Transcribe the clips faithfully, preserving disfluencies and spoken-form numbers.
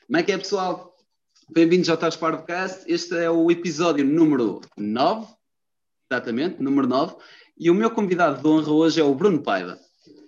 Como é que é, pessoal? Bem-vindos ao Tás Podcast. Este é o episódio número nove, exatamente, número nove. E o meu convidado de honra hoje é o Bruno Paiva.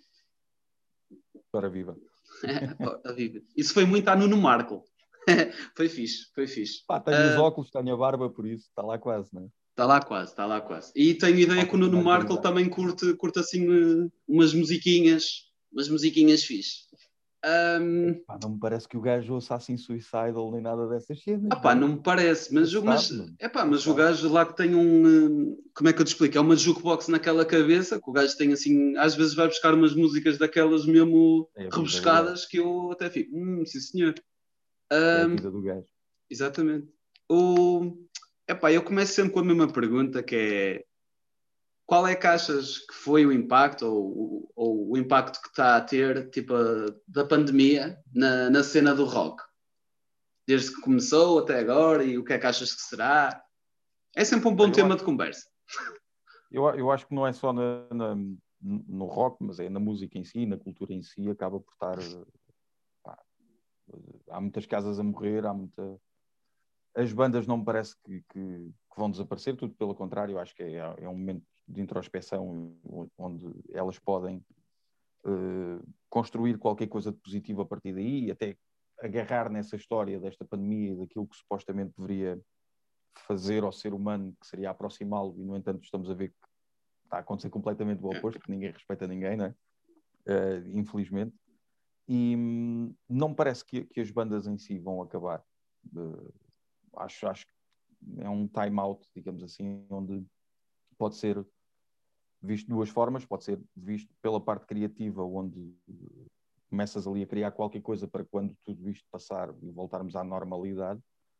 Ora viva. Ora viva. Isso foi muito a Nuno Marco. Foi fixe, foi fixe. Pá, tenho uh, os ah, óculos, tenho a barba, por isso está lá quase, não é? Está lá quase, está lá quase. E tenho ideia que o Nuno Marco também curte, curte assim umas musiquinhas, umas musiquinhas fixe. Um... Pá, não me parece que o gajo ouça assim Suicidal nem nada dessas cenas. Ah pá, não me parece, mas, mas, sabe, é pá, mas o gajo lá que tem um... Como é que eu te explico? É uma jukebox naquela cabeça, que o gajo tem assim... Às vezes vai buscar umas músicas daquelas mesmo é rebuscadas que eu até fico... Hum, sim senhor. Um... É a vida do gajo. Exatamente. O... É pá, eu começo sempre com a mesma pergunta, que é... Qual é que achas que foi o impacto ou, ou o impacto que está a ter tipo, a, da pandemia na, na cena do rock? Desde que começou até agora e o que é que achas que será? É sempre um bom eu tema acho, de conversa. Eu, eu acho que não é só na, na, no rock, mas é na música em si, na cultura em si, acaba por estar... Pá, há muitas casas a morrer, há muita... As bandas não me parece que, que, que vão desaparecer, tudo pelo contrário, acho que é, é um momento de introspeção onde elas podem uh, construir qualquer coisa de positivo a partir daí e até agarrar nessa história desta pandemia e daquilo que supostamente deveria fazer ao ser humano, que seria aproximá-lo, e no entanto estamos a ver que está a acontecer completamente o oposto, que ninguém respeita ninguém, não é? Uh, infelizmente. E hum, não me parece que, que as bandas em si vão acabar. Uh, acho, acho que é um time-out, digamos assim, onde pode ser visto de duas formas, pode ser visto pela parte criativa, onde começas ali a criar qualquer coisa para quando tudo isto passar e voltarmos à normalidade,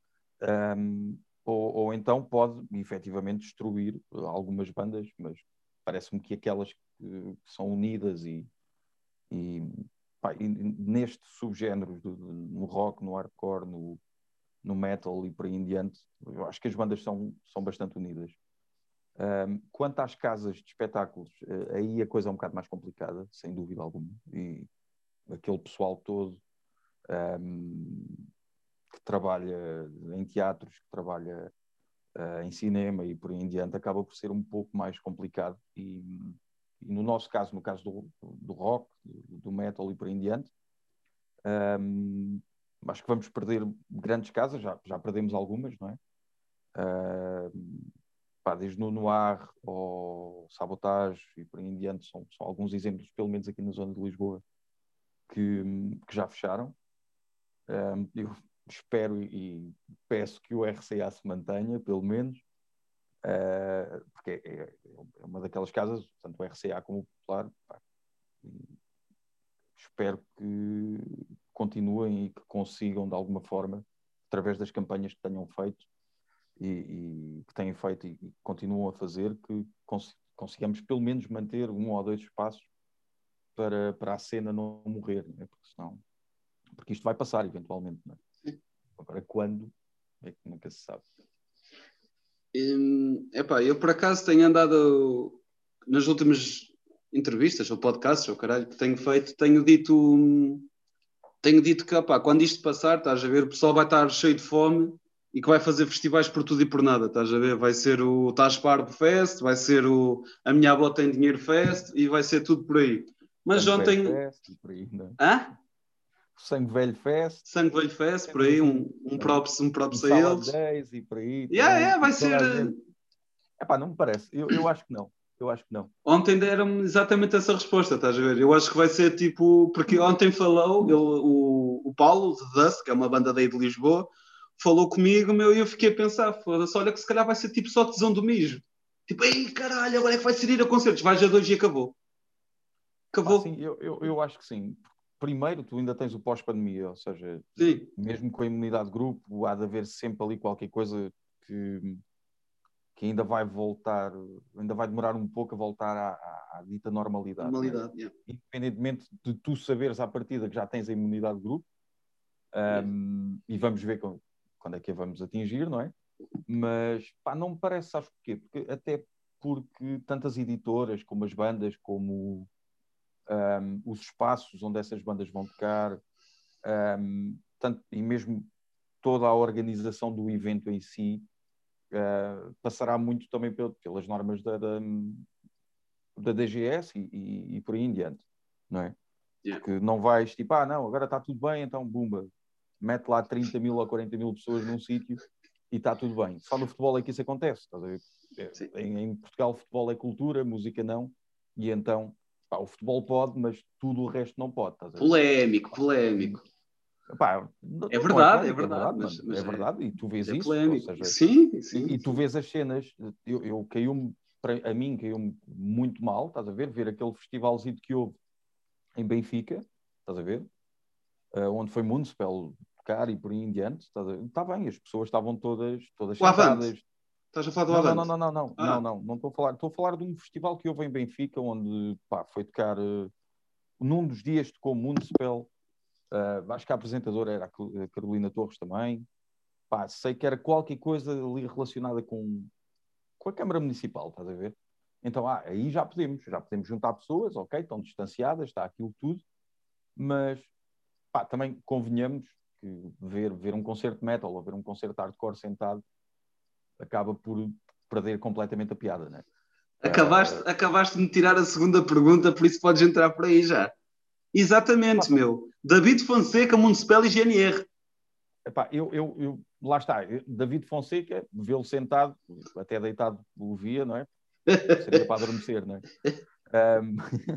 um, ou, ou então pode efetivamente destruir algumas bandas, mas parece-me que aquelas que, que são unidas e, e, pá, e neste subgénero do, no rock, no hardcore, no, no metal e por aí em diante, eu acho que as bandas são, são bastante unidas. Um, quanto às casas de espetáculos, uh, aí a coisa é um bocado mais complicada, sem dúvida alguma, e aquele pessoal todo um, que trabalha em teatros, que trabalha uh, em cinema e por aí em diante, acaba por ser um pouco mais complicado e, e no nosso caso, no caso do, do rock, do, do metal e por aí em diante, um, acho que vamos perder grandes casas, já, já perdemos algumas, não é? Uh, pá, desde no Noir ou Sabotage e por aí em diante, são, são alguns exemplos, pelo menos aqui na zona de Lisboa, que, que já fecharam. Um, eu espero e peço que o R C A se mantenha, pelo menos, uh, porque é, é uma daquelas casas, tanto o R C A como o Popular, pá, espero que continuem e que consigam, de alguma forma, através das campanhas que tenham feito, E, e que têm feito e, e continuam a fazer, que cons consigamos pelo menos manter um ou dois espaços para, para a cena não morrer, não é? Porque senão, porque isto vai passar eventualmente, não é? Agora quando é que nunca se sabe. Hum, epá, eu por acaso tenho andado nas últimas entrevistas ou podcasts ou caralho que tenho feito, tenho dito tenho dito que opá, quando isto passar, estás a ver, o pessoal vai estar cheio de fome e que vai fazer festivais por tudo e por nada, estás a ver? Vai ser o Tás Parbo Fest, vai ser o A Minha Avó Tem Dinheiro Fest e vai ser tudo por aí. Mas Sangue ontem... Velho Fest e por aí, não é? Hã? Sangue Velho Fest. Sangue Velho Fest, por aí, um, um, props, um props um a Salad eles. Days e por aí Yeah, também. yeah, vai Toda ser... a gente. Epá, não me parece. Eu, eu acho que não. Eu acho que não. Ontem deram-me exatamente essa resposta, estás a ver? Eu acho que vai ser tipo... Porque ontem falou ele, o, o Paulo, de Dust, que é uma banda daí de Lisboa, falou comigo, meu, e eu fiquei a pensar, foda-se, olha que se calhar vai ser tipo só tesão do mijo. Tipo, ei, caralho, agora é que vai ser ir a concertos. Vais a dois e acabou. Ah, Acabou. sim, eu, eu, eu acho que sim. Primeiro, tu ainda tens o pós-pandemia, ou seja, Sim. mesmo com a imunidade de grupo, há de haver sempre ali qualquer coisa que, que ainda vai voltar, ainda vai demorar um pouco a voltar à, à, à dita normalidade. Normalidade, yeah. Independentemente de tu saberes à partida que já tens a imunidade de grupo, um, yeah. E vamos ver com, quando é que a vamos atingir, não é? Mas, pá, não me parece, sabes porquê? Porque, até porque tantas editoras, como as bandas, como um, os espaços onde essas bandas vão tocar, um, tanto, e mesmo toda a organização do evento em si uh, passará muito também pelas normas da, da, da D G S e, e, e por aí em diante, não é? Yeah. Porque não vais tipo, ah não, agora está tudo bem, então bumba, mete lá trinta mil ou quarenta mil pessoas num sítio e está tudo bem. Só no futebol é que isso acontece, estás a ver? Em, em Portugal, futebol é cultura, música não, e então pá, o futebol pode, mas tudo o resto não pode. Estás a ver? Polémico, polémico. Pá, não, é não verdade, é é polémico, é verdade, verdade, mas, mano. mas É é, verdade, e tu vês é isso, ou polémico. seja, Sim, sim. e, e tu sim. vês as cenas, eu, eu caiu-me, a mim caiu-me muito mal, estás a ver? Ver aquele festivalzinho que houve em Benfica, estás a ver? Uh, onde foi Municipal tocar e por aí em diante, está, está bem, as pessoas estavam todas, todas O Avante. sentadas. Estás a falar do Não, não, não, Avante? não, não, não, Ah. não, não, não estou a falar, estou a falar de um festival que houve em Benfica, onde pá, foi tocar, uh, num dos dias tocou Municipal, uh, acho que a apresentadora era a Carolina Torres também, pá, sei que era qualquer coisa ali relacionada com, com a Câmara Municipal, estás a ver? Então, ah, aí já podemos, já podemos juntar pessoas, ok, estão distanciadas, está aquilo tudo, mas pá, também convenhamos que ver, ver um concerto de metal ou ver um concerto de hardcore sentado acaba por perder completamente a piada, né? Acabaste, uh... acabaste de me tirar a segunda pergunta, por isso podes entrar por aí já. Exatamente, Epá, meu. David Fonseca, Municipal e G N R. Epá, eu, eu, eu, lá está, eu, David Fonseca, vê-lo sentado, até deitado o via, não é? Seria para adormecer, não é? Um...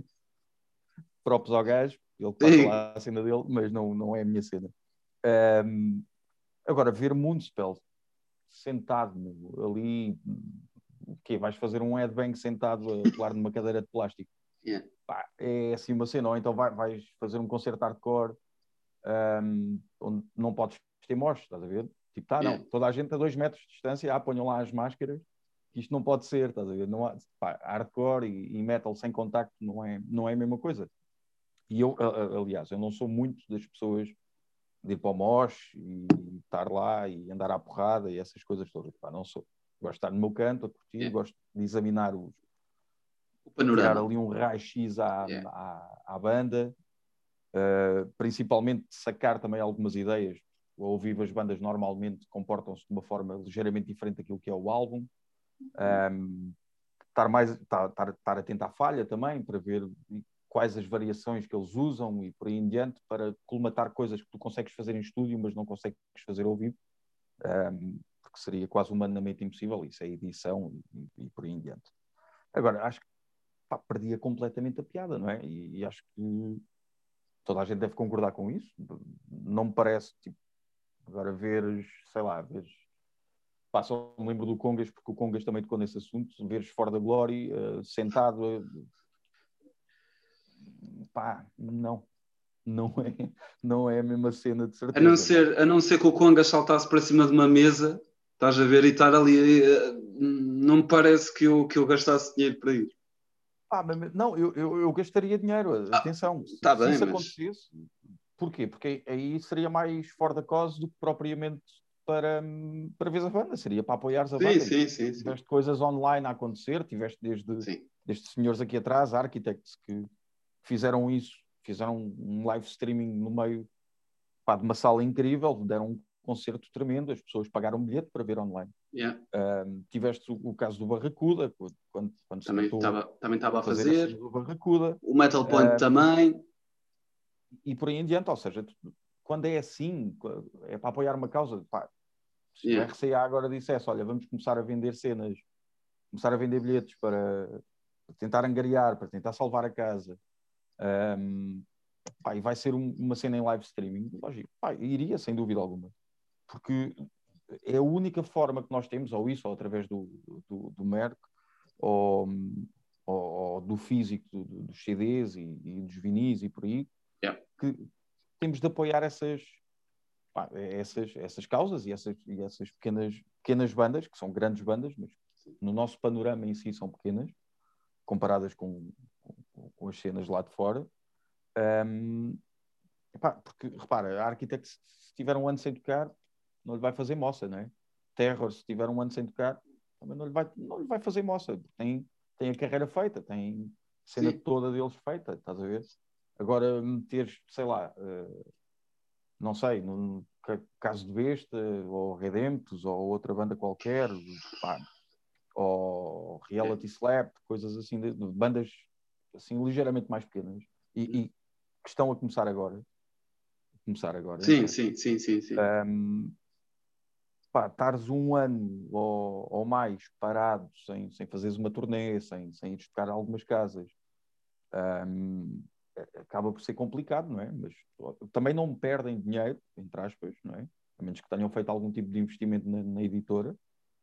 Props ao gajo, ele que faça lá a cena dele, mas não, não é a minha cena. Um... Agora, ver Municipal sentado ali, o quê? Vais fazer um headbang sentado a pular numa cadeira de plástico? Yeah. Pá, é assim uma cena, ou então vai, vais fazer um concerto hardcore um, onde não podes ter mosh, estás a ver? Tipo, tá, Yeah. não, toda a gente a dois metros de distância, ah, ponham lá as máscaras, que isto não pode ser, estás a ver? Não há, pá, hardcore e, e metal sem contacto não é, não é a mesma coisa. E eu, aliás, eu não sou muito das pessoas de ir para o mosh e estar lá e andar à porrada e essas coisas todas. Pá, não sou. Gosto de estar no meu canto, a curtir, yeah. Gosto de examinar os... o panorama. Tirar ali um raio-x à, yeah. à, à banda, uh, principalmente sacar também algumas ideias. Ao vivo as bandas normalmente comportam-se de uma forma ligeiramente diferente daquilo que é o álbum. Um, estar, mais, estar, estar, estar atento à falha também, para ver quais as variações que eles usam e por aí em diante, para colmatar coisas que tu consegues fazer em estúdio, mas não consegues fazer ao vivo, um, porque seria quase humanamente impossível, isso é edição e, e por aí em diante. Agora, acho que pá, perdia completamente a piada, não é? E, e acho que toda a gente deve concordar com isso. Não me parece, tipo, agora veres, sei lá, veres... Pá, só me lembro do Congas, porque o Congas também tocou nesse assunto, veres fora da Glory, uh, sentado... Uh, pá, não. Não é, não é a mesma cena, de certeza. A não ser, a não ser que o Congas saltasse para cima de uma mesa, estás a ver, e estar ali... Uh, não me parece que eu, que eu gastasse dinheiro para ir. Ah, mas, não, eu, eu, eu gastaria dinheiro, Ah, atenção. Se, tá se bem, isso mas... acontecesse, porquê? Porque aí seria mais for the cause do que propriamente para, para ver a banda, seria para apoiares a sim, banda. Sim, sim, tiveste sim. coisas online a acontecer, tiveste desde, desde senhores aqui atrás, architects, que fizeram isso, fizeram um live streaming no meio pá, de uma sala incrível, deram um concerto tremendo, as pessoas pagaram um bilhete para ver online. Yeah. Um, tiveste o, o caso do Barracuda, quando, quando se também tentou estava também estava a fazer, fazer, fazer o Barracuda. o Metal Point um, também. E por aí em diante, ou seja, quando é assim, é para apoiar uma causa, pá, se yeah. o R C A agora dissesse, olha, vamos começar a vender cenas, começar a vender bilhetes para, para tentar angariar, para tentar salvar a casa, um, pá, e vai ser um, uma cena em live streaming, lógico, pá, iria sem dúvida alguma, porque é a única forma que nós temos, ou isso, ou através do, do, do Merc, ou, ou, ou do físico do, do, dos C Ds e, e dos vinis e por aí, yeah. que temos de apoiar essas, pá, essas, essas causas e essas, e essas pequenas, pequenas bandas, que são grandes bandas, mas no nosso panorama em si são pequenas, comparadas com, com, com as cenas lá de fora. Um, epá, porque, repara, a Architect, se tiver um ano sem tocar, não lhe vai fazer moça, não é? Terror, se tiver um ano sem tocar, também não lhe vai, não lhe vai fazer moça. Tem, tem a carreira feita, tem a cena Sim. toda deles feita, estás a ver? Agora, meteres, sei lá, uh, não sei, no caso de Besta, ou Redemptus, ou outra banda qualquer, pá, ou Reality Slap, coisas assim, de, de bandas assim ligeiramente mais pequenas e, e que estão a começar agora. Começar agora, Sim, então. sim, sim, sim, sim. Um, pá, estares um ano ou, ou mais parado, sem, sem fazeres uma turnê, sem, sem ir tocar algumas casas, um, acaba por ser complicado, não é? Mas também não perdem dinheiro, entre aspas, não é? A menos que tenham feito algum tipo de investimento na, na editora.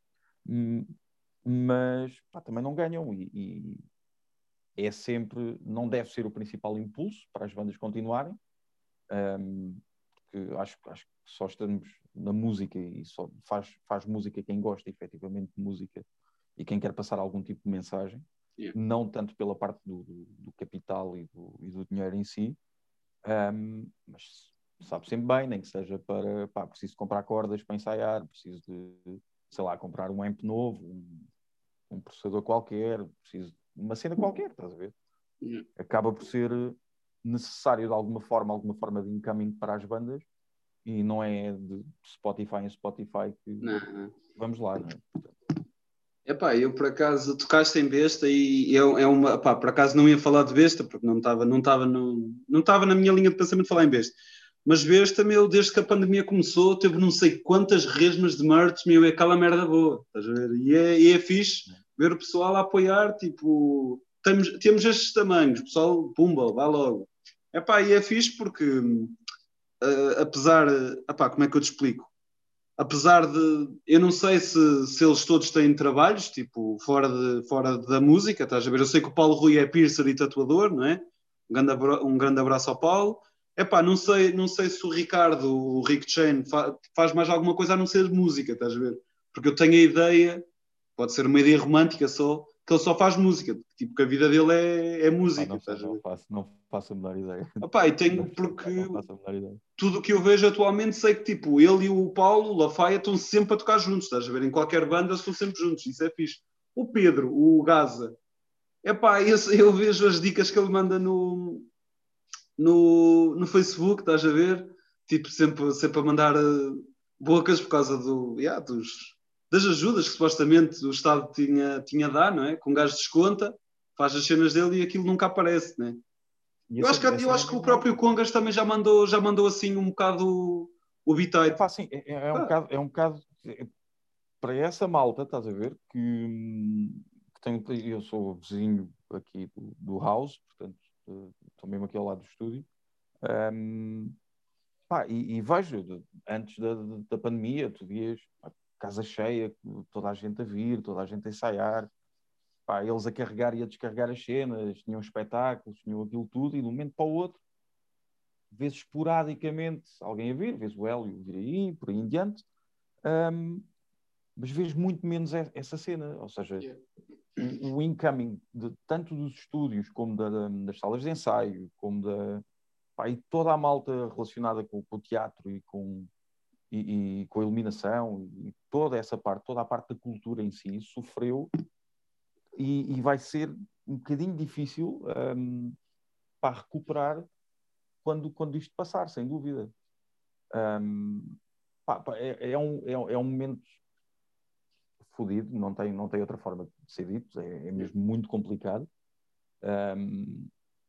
Mas pá, também não ganham e, e é sempre, não deve ser o principal impulso para as bandas continuarem, um, porque acho, acho que só estamos na música e só faz, faz música quem gosta efetivamente de música e quem quer passar algum tipo de mensagem, Yeah. não tanto pela parte do, do, do capital e do, e do dinheiro em si, um, mas sabe sempre bem, nem que seja para, pá, preciso comprar cordas para ensaiar, preciso de, sei lá, comprar um amp novo, um, um processador qualquer, preciso de uma cena qualquer, estás a ver? Yeah. Acaba por ser necessário de alguma forma, alguma forma de incoming para as bandas e não é de Spotify em Spotify que Não, não. vamos lá, não é? Epá, eu por acaso tocaste em Besta e eu, é uma, epá, por acaso não ia falar de Besta porque não estava não estava no, não estava na minha linha de pensamento falar em Besta. Mas Besta, meu, desde que a pandemia começou, teve não sei quantas resmas de merch, meu, é aquela merda boa, estás a ver? E é, e é fixe ver o pessoal a apoiar, tipo, temos, temos estes tamanhos, o pessoal, pumba, vai logo. Epá, e é fixe porque, uh, apesar, epá, como é que eu te explico? Apesar de, eu não sei se, se eles todos têm trabalhos, tipo, fora, de, fora da música, estás a ver? Eu sei que o Paulo Rui é piercer e tatuador, não é? Um grande, abra, um grande abraço ao Paulo. Epá, não sei, não sei se o Ricardo, o Rick Chain, fa, faz mais alguma coisa a não ser música, estás a ver? Porque eu tenho a ideia, pode ser uma ideia romântica só, que ele só faz música, tipo, que a vida dele é, é Ah, música, não sei, estás a não ver? faço, não faço a menor ideia. Epá, e Não, tenho, percebo, porque não faço a menor ideia. tudo o que eu vejo atualmente sei que tipo, ele e o Paulo, o Lafaia, estão sempre a tocar juntos, estás a ver? Em qualquer banda eles estão sempre juntos, isso é fixe. O Pedro, o Gaza, epá, esse, eu vejo as dicas que ele manda no, no, no Facebook, estás a ver? Tipo, sempre, sempre a mandar uh, bocas por causa do, yeah, dos, das ajudas que supostamente o Estado tinha, tinha a dar, não é? Com um gajo desconta, faz as cenas dele e aquilo nunca aparece, não é? E Eu a acho que, cena, a eu cena é acho que o mesmo próprio essa. Congas também já mandou, já mandou assim um bocado o, o É bitite. pá, assim, é, é um Ah, bocado, é um bocado é, para essa malta, estás a ver, que, que tenho, eu sou vizinho aqui do, do house, portanto, estou mesmo aqui ao lado do estúdio. Um, pá, e, e vejo, de- antes da, da pandemia, tu vias pá, casa cheia, toda a gente a vir, toda a gente a ensaiar, pá, eles a carregar e a descarregar as cenas, tinham espetáculos, tinham aquilo tudo, e de um momento para o outro, vês esporadicamente alguém a vir, vês o Hélio vir aí, por aí em diante, um, mas vês muito menos e- essa cena, ou seja, yeah. o, o incoming de, tanto dos estúdios como da- da- das salas de ensaio, como da pá, e toda a malta relacionada com, com o teatro e com, e, e com a iluminação e toda essa parte, toda a parte da cultura em si sofreu e, e vai ser um bocadinho difícil um, para recuperar quando, quando isto passar, sem dúvida. Um, pá, pá, é, é, um, é, é um momento fodido, não tem, não tem outra forma de ser dito, é, é mesmo muito complicado. Um,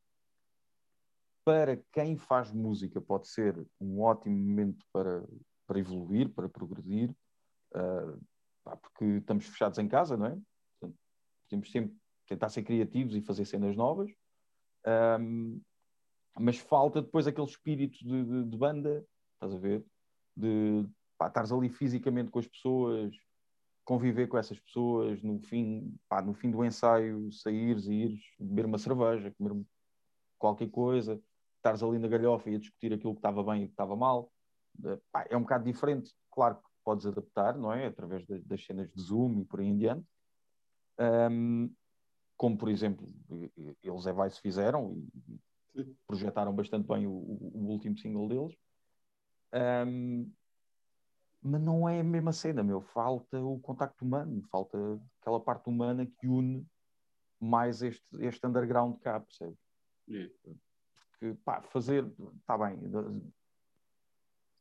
para quem faz música pode ser um ótimo momento para, para evoluir, para progredir, uh, pá, porque estamos fechados em casa, não é? Portanto, temos sempre tentar ser criativos e fazer cenas novas, um, mas falta depois aquele espírito de, de, de banda, estás a ver? De pá, estares ali fisicamente com as pessoas, conviver com essas pessoas, no fim, pá, no fim do ensaio, saíres e ires beber uma cerveja, comer qualquer coisa, estares ali na galhofa e a discutir aquilo que estava bem e que estava mal. Pá, é um bocado diferente. Claro que podes adaptar, não é? Através de, das cenas de Zoom e por aí em diante. Um, como, por exemplo, eles é Vice fizeram e projetaram bastante bem o, o, o último single deles. Um, mas não é a mesma cena, meu. Falta o contacto humano, falta aquela parte humana que une mais este, este underground cá, percebes? Yeah. Que, pá, fazer, está bem,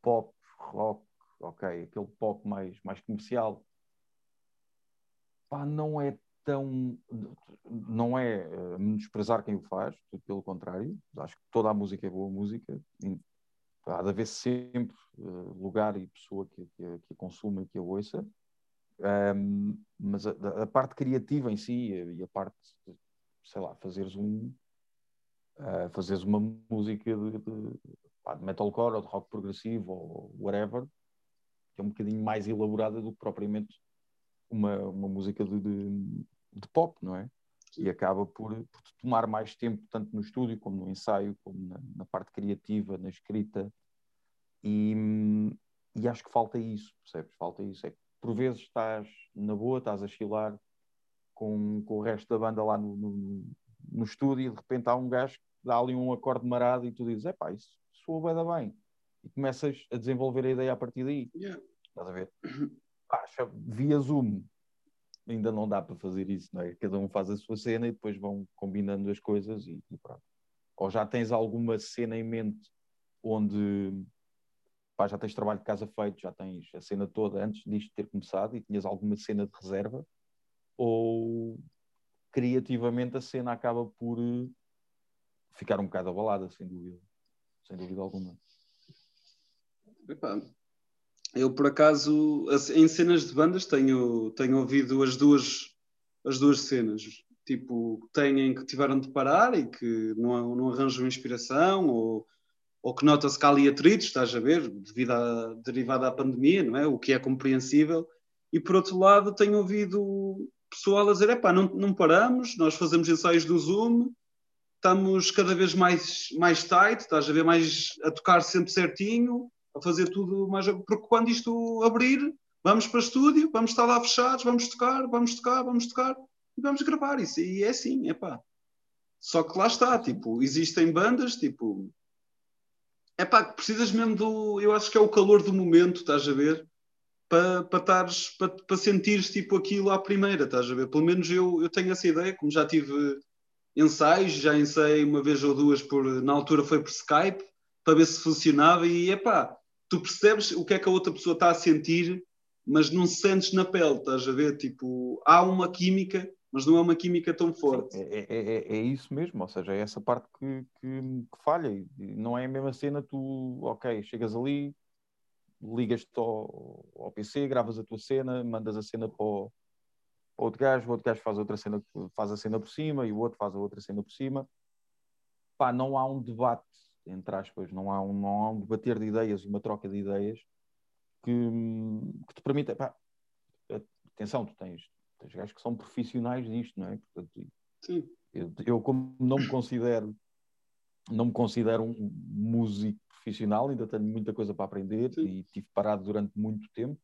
pop, rock, ok, aquele pop mais, mais comercial, pá, não é tão, não é uh, menosprezar quem o faz, tudo pelo contrário, acho que toda a música é boa música, e há de haver sempre uh, lugar e pessoa que, que, que a consuma e que a ouça, um, mas a, a parte criativa em si e a parte, de, sei lá, fazeres um uh, fazeres uma música de, de, pá, de metalcore ou de rock progressivo ou whatever, que é um bocadinho mais elaborada do que propriamente uma, uma música de, de, de pop, não é? E acaba por, por tomar mais tempo, tanto no estúdio como no ensaio, como na, na parte criativa, na escrita. E, e acho que falta isso, percebes? Falta isso. É que por vezes estás na boa, estás a chilar com, com o resto da banda lá no, no, no estúdio e de repente há um gajo que dá ali um acorde marado e tu dizes, epá, isso soa bem, bem. E começas a desenvolver a ideia a partir daí. Yeah. Estás a ver? Pá, via Zoom ainda não dá para fazer isso, não é? Cada um faz a sua cena e depois vão combinando as coisas e, e pronto. Ou já tens alguma cena em mente onde pá, já tens trabalho de casa feito, já tens a cena toda antes disto ter começado e tinhas alguma cena de reserva, ou criativamente a cena acaba por ficar um bocado abalada, sem dúvida. Sem dúvida alguma. Epá, eu, por acaso, em cenas de bandas, tenho, tenho ouvido as duas, as duas cenas. Tipo, têm que tiveram de parar e que não, não arranjam inspiração, ou, ou que nota-se que há ali atritos, estás a ver, devido à, derivada à pandemia, não é? O que é compreensível. E, por outro lado, tenho ouvido pessoal a dizer, epá, não, não paramos, nós fazemos ensaios do Zoom, estamos cada vez mais, mais tight, estás a ver, mais a tocar sempre certinho, a fazer tudo mais. Porque quando isto abrir, vamos para o estúdio, vamos estar lá fechados, vamos tocar, vamos tocar, vamos tocar e vamos gravar isso. E é assim, é pá. Só que lá está, tipo, existem bandas, tipo, é pá, que precisas mesmo do. Eu acho que é o calor do momento, estás a ver? Para pa estares, para pa sentires tipo aquilo à primeira, estás a ver? Pelo menos eu, eu tenho essa ideia, como já tive ensaios, já ensaiei uma vez ou duas, por, na altura foi por Skype, para ver se funcionava e, epá, tu percebes o que é que a outra pessoa está a sentir, mas não sentes na pele, estás a ver? Tipo, há uma química, mas não é uma química tão forte. Sim, é, é, é, é isso mesmo, ou seja, é essa parte que, que, que falha. E não é a mesma cena, tu, ok, chegas ali, ligas-te ao, ao P C, gravas a tua cena, mandas a cena para o outro gajo, o outro gajo faz outra cena, faz a cena por cima e o outro faz a outra cena por cima. Pá, não há um debate, entre aspas, não há um, não há um debater de ideias, uma troca de ideias que, que te permita, pá, atenção, tu tens, tens gajos que são profissionais disto, não é? Portanto, Sim. eu, eu como não me considero não me considero um músico profissional, ainda tenho muita coisa para aprender. Sim. E tive parado durante muito tempo,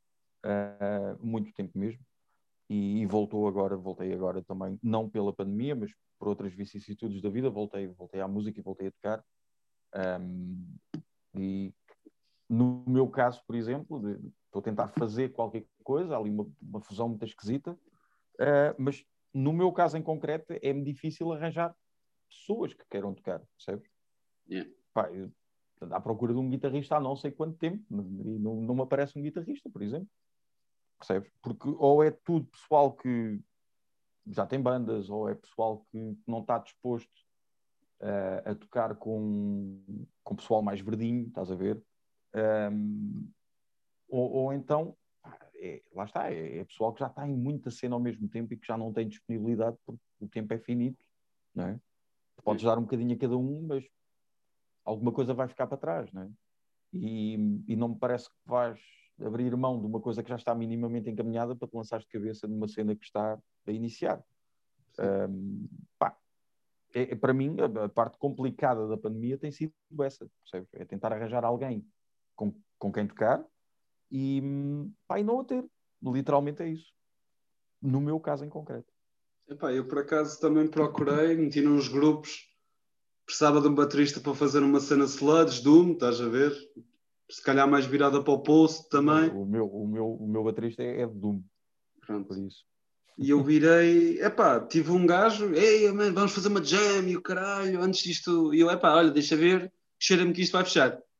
uh, muito tempo mesmo, e, e voltou agora, voltei agora também, não pela pandemia, mas por outras vicissitudes da vida, voltei, voltei à música e voltei a tocar. Um, e no meu caso, por exemplo, de, estou a tentar fazer qualquer coisa, há ali uma, uma fusão muito esquisita, uh, mas no meu caso em concreto é-me difícil arranjar pessoas que queiram tocar, percebes? Yeah. Pá, eu, à procura de um guitarrista há não sei quanto tempo e não, não me aparece um guitarrista, por exemplo, percebes? Porque ou é tudo pessoal que já tem bandas, ou é pessoal que não está disposto uh, a tocar com, com pessoal mais verdinho, estás a ver? Um, ou, ou então, é, lá está, é, é pessoal que já está em muita cena ao mesmo tempo e que já não tem disponibilidade porque o tempo é finito, não é? Podes dar um bocadinho a cada um, mas alguma coisa vai ficar para trás, não é? E, e não me parece que vais abrir mão de uma coisa que já está minimamente encaminhada para te lançares de cabeça numa cena que está a iniciar. Um, pá, é, é, para mim, a, a parte complicada da pandemia tem sido essa, percebes? É tentar arranjar alguém com, com quem tocar e, pá, e não a ter. Literalmente é isso. No meu caso em concreto. Epá, eu por acaso também procurei, meti nos grupos, precisava de um baterista para fazer uma cena sludge, doom, estás a ver? Se calhar mais virada para o post também. O meu, o meu, o meu baterista é, é de doom. Pronto. Por isso. E eu virei, epá, tive um gajo, ei, man, vamos fazer uma jam e o caralho, antes disto, e eu, epá, olha, deixa ver, cheira-me que isto vai fechar.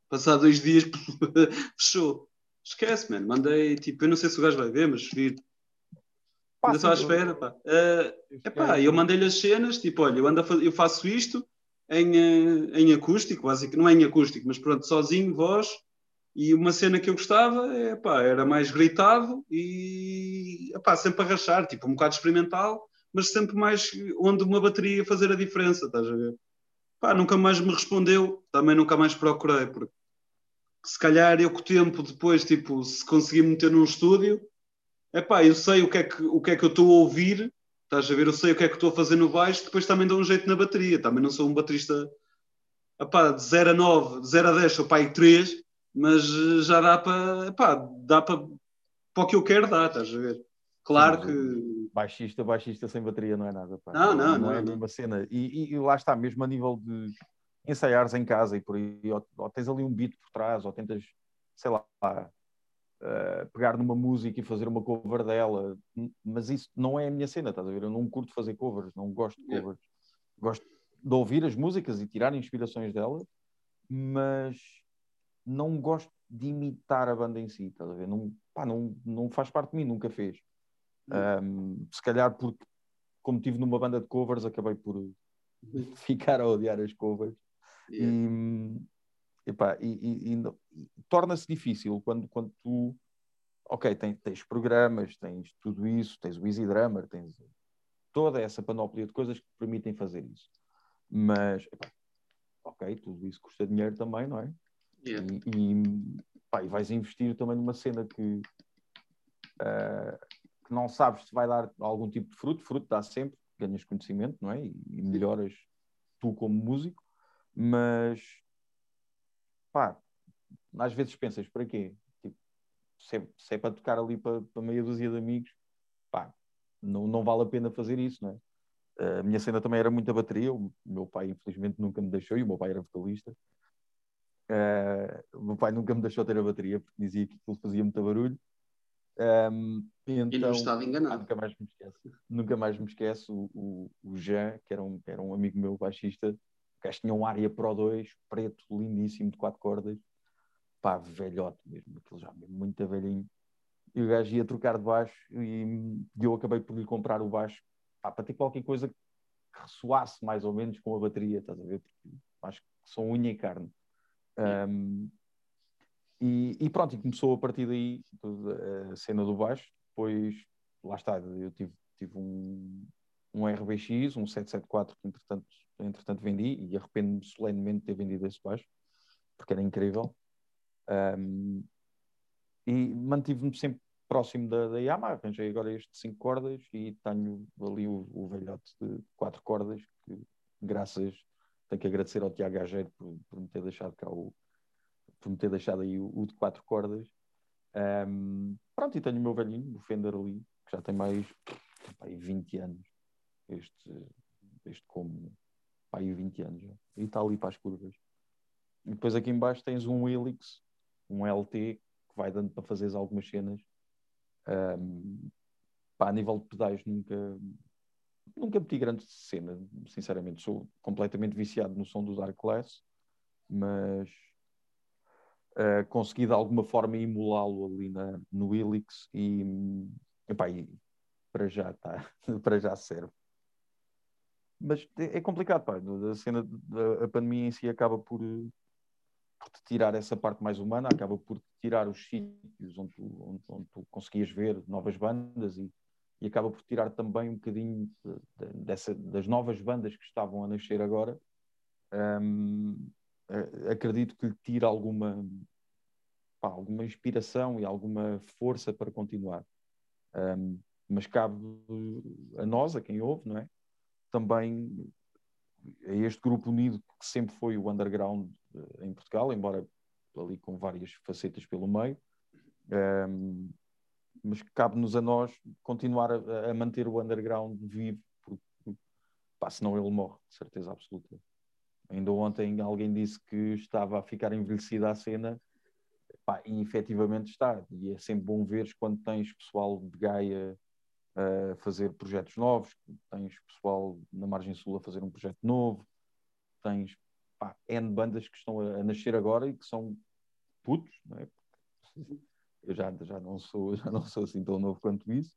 Passado dois dias, fechou. Esquece, mano. Mandei, tipo, eu não sei se o gajo vai ver, mas vir. Pá, Ainda estou sim, à eu, espera, pá. Uh, eu epá, eu fiquei. mandei-lhe as cenas, tipo, olha, eu, ando a fa- eu faço isto em, eh, em acústico, básico, não é em acústico, mas pronto, sozinho, voz, e uma cena que eu gostava, é, epá, era mais gritado e, epá, sempre a rachar, tipo, um bocado experimental, mas sempre mais onde uma bateria ia fazer a diferença, estás a ver? Pá, nunca mais me respondeu, também nunca mais procurei, porque se calhar eu com o tempo depois, tipo, se conseguir meter num estúdio, epá, eu sei o que é que, o que é que eu estou a ouvir, estás a ver? Eu sei o que é que estou a fazer no baixo, depois também dou um jeito na bateria. Também não sou um baterista, epá, de zero a nove, de zero a dez, sou pá, aí três, mas eh, já dá para, epá, dá para, para o que eu quero dar, estás a ver? Sim, Claro mas que. o baixista, baixista sem bateria não é nada, pá. Não, Não, não, não é não, a não. mesma cena. E, e- e lá está, mesmo a nível de ensaiares em casa e por aí, ou, ou tens ali um beat por trás, ou tentas, sei lá, eh, pegar numa música e fazer uma cover dela, mas isso não é a minha cena, estás a ver? Eu não curto fazer covers, não gosto de Yeah. covers. Gosto de ouvir as músicas e tirar inspirações delas, mas não gosto de imitar a banda em si, estás a ver? Não, pá, não, não faz parte de mim, nunca fez. Um, se calhar porque, como estive numa banda de covers, acabei por ficar a odiar as covers. Yeah. E, epá, e, e, e torna-se difícil quando, quando tu, ok, tens, tens programas, tens tudo isso, tens o Easy Drummer, tens toda essa panóplia de coisas que te permitem fazer isso. Mas, epá, ok, tudo isso custa dinheiro também, não é? Yeah. E, e, pá, e vais investir também numa cena que, uh, que não sabes se vai dar algum tipo de fruto. Fruto dá sempre, ganhas conhecimento, não é? E, e melhoras tu como músico, mas pá, às vezes pensas, para quê? Tipo, se é, se é para tocar ali para, para meia dúzia de amigos, pá, não, não vale a pena fazer isso, não é? A minha cena também era muita bateria, o meu pai infelizmente nunca me deixou, e o meu pai era vocalista. Uh, o meu pai nunca me deixou ter a bateria porque dizia que aquilo fazia muito barulho. Um, E não então, estava pá, enganado. nunca mais me esqueço. Nunca mais me esqueço o, o, o Jean, que era um, era um amigo meu baixista. O gajo tinha um Aria Pro dois, preto, lindíssimo, de quatro cordas. Pá, velhote mesmo, aquilo já mesmo muito velhinho. E o gajo ia trocar de baixo e eu acabei por lhe comprar o baixo, pá, para ter qualquer coisa que ressoasse mais ou menos com a bateria, estás a ver? Porque acho que são unha e carne. Yeah. Um, e, e pronto, e começou a partir daí a cena do baixo. Depois, lá está, eu tive, tive um, um R B X, um sete sete quatro, que entretanto, entretanto vendi, e arrependo-me solenemente de ter vendido esse baixo, porque era incrível. Um, e mantive-me sempre próximo da, da Yamaha. Arranjei agora este de cinco cordas e tenho ali o, o velhote de quatro cordas, que graças, tenho que agradecer ao Tiago Gageiro por, por me ter deixado cá o, por me ter deixado aí o, o de quatro cordas. Um, pronto, e tenho o meu velhinho, o Fender ali, que já tem mais pá, vinte anos. Este, este como pá, vinte anos já. E está ali para as curvas. E depois aqui embaixo tens um Helix, um L T, que vai dando para fazeres algumas cenas. Um, pá, a nível de pedais nunca nunca meti grande cena, sinceramente. Sou completamente viciado no som do Dark Class, mas uh, consegui de alguma forma emulá-lo ali na, no Helix e, epá, e para já tá, para já serve. Mas é, é complicado, pá. A cena da a pandemia em si acaba por, por te tirar essa parte mais humana, acaba por te tirar os sítios onde tu, onde, onde tu conseguias ver novas bandas e, e acaba por tirar também um bocadinho de, de, dessa, das novas bandas que estavam a nascer agora. Um, acredito que lhe tira alguma, pá, alguma inspiração e alguma força para continuar. Um, mas cabe a nós, a quem ouve, não é? Também a este grupo unido que sempre foi o underground uh, em Portugal, embora ali com várias facetas pelo meio, um, mas cabe-nos a nós continuar a, a manter o underground vivo, porque pá, senão ele morre, de certeza absoluta. Ainda ontem alguém disse que estava a ficar envelhecida a cena, pá, e efetivamente está. E é sempre bom ver quando tens pessoal de Gaia a fazer projetos novos, tens pessoal na Margem Sul a fazer um projeto novo, tens pá, N bandas que estão a, a nascer agora e que são putos, não é? Eu já, já, não sou, já não sou assim tão novo quanto isso,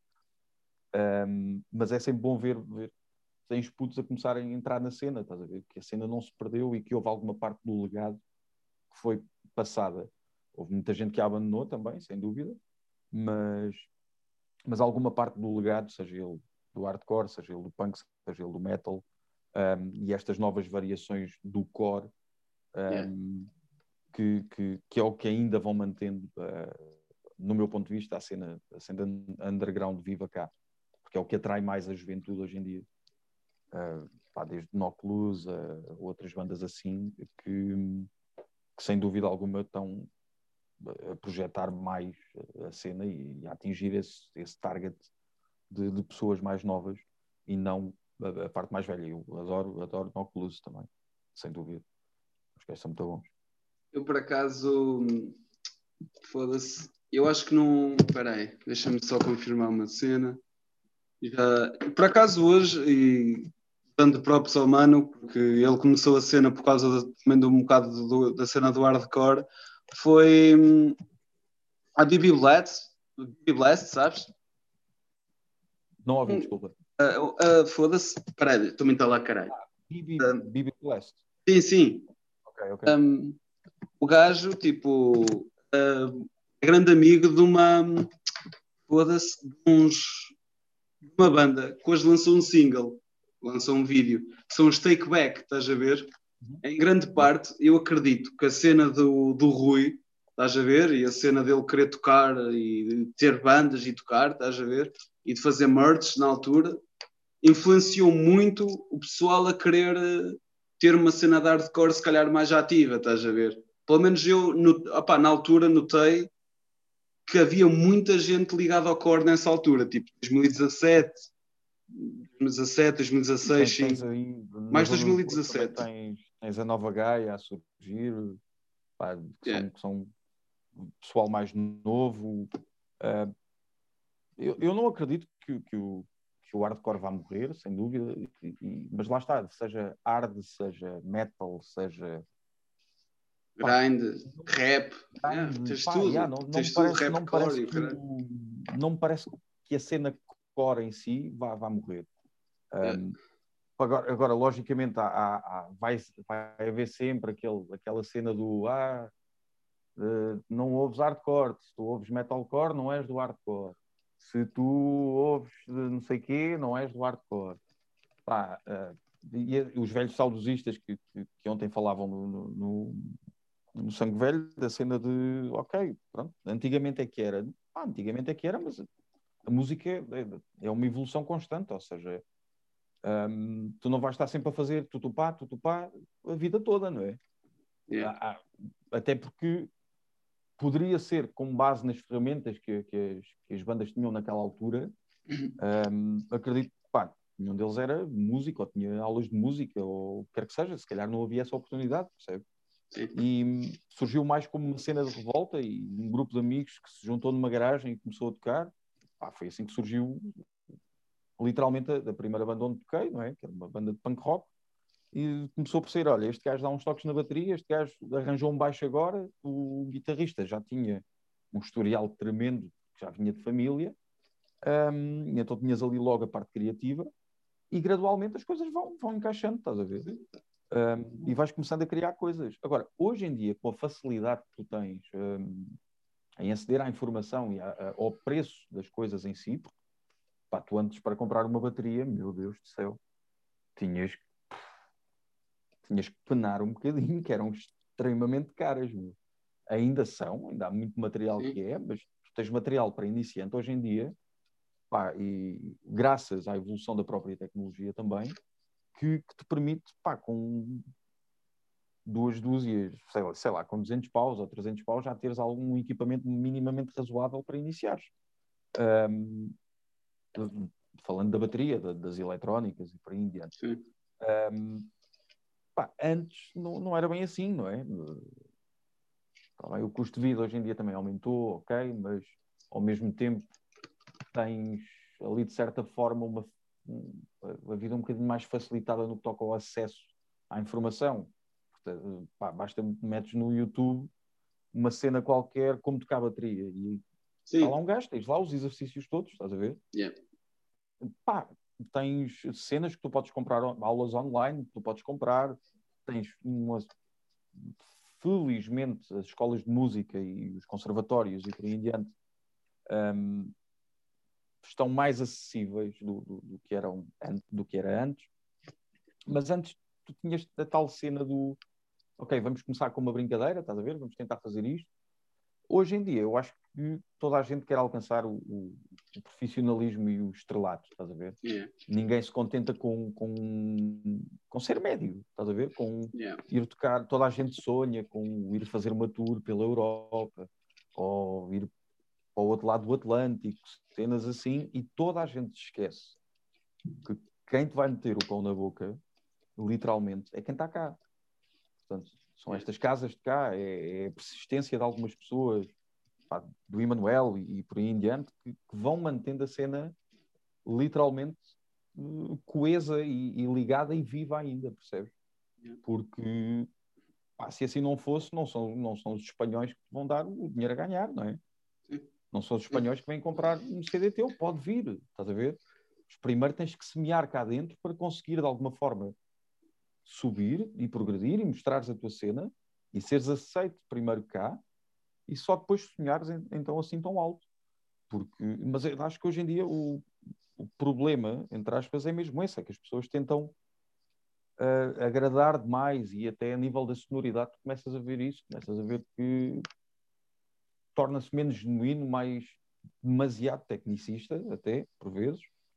um, mas é sempre bom ver, ver tens putos a começarem a entrar na cena, estás a ver? Que a cena não se perdeu e que houve alguma parte do legado que foi passada. Houve muita gente que a abandonou também, sem dúvida, mas, mas alguma parte do legado, seja ele do hardcore, seja ele do punk, seja ele do metal, um, e estas novas variações do core, um, Yeah. que, que, que é o que ainda vão mantendo, uh, no meu ponto de vista, a cena, a cena underground viva cá, porque é o que atrai mais a juventude hoje em dia. Uh, pá, desde Noclus a outras bandas assim, que, que sem dúvida alguma estão a projetar mais a cena e a atingir esse, esse target de, de pessoas mais novas e não a, a parte mais velha. Eu adoro, adoro Noclus também, sem dúvida. Acho que são muito bons. Eu, por acaso, foda-se, eu acho que não. Espera aí, deixa-me só confirmar uma cena. Já, por acaso, hoje, e dando props ao Mano, porque ele começou a cena por causa de, também de um bocado do, da cena do hardcore, foi hum, a Bibi Blast, Bibi Blast, sabes? Não ouvi, Hum, desculpa. Uh, uh, foda-se, peraí, estou-me a lá, caralho. Bibi, Uh, Bibi Blast. sim, sim. Ok, ok. Um, o gajo, tipo, uh, é grande amigo de uma, foda-se, de uns, de uma banda que hoje lançou um single, lançou um vídeo, que são os Take Back, estás a ver? Uhum. Em grande parte, eu acredito que a cena do, do Rui, estás a ver? E a cena dele querer tocar e de ter bandas e tocar, estás a ver? E de fazer merch na altura, influenciou muito o pessoal a querer uh, ter uma cena de hardcore se calhar mais ativa, estás a ver? Pelo menos eu, no, opá, na altura, notei que havia muita gente ligada ao core nessa altura, tipo dois mil e dezassete, dois mil e dezassete, dois mil e dezasseis, Tens, tens sim. aí, na Mais zona do Porto também dois mil e dezassete. tens, tens a Nova Gaia a surgir, pá, que, Yeah. são, que são pessoal mais novo. Uh, eu, eu não acredito que, que, o, que o hardcore vá morrer, sem dúvida, e, e, mas lá está, seja hard, seja metal, seja pá, Grind, rap, yeah, grind, tens pá, yeah, tudo. não, não Tens me tudo, parece, não me rapcore parece e o que caralho. o, não me parece que a cena core em si vá, vá morrer. Yeah. Um, agora, agora, logicamente, há, há, há, vai, vai haver sempre aquele, aquela cena do ah, uh, não ouves hardcore, se tu ouves metalcore, não és do hardcore. Se tu ouves não sei quê, não és do hardcore. Pá, uh, e os velhos saudosistas que, que, que ontem falavam no, no, no Sangue Velho, da cena de ok, pronto, antigamente é que era. Pá, antigamente é que era, mas a música é, é uma evolução constante, ou seja, um, tu não vais estar sempre a fazer tutupá, tutupá a vida toda, não é? Yeah. Há, há, até porque poderia ser com base nas ferramentas que, que, as, que as bandas tinham naquela altura. Um, acredito que pá, nenhum deles era músico ou tinha aulas de música ou o que quer que seja, se calhar não havia essa oportunidade, percebe? Sim. E surgiu mais como uma cena de revolta e um grupo de amigos que se juntou numa garagem e começou a tocar. Pá, foi assim que surgiu literalmente a, a primeira banda onde toquei, não é? Que era uma banda de punk rock. E começou por ser, olha, este gajo dá uns toques na bateria, este gajo arranjou um baixo agora, o guitarrista já tinha um historial tremendo, que já vinha de família, um, então tinhas ali logo a parte criativa, e gradualmente as coisas vão, vão encaixando, estás a ver? Um, e vais começando a criar coisas. Agora, hoje em dia, com a facilidade que tu tens um, em aceder à informação e a, a, ao preço das coisas em si, porque, pá, tu antes para comprar uma bateria, meu Deus do céu, tinhas que tinhas que penar um bocadinho, que eram extremamente caras. Meu. Ainda são, ainda há muito material Sim. que é, mas tu tens material para iniciante hoje em dia, pá, e graças à evolução da própria tecnologia também, que, que te permite, pá, com duas dúzias, sei lá, sei lá, com duzentos paus ou trezentos paus, já teres algum equipamento minimamente razoável para iniciares. Um, falando da bateria, da, das eletrónicas e por aí em diante. Um, pá, antes não, não era bem assim, não é? O custo de vida hoje em dia também aumentou, ok, mas ao mesmo tempo tens ali de certa forma uma, uma vida um bocadinho mais facilitada no que toca ao acesso à informação. Portanto, pá, basta metes no YouTube uma cena qualquer como tocar a bateria e está lá um gajo, tens lá os exercícios todos, estás a ver? Yeah. Pá, tens cenas que tu podes comprar, aulas online que tu podes comprar, tens umas... Felizmente as escolas de música e os conservatórios e por aí em diante um, estão mais acessíveis do, do, do, que eram, do que era antes, mas antes tu tinhas a tal cena do ok, vamos começar com uma brincadeira, estás a ver? Vamos tentar fazer isto. Hoje em dia, eu acho que toda a gente quer alcançar o, o, o profissionalismo e o estrelato, estás a ver? Yeah. Ninguém se contenta com, com, com ser médio, estás a ver? Com Yeah. ir tocar, toda a gente sonha com ir fazer uma tour pela Europa, ou ir para o outro lado do Atlântico, cenas assim, e toda a gente esquece que quem te vai meter o pão na boca, literalmente, é quem está cá. Portanto, são estas casas de cá, é, é a persistência de algumas pessoas, pá, do Emanuel e, e por aí em diante, que, que vão mantendo a cena literalmente uh, coesa e, e ligada e viva ainda, percebes? Porque pá, se assim não fosse, não são, não são os espanhóis que vão dar o dinheiro a ganhar, não é? Não são os espanhóis que vêm comprar um C D teu, pode vir, estás a ver? Mas primeiro tens que semear cá dentro para conseguir de alguma forma subir e progredir e mostrares a tua cena e seres aceito primeiro cá e só depois sonhares então assim tão alto. Porque, mas eu acho que hoje em dia o, o problema, entre aspas, é mesmo esse, é que as pessoas tentam uh, agradar demais e até a nível da sonoridade tu começas a ver isso, começas a ver que torna-se menos genuíno, mais demasiado tecnicista até, por vezes.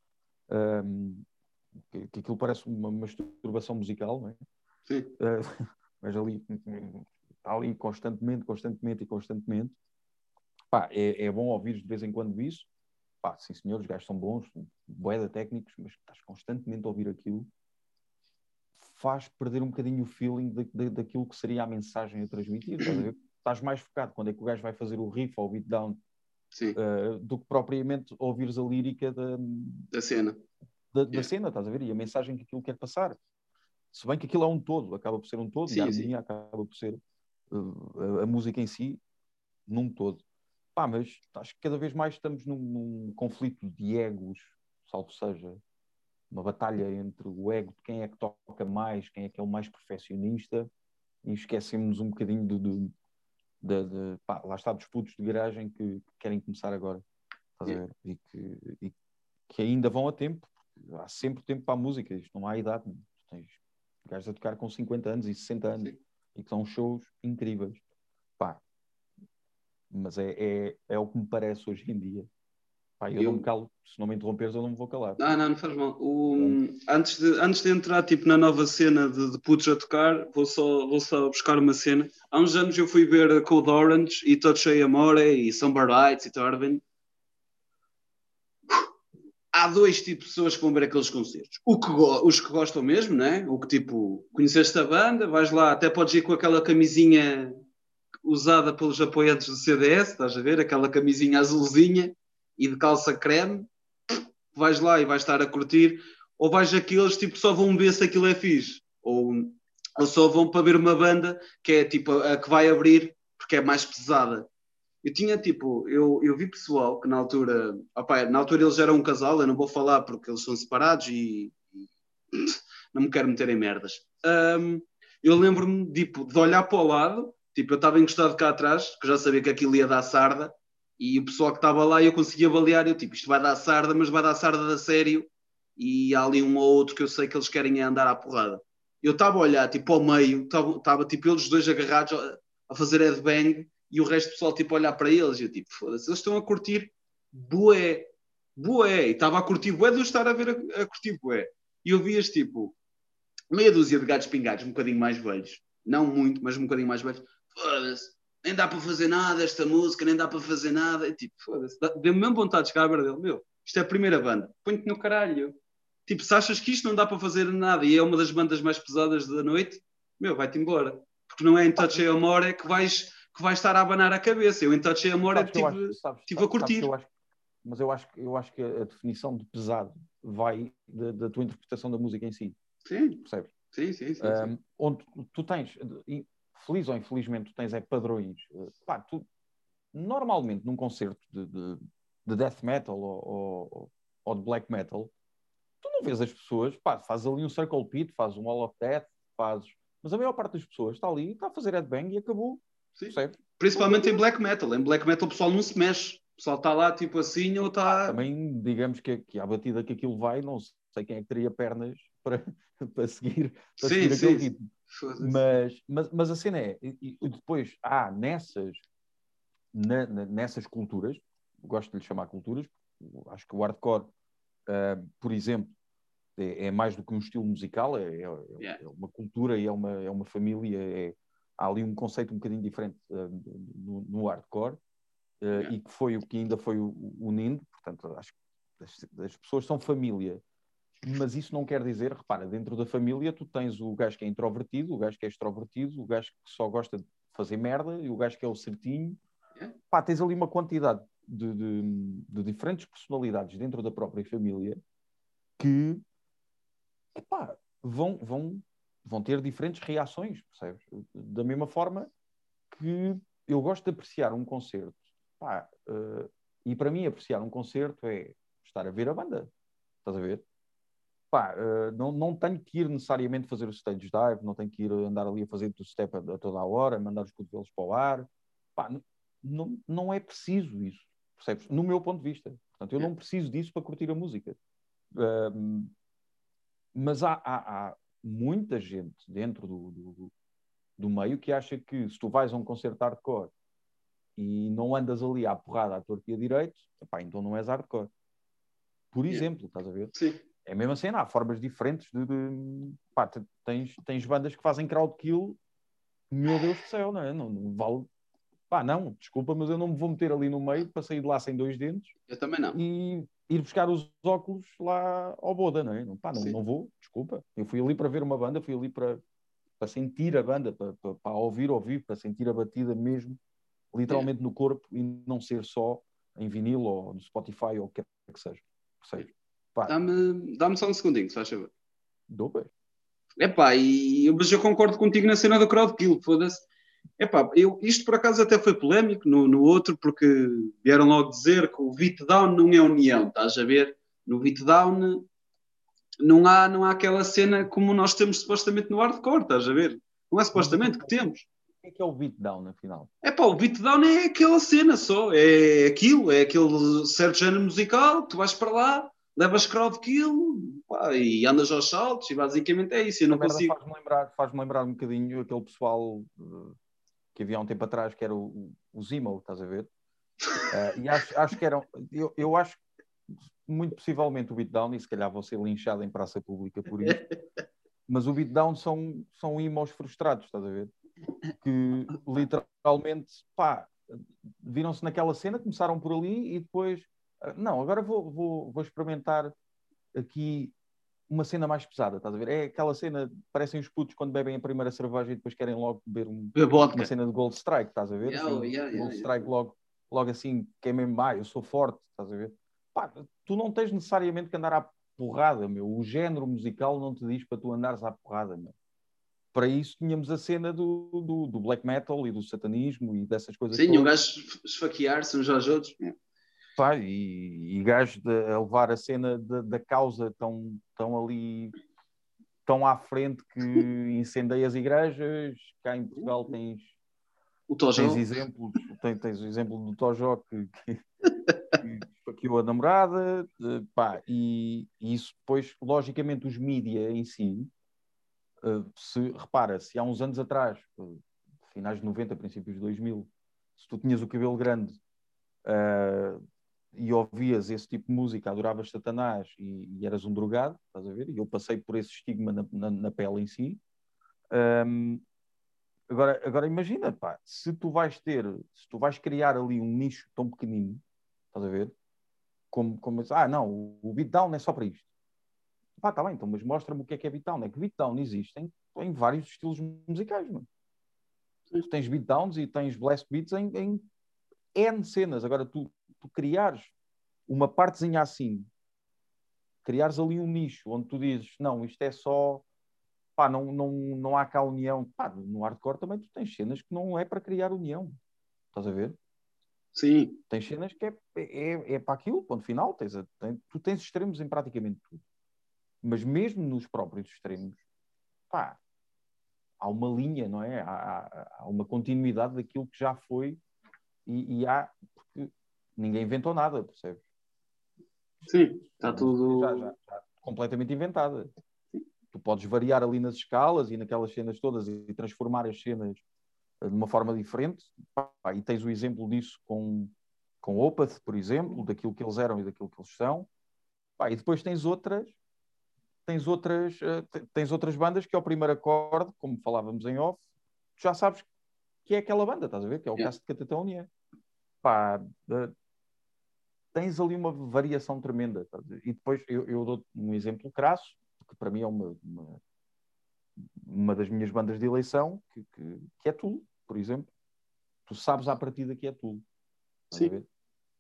Um, que, que aquilo parece uma masturbação musical, não é? Sim. Uh, mas ali está ali constantemente, constantemente e constantemente. Pá, é, é bom ouvir de vez em quando isso. Pá, sim senhor, os gajos são bons, bué técnicos, mas estás constantemente a ouvir aquilo, faz perder um bocadinho o feeling de, de, daquilo que seria a mensagem a transmitir. Estás a ver? Estás mais focado quando é que o gajo vai fazer o riff ou o beatdown uh, do que propriamente ouvires a lírica da, da cena. Da, da yeah. cena, estás a ver? E a mensagem que aquilo quer passar. Se bem que aquilo é um todo, acaba por ser um todo, sim, e a harmonia sim. acaba por ser uh, a, a música em si num todo. Pá, mas acho que cada vez mais estamos num, num conflito de egos, salvo seja, uma batalha entre o ego de quem é que toca mais, quem é que é o mais perfeccionista, e esquecemos um bocadinho do, do, de, de, pá, lá está, dos putos de garagem que, que querem começar agora, estás a ver? E que, e que ainda vão a tempo, há sempre tempo para a música, isto não há idade, tu tens gajos a tocar com cinquenta anos e sessenta anos, sim. E que são shows incríveis, pá. Mas é, é, é o que me parece hoje em dia. Pá, eu, eu não me calo, se não me interromperes eu não me vou calar. Ah, não, não faz mal. O, antes, de, antes de entrar tipo, na nova cena de, de putos a tocar, vou só, vou só buscar uma cena. Há uns anos eu fui ver Code Orange e Touché Amore e Somber Lights e Torben. Há dois tipos de pessoas que vão ver aqueles concertos. O que go- os que gostam mesmo, né? O que tipo, conheceste a banda, vais lá, até podes ir com aquela camisinha usada pelos apoiantes do C D S, estás a ver? Aquela camisinha azulzinha e de calça creme, vais lá e vais estar a curtir, ou vais aqueles tipo só vão ver se aquilo é fixe, ou, ou só vão para ver uma banda que é tipo a, a que vai abrir porque é mais pesada. Eu tinha tipo, eu, eu vi pessoal que na altura, opa, na altura eles eram um casal, eu não vou falar porque eles são separados e, e não me quero meter em merdas. Um, eu lembro-me tipo, de olhar para o lado, tipo, eu estava encostado cá atrás, que já sabia que aquilo ia dar sarda, e o pessoal que estava lá eu conseguia avaliar, eu tipo, isto vai dar sarda, mas vai dar sarda da sério, e há ali um ou outro que eu sei que eles querem andar à porrada. Eu estava a olhar, tipo, ao meio, estava tipo eles dois agarrados a, a fazer headbang, e o resto do pessoal tipo a olhar para eles, e eu tipo, foda-se, eles estão a curtir bué, bué, e estava a curtir bué de eu estar a ver a, a curtir bué. E eu vias tipo, meia dúzia de gatos pingados, um bocadinho mais velhos, não muito, mas um bocadinho mais velhos, foda-se, nem dá para fazer nada esta música, nem dá para fazer nada, e tipo, foda-se, deu-me mesmo vontade de chegar à beira dele, meu, isto é a primeira banda, põe-te no caralho. Tipo, se achas que isto não dá para fazer nada e é uma das bandas mais pesadas da noite, meu, vai-te embora. Porque não é em Touché Amore que vais, que vais estar a abanar a cabeça. Eu em Touché Amore tive, tive a curtir. Eu acho, mas eu acho, eu acho que a definição de pesado vai da, da tua interpretação da música em si. Sim. Percebes? Sim, sim, sim, um, sim. onde tu tens, feliz ou infelizmente, tu tens é padrões. Pá, tu, normalmente, num concerto de, de, de death metal ou, ou, ou de black metal, tu não vês as pessoas, pá, fazes ali um circle pit, fazes um wall of death, fazes... Mas a maior parte das pessoas está ali, está a fazer headbang e acabou. Sim. Percebes? Principalmente em black metal. Em black metal o pessoal não se mexe. O pessoal está lá tipo assim ou está... Também, digamos que, que à batida que aquilo vai, não sei quem é que teria pernas para, para seguir, para Sim, seguir aquele sim. ritmo. Foda-se. Mas, mas, mas a cena é, e, e depois há nessas, na, na- nessas culturas, gosto de lhe chamar culturas, acho que o hardcore, uh, por exemplo, é, é mais do que um estilo musical, é, é, Yeah. é uma cultura e é uma, é uma família, é, há ali um conceito um bocadinho diferente uh, no, no hardcore, uh, Yeah. e que foi o que ainda foi unindo, portanto, acho que as, as pessoas são família, mas isso não quer dizer, repara, dentro da família tu tens o gajo que é introvertido, o gajo que é extrovertido, o gajo que só gosta de fazer merda e o gajo que é o certinho. Yeah. Pá, tens ali uma quantidade de, de, de diferentes personalidades dentro da própria família que, epá, vão, vão, vão ter diferentes reações, percebes? Da mesma forma que eu gosto de apreciar um concerto. Pá, uh, e para mim apreciar um concerto é estar a ver a banda. Estás a ver? Pá, uh, não, não tenho que ir necessariamente fazer o stage dive, não tenho que ir andar ali a fazer o step a, a toda a hora, mandar os cotovelos para o ar. Pá, não, não é preciso isso, percebes? No meu ponto de vista. Portanto, eu Yeah. não preciso disso para curtir a música. Uh, mas há, há, há muita gente dentro do, do, do meio que acha que se tu vais a um concerto hardcore e não andas ali à porrada à torta e à direito, epá, então não és hardcore. Por Yeah. exemplo, estás a ver? Sim. É a mesma cena, há formas diferentes de... de pá, tens, tens bandas que fazem crowd kill, meu Deus do céu, não é? Não, não vale... Pá, não, desculpa, mas eu não me vou meter ali no meio para sair de lá sem dois dentes Eu também não. e ir buscar os óculos lá ao Boda, não é? Não, pá, não, Sim. não vou, desculpa. Eu fui ali para ver uma banda, fui ali para, para sentir a banda, para, para, para ouvir, ouvir, para sentir a batida mesmo, literalmente no corpo e não ser só em vinil ou no Spotify ou o que quer que seja. Percebes? Pá, Dá-me dá-me só um segundinho, se faz favor. dou bem. Epá, e, mas eu concordo contigo na cena do crowdkill, foda-se. Epá, eu, isto por acaso até foi polémico no, no outro, porque vieram logo dizer que o beatdown não é união, estás a ver? No beatdown não há, não há aquela cena como nós temos supostamente no hardcore, estás a ver? Não é Mas o que, supostamente que temos. o que é que é o beatdown, afinal? Epá, o beatdown é aquela cena só, é aquilo, é aquele certo género musical, tu vais para lá, levas crowdkill, pá, e andas aos saltos, e basicamente é isso, eu Essa não merda consigo. faz-me lembrar, faz-me lembrar um bocadinho aquele pessoal uh, que havia há um tempo atrás, que era o, o, os emo, estás a ver? Uh, e acho, acho que eram, eu, eu acho que muito possivelmente o beatdown, e se calhar vou ser linchado em praça pública por isto, mas o beatdown são, são emos frustrados, estás a ver? Que literalmente, pá, viram-se naquela cena, começaram por ali e depois, uh, não, agora vou, vou, vou experimentar aqui uma cena mais pesada, estás a ver? É aquela cena, parecem os putos quando bebem a primeira cerveja e depois querem logo beber um, A uma vodka. cena de Gold Strike, estás a ver? Yeah, Assim, yeah, yeah, Gold yeah. Strike logo, logo assim, que é mesmo, ah, eu sou forte, estás a ver? Pá, tu não tens necessariamente que andar à porrada, meu. O género musical não te diz para tu andares à porrada, meu. Para isso tínhamos a cena do, do, do black metal e do satanismo e dessas coisas Sim, um todas. gajo esfaquear-se uns aos outros. Pá, e, e gajos de, a levar a cena de, da causa tão, tão ali tão à frente que incendeia as igrejas. Cá em Portugal tens, O tens Tojó. exemplos, tens, tens o exemplo do Tojó que, que, que esfaqueou a namorada, eh, pá, e, e isso depois, logicamente, os mídia em si, eh, se repara, se há uns anos atrás, eh, finais de noventa, princípios de dois mil, se tu tinhas o cabelo grande eh, e ouvias esse tipo de música, adoravas Satanás e, e eras um drogado, estás a ver? E eu passei por esse estigma na, na, na pele em si. Um, agora, agora imagina, pá, se tu vais ter, se tu vais criar ali um nicho tão pequenino, estás a ver? Como, como ah, não, o, o beatdown é só para isto. Pá, tá bem, então, mas mostra-me o que é que é beatdown. É que beatdown existe em, em vários estilos musicais, mano. Tu tens beatdowns e tens blast beats em, em N cenas. Agora, tu, tu criares uma partezinha assim, criares ali um nicho onde tu dizes, não, isto é só pá, não, não, não há cá união. Pá, no hardcore também tu tens cenas que não é para criar união. Estás a ver? Sim. Tens cenas que é, é, é para aquilo, ponto final. Tens a, tem, tu tens extremos em praticamente tudo. Mas mesmo nos próprios extremos, pá, há uma linha, não é? Há, há, há uma continuidade daquilo que já foi e, e há... Porque ninguém inventou nada, percebes? Sim, está A música já, tudo... já, já completamente inventada. Tu podes variar ali nas escalas e naquelas cenas todas e transformar as cenas de uma forma diferente. Pá, e tens o exemplo disso com, com Opeth, por exemplo, daquilo que eles eram e daquilo que eles são. Pá, e depois tens outras, tens outras, uh, tens outras bandas que ao primeiro acorde, como falávamos em off, tu já sabes que é aquela banda, estás a ver? Que é o Yeah. caso de Catatonia. Pá, uh, tens ali uma variação tremenda. Tá? E depois eu, eu dou um exemplo crasso, que para mim é uma, uma, uma das minhas bandas de eleição, que, que, que é Tool, por exemplo. Tu sabes à partida que é Tool. Estás a Sim. ver?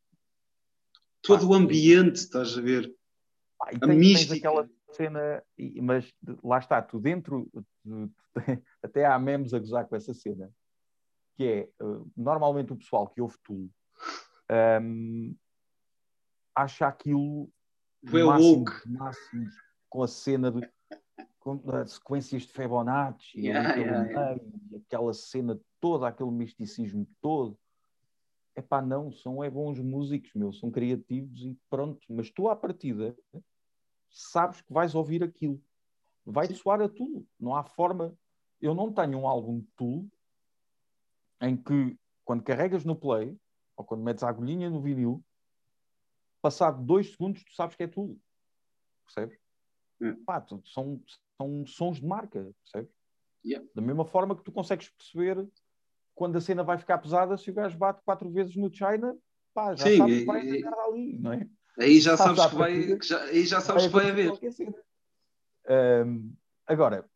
Todo Pá, o e, ambiente, estás a ver? pá, e A tens, tens mística. aquela cena, e, mas lá está, tu dentro, tu, até há memes a gozar com essa cena, que é, uh, normalmente o pessoal que ouve Tool um, acha aquilo Bué máximo woke. de máximos, com a cena de com as sequências de Fibonacci ali Yeah, pelo yeah, yeah. meio, aquela cena toda, aquele misticismo todo. É pá, não, são é bons músicos, meu, são criativos e pronto. Mas tu, à partida, sabes que vais ouvir aquilo. Vai-te Sim. soar a Tool. Não há forma... Eu não tenho um álbum de Tool em que, quando carregas no play, ou quando metes a agulhinha no vinil, passado dois segundos, tu sabes que é Tool. Percebes? Yeah. Pá, tu, são, são sons de marca, percebes? Yeah. Da mesma forma que tu consegues perceber quando a cena vai ficar pesada, se o gajo bate quatro vezes no China, pá, já Sim, sabes que vai haver e, merda ali, não é? e, aí Tu já sabes sabes à que vai, partida que já, aí já que vai sabes que vai acontecer haver. qualquer cena. Um, agora,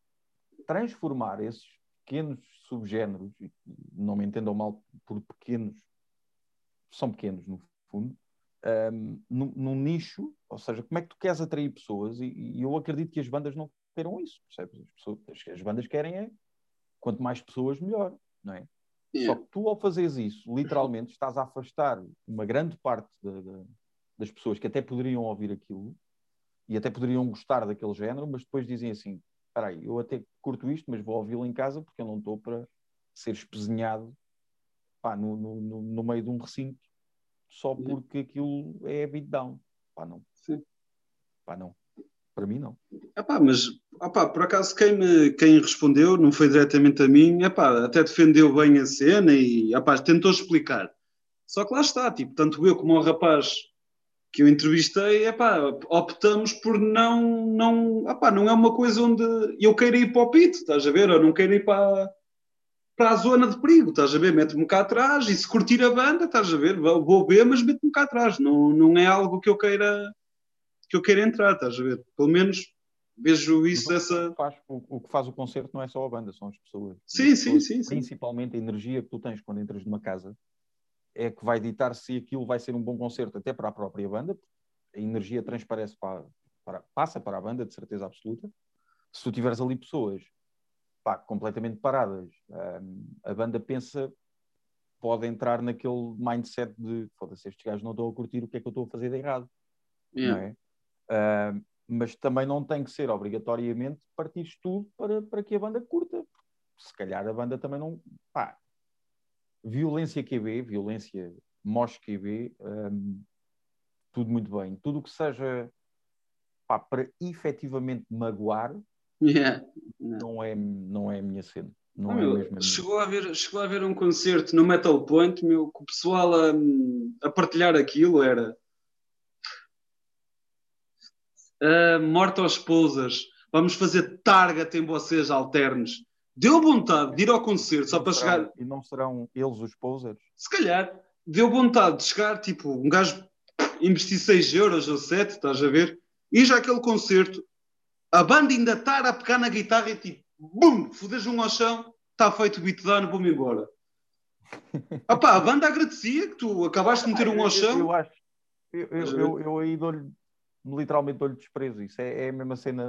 transformar esses pequenos subgéneros, e não me entendam mal por pequenos, são pequenos no fundo, um, num, num nicho, ou seja, como é que tu queres atrair pessoas? E, e eu acredito que as bandas não queiram isso, percebes? As, pessoas, as bandas querem é quanto mais pessoas, melhor, não é? Yeah. Só que tu, ao fazeres isso, literalmente estás a afastar uma grande parte da, da, das pessoas que até poderiam ouvir aquilo e até poderiam gostar daquele género, mas depois dizem assim: espera aí, eu até curto isto, mas vou ouvi-lo em casa porque eu não estou para ser espezinhado, pá, no, no, no meio de um recinto só Yeah. porque aquilo é beatdown. Pá, não. Sim. Pá, não. Para mim, não. Epá, mas epá, por acaso quem, me, quem respondeu não foi diretamente a mim, epá, até defendeu bem a cena e epá, tentou explicar. Só que lá está, tipo, tanto eu como o rapaz que eu entrevistei, epá, optamos por não, não, epá, não é uma coisa onde eu queira ir para o pito, estás a ver? Eu não quero ir para, para a zona de perigo, estás a ver? Mete-me cá atrás e se curtir a banda, estás a ver? Vou, vou ver, mas mete-me cá atrás. Não, não é algo que eu queira que eu queira entrar, estás a ver? Pelo menos vejo Mas isso o, o dessa. que faz, o, o que faz o concerto não é só a banda, são as pessoas. E as Sim, sim, pessoas, sim, sim. principalmente a energia que tu tens quando entras numa casa, é que vai ditar se aquilo vai ser um bom concerto até para a própria banda. A energia transparece para, para, passa para a banda, de certeza absoluta. Se tu tiveres ali pessoas, pá, completamente paradas, um, a banda pensa, pode entrar naquele mindset de foda-se, estes gajos não estão a curtir, o que é que eu estou a fazer de errado, Yeah. não é? Uh, mas também não tem que ser obrigatoriamente partir tudo para, para que a banda curta. Se calhar a banda também não... Pá, violência Q B, violência mosh Q B, um, tudo muito bem. Tudo o que seja, pá, para efetivamente magoar, Yeah. Yeah. não é, não é a minha cena. Oh, Não é meu, mesmo a minha. chegou, a haver, chegou a haver um concerto no Metal Point, meu, que o pessoal a, a partilhar aquilo era uh, morte aos pousas, vamos fazer target em vocês alternos. Deu vontade de ir ao concerto E só não para chegar, serão, e não serão eles os posers? se calhar, deu vontade de chegar, tipo, um gajo investir seis euros ou sete, estás a ver? E já aquele concerto, a banda ainda estar a pegar na guitarra e tipo, bum, fodes um ao chão, está feito o beatdown, vou-me embora. Opá, a banda agradecia que tu acabaste de Ah, meter um eu, ao eu, chão. eu acho. Eu, Estás eu, a ver? eu, eu aí dou-lhe, literalmente dou-lhe desprezo. Isso é, é a mesma cena.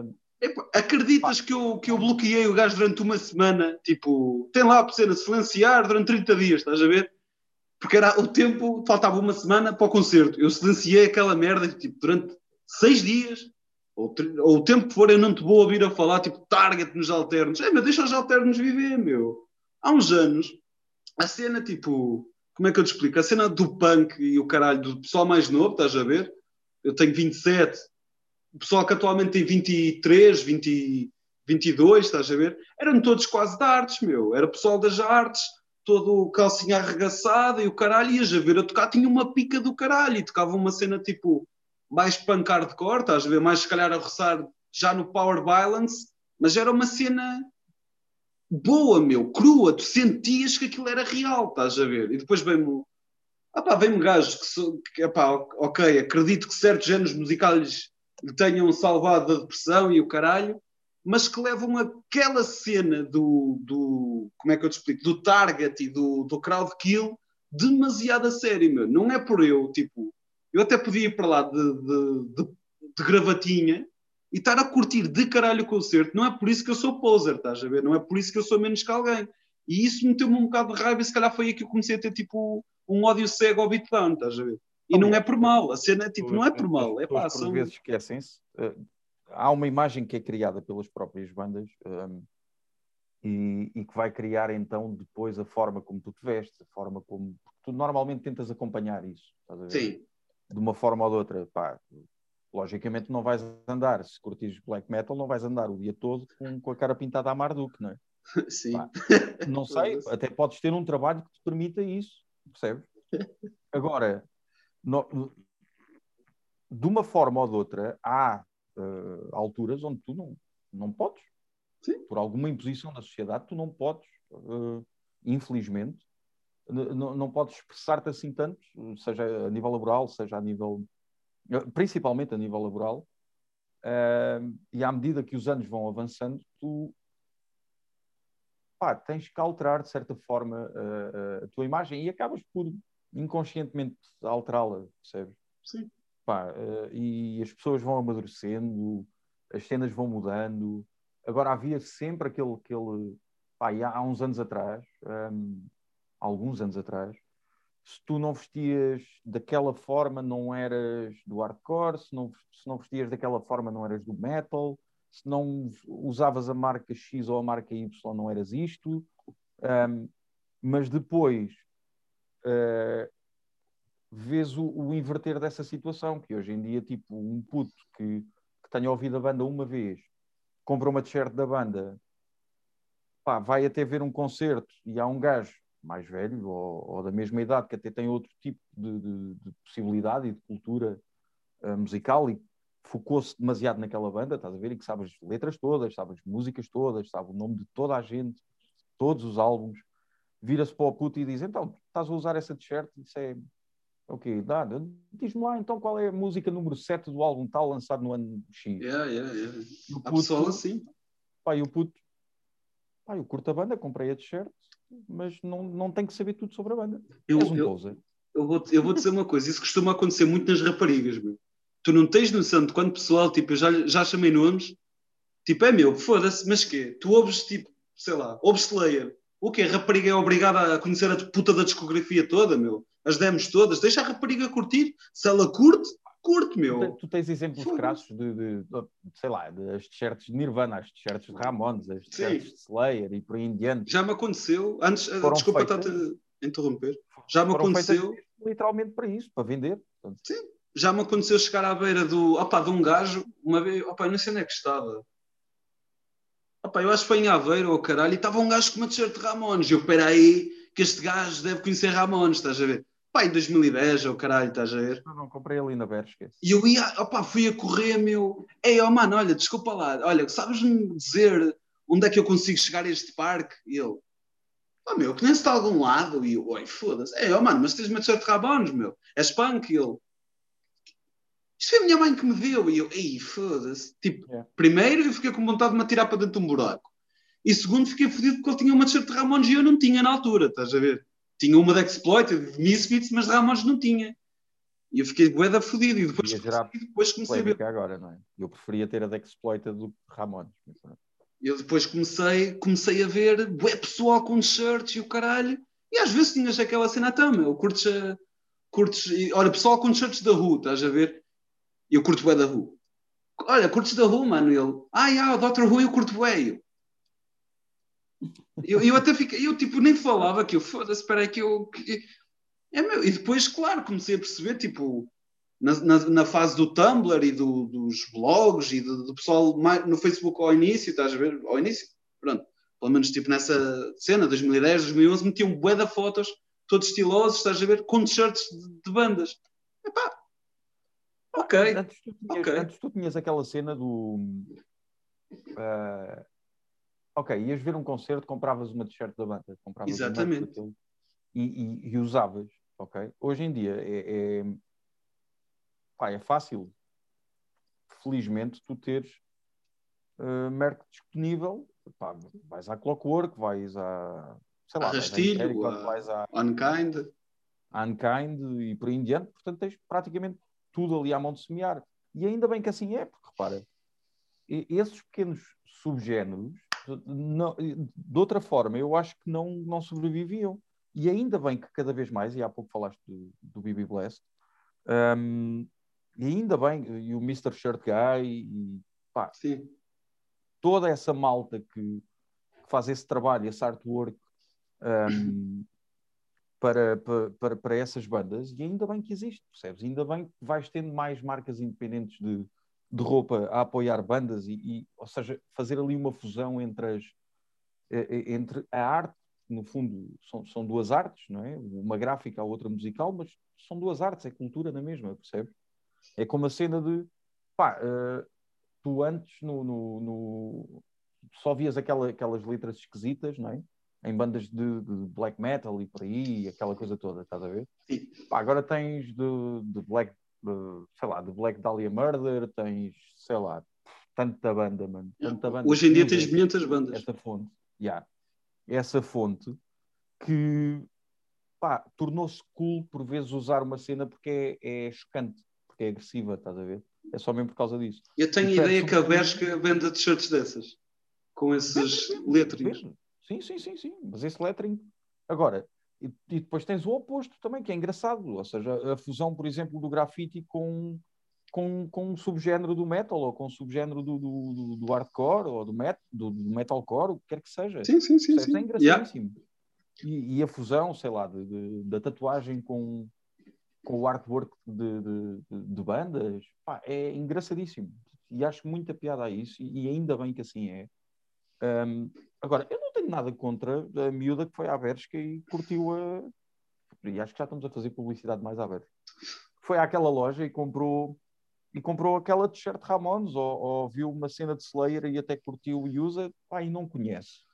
Epá, acreditas que eu, que eu bloqueei o gajo durante uma semana? Tipo, tem lá a cena silenciar durante trinta dias, estás a ver? Porque era o tempo, faltava uma semana para o concerto. Eu silenciei aquela merda tipo, durante seis dias, ou, ou o tempo que for, eu não te vou ouvir a falar, tipo, target nos alternos. É, meu, deixa os alternos viver, meu. Há uns anos, a cena, tipo, como é que eu te explico? A cena do punk e o caralho do pessoal mais novo, estás a ver? Eu tenho vinte e sete, o pessoal que atualmente tem vinte e três, vinte, vinte e dois, estás a ver? Eram todos quase de artes, meu. Era pessoal das artes, todo calcinha arregaçada e o caralho, ias a ver a tocar, tinha uma pica do caralho e tocava uma cena tipo mais punk hardcore, estás a ver? Mais se calhar a roçar já no Power Violence, mas era uma cena boa, meu, crua, tu sentias que aquilo era real, estás a ver? E depois vem-me ah pá, vem-me gajos que, so, que epá, ok, acredito que certos géneros musicais lhe tenham salvado da depressão e o caralho, mas que levam aquela cena do, do como é que eu te explico, do target e do, do crowd kill demasiado a sério, meu. Não é por eu, tipo, eu até podia ir para lá de, de, de, de gravatinha e estar a curtir de caralho o concerto, não é por isso que eu sou poser, estás a ver? Não é por isso que eu sou menos que alguém. E isso meteu-me um bocado de raiva e se calhar foi aí que eu comecei a ter, tipo, um ódio cego ao beatdown, estás a ver? E não é Aliás, por mal, a cena é tipo, não é por as mal, é pessoas pá, por são... vezes esquecem-se. Uh, há uma imagem que é criada pelas próprias bandas um, e, e que vai criar então depois a forma como tu te vestes, a forma como... Tu normalmente tentas acompanhar isso, estás a ver? Sim. De uma forma ou de outra, pá, logicamente não vais andar, se curtires black metal, não vais andar o dia todo com, com a cara pintada a Marduk, não é? Sim. Pá, não sei, até podes ter um trabalho que te permita isso, percebes? Agora, no, de uma forma ou de outra, há uh, alturas onde tu não, não podes. Sim. Por alguma imposição da sociedade, tu não podes, uh, infelizmente, não, não podes expressar-te assim tanto, seja a nível laboral, seja a nível... principalmente a nível laboral, uh, e à medida que os anos vão avançando, tu pá, tens que alterar, de certa forma, uh, uh, a tua imagem e acabas por inconscientemente alterá-la, percebes? Sim. Pá, uh, e as pessoas vão amadurecendo, as cenas vão mudando. Agora havia sempre aquele... aquele pá, há, há uns anos atrás, um, alguns anos atrás, se tu não vestias daquela forma, não eras do hardcore, se não, se não vestias daquela forma, não eras do metal, se não usavas a marca X ou a marca Y, não eras isto. Um, mas depois uh, vês o, o inverter dessa situação, que hoje em dia, tipo, um puto que, que tenha ouvido a banda uma vez, compra uma t-shirt da banda, pá, vai até ver um concerto e há um gajo mais velho ou, ou da mesma idade que até tem outro tipo de, de, de possibilidade e de cultura uh, musical e focou-se demasiado naquela banda, estás a ver? E que sabe as letras todas, sabe as músicas todas, sabe o nome de toda a gente, todos os álbuns, vira-se para o puto e diz, então, estás a usar essa t-shirt? Isso é... ok, dá, diz-me lá então qual é a música número sete do álbum tal, lançado no ano X. Yeah, yeah, yeah. E o Há puto, pessoal assim. Pá, e o puto, pá, eu curto a banda, comprei a t-shirt, mas não, não tenho que saber tudo sobre a banda. Eu, És um eu, poser. eu, vou, eu vou dizer uma coisa, isso costuma acontecer muito nas raparigas, meu. Tu não tens noção de quando pessoal, tipo, eu já, já chamei nomes, tipo, é meu, foda-se, mas quê? Tu ouves, tipo, sei lá, ouves Slayer. O quê? A rapariga é obrigada a conhecer a puta da discografia toda, meu? As demos todas. Deixa a rapariga curtir. Se ela curte, curte, Tu, te, meu. tu tens exemplos crassos de, de, de, sei lá, das t-shirts de Nirvana, as t-shirts de Ramones, as t-shirts Sim. de Slayer e por aí em diante. Já me aconteceu, antes, Foram desculpa feitas, estar-te a interromper, já me foram feitas aconteceu, literalmente para isso, para vender. Portanto, sim, já me aconteceu chegar à beira do, opá, de um gajo, uma vez, opá, eu não sei onde é que estava, opá, eu acho que foi em Aveiro, ou oh, caralho, e estava um gajo com uma t-shirt de Ramones, e eu, peraí, que este gajo deve conhecer Ramones, estás a ver? Pá, em dois mil e dez, ou oh, caralho, estás a ver? eu não comprei ali na Bershka. esquece. E eu ia, opá, fui a correr, meu, ei, ó oh, mano, olha, desculpa lá, olha, sabes-me dizer onde é que eu consigo chegar a este parque? E ele, oh, meu, conhece-te de algum lado? E eu, oi, foda-se. É, oh, mano, mas tens uma t-shirt de Ramones, meu. És punk? E ele, isto foi a minha mãe que me deu. E eu, ei, foda-se. Tipo, Yeah. primeiro eu fiquei com vontade de me atirar para dentro de um buraco. E segundo, fiquei fodido porque ele tinha uma t-shirt de Ramones e eu não tinha na altura, estás a ver? Tinha uma de Exploited, de Misfits, mas de Ramones não tinha. E eu fiquei bué da fodido. E depois, Ia gerar e depois comecei a ver. polémica agora, não é? Eu preferia ter a de Exploited do que Ramones. Eu depois comecei, comecei a ver bué pessoal com shirts e o caralho. E às vezes tinhas aquela cena, então, meu, curtes, a- curtes, e, olha, pessoal com shirts da Who, estás a ver? E eu curto bué da Who. Olha, curtes da Who, mano? E ele, ah, yeah, o doutor Who eu curto bué. Eu, eu, eu até fiquei, eu tipo, nem falava que eu, foda-se, espera aí que eu... que- é, meu. E depois, claro, comecei a perceber, tipo, na, na, na fase do Tumblr e do, dos blogs e do, do pessoal mais, no Facebook ao início, estás a ver? Ao início, pronto. Pelo menos, tipo, nessa cena, dois mil e dez, dois mil e onze, metiam um bué de fotos, todos estilosos, estás a ver? Com t-shirts de, de bandas. Epá, ok, Antes tu tinhas, ok. antes tu tinhas aquela cena do... Uh, ok, ias ver um concerto, compravas uma t-shirt da banda, compravas um merch Exatamente. daquilo e, e, e usavas, ok? Hoje em dia é, é, pá, é fácil, felizmente, tu teres uh, merch disponível, pá, vais à Clockwork, vais à, sei lá, vais à Arrastilho, Hysterical, a vais à, Unkind. à Unkind e por aí em diante, portanto tens praticamente tudo ali à mão de semear. E ainda bem que assim é, porque repara, esses pequenos subgéneros, não, de outra forma, eu acho que não, não sobreviviam. E ainda bem que cada vez mais, e há pouco falaste do, do B B Blast, um, e ainda bem, e o mister Shirt Guy, e pá, Sim. toda essa malta que, que faz esse trabalho, esse artwork um, para, para, para essas bandas, e ainda bem que existe, percebes? Ainda bem que vais tendo mais marcas independentes de, de roupa a apoiar bandas, e, e, ou seja, fazer ali uma fusão entre, as, entre a arte, no fundo são, são duas artes, não é? Uma gráfica, a outra musical, mas são duas artes, é cultura na mesma, percebes? É como a cena de, pá, uh, tu antes no, no, no... só vias aquela, aquelas letras esquisitas, não é? Em bandas de, de black metal e por aí, aquela coisa toda, estás a ver? Sim. Pá, agora tens de, de black, de, sei lá, de Black Dahlia Murder, tens, sei lá, tanta banda, mano, tanta banda Hoje em que dia usa tens essa, milhentas bandas. essa fonte, yeah, essa fonte que, pá, tornou-se cool por vezes usar uma cena porque é, é chocante, porque é agressiva, estás a ver? É só mesmo por causa disso. Eu E tenho ideia perde-se um que a bocadinho. Bershka vende t-shirts dessas, com Vende, esses vende, letrinhos. vende. Sim, sim, sim, sim. Mas esse lettering. Agora, e, e depois tens o oposto também, que é engraçado. Ou seja, a fusão, por exemplo, do grafite com, com, com um subgénero do metal, ou com um subgénero do, do, do, do hardcore, ou do, met, do, do metalcore, o que quer que seja. Sim, sim, sim, Percebes? É sim. Yeah. engraçadíssimo. E, e a fusão, sei lá, de, de, da tatuagem com, com o artwork de, de, de, de bandas, pá, é engraçadíssimo. E acho muita piada a isso, e, e ainda bem que assim é. Um, agora, eu não tenho nada contra a miúda que foi à Bershka e curtiu a. E acho que já estamos a fazer publicidade mais à Bershka. Foi àquela loja e comprou, e comprou aquela t-shirt Ramones, ou, ou viu uma cena de Slayer e até curtiu e usa, pá, e não conhece.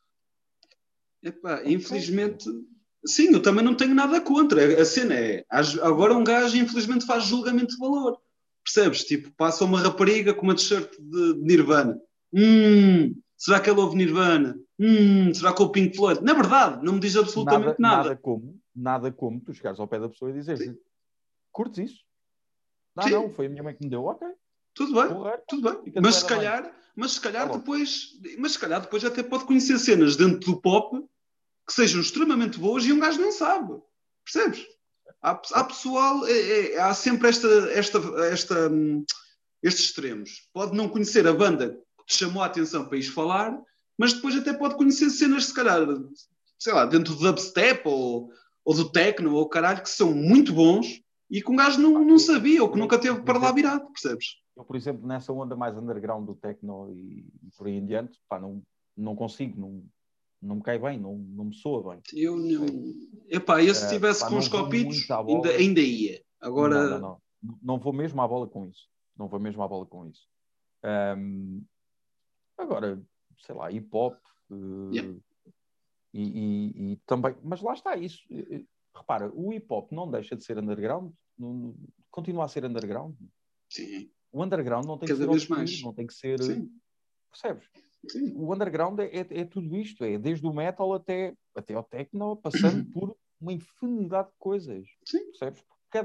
Epá, Então, pronto. infelizmente, sim, eu também não tenho nada contra. A cena é, agora um gajo infelizmente faz julgamento de valor. Percebes? Tipo, passa uma rapariga com uma t-shirt de Nirvana. Hum, será que ela ouve Nirvana? Hum, será que ouve Pink Floyd? Na verdade, não me diz absolutamente Nada, nada. nada como, nada como tu chegares ao pé da pessoa e Sim, dizeres-lhe, curtes isso? Ah, não, sim, foi a minha mãe que me deu. Ok, tudo bem, porra, tudo bem. fica-te Mas bué se da bem. calhar, mas se Vai calhar logo. depois, mas se calhar depois até pode conhecer cenas dentro do pop que sejam extremamente boas e um gajo não sabe. Percebes? Há, há pessoal, é, é, há sempre esta, esta, esta, hum, estes extremos. Pode não conhecer a banda que te chamou a atenção para ir falar, mas depois até pode conhecer cenas, se calhar, sei lá, dentro do dubstep ou, ou do techno ou caralho, que são muito bons e que um gajo não, Pá, não eu, sabia ou que eu, nunca eu, teve por para lá exemplo, virado, percebes? Eu, por exemplo, nessa onda mais underground do techno e, e por aí em diante, pá, não, não consigo, não, não me cai bem, não, não me soa bem. Eu não. Percebes? Epá, eu se Uh, tivesse pá, com os não vou copitos, muito à ainda, bola. ainda ia. Não, não, Agora, não. Não vou mesmo à bola com isso. Não vou mesmo à bola com isso. Um, agora, sei lá, hip hop yeah. uh, e, e, e também. Mas lá está isso. Repara, o hip hop não deixa de ser underground, não, continua a ser underground. Sim, O underground não tem que cada ser vez obscuro, mais. não tem que ser. Sim, Percebes? sim, O underground é, é, é tudo isto, é desde o metal até, até ao techno, passando por uma infinidade de coisas, sim. percebes? Cada,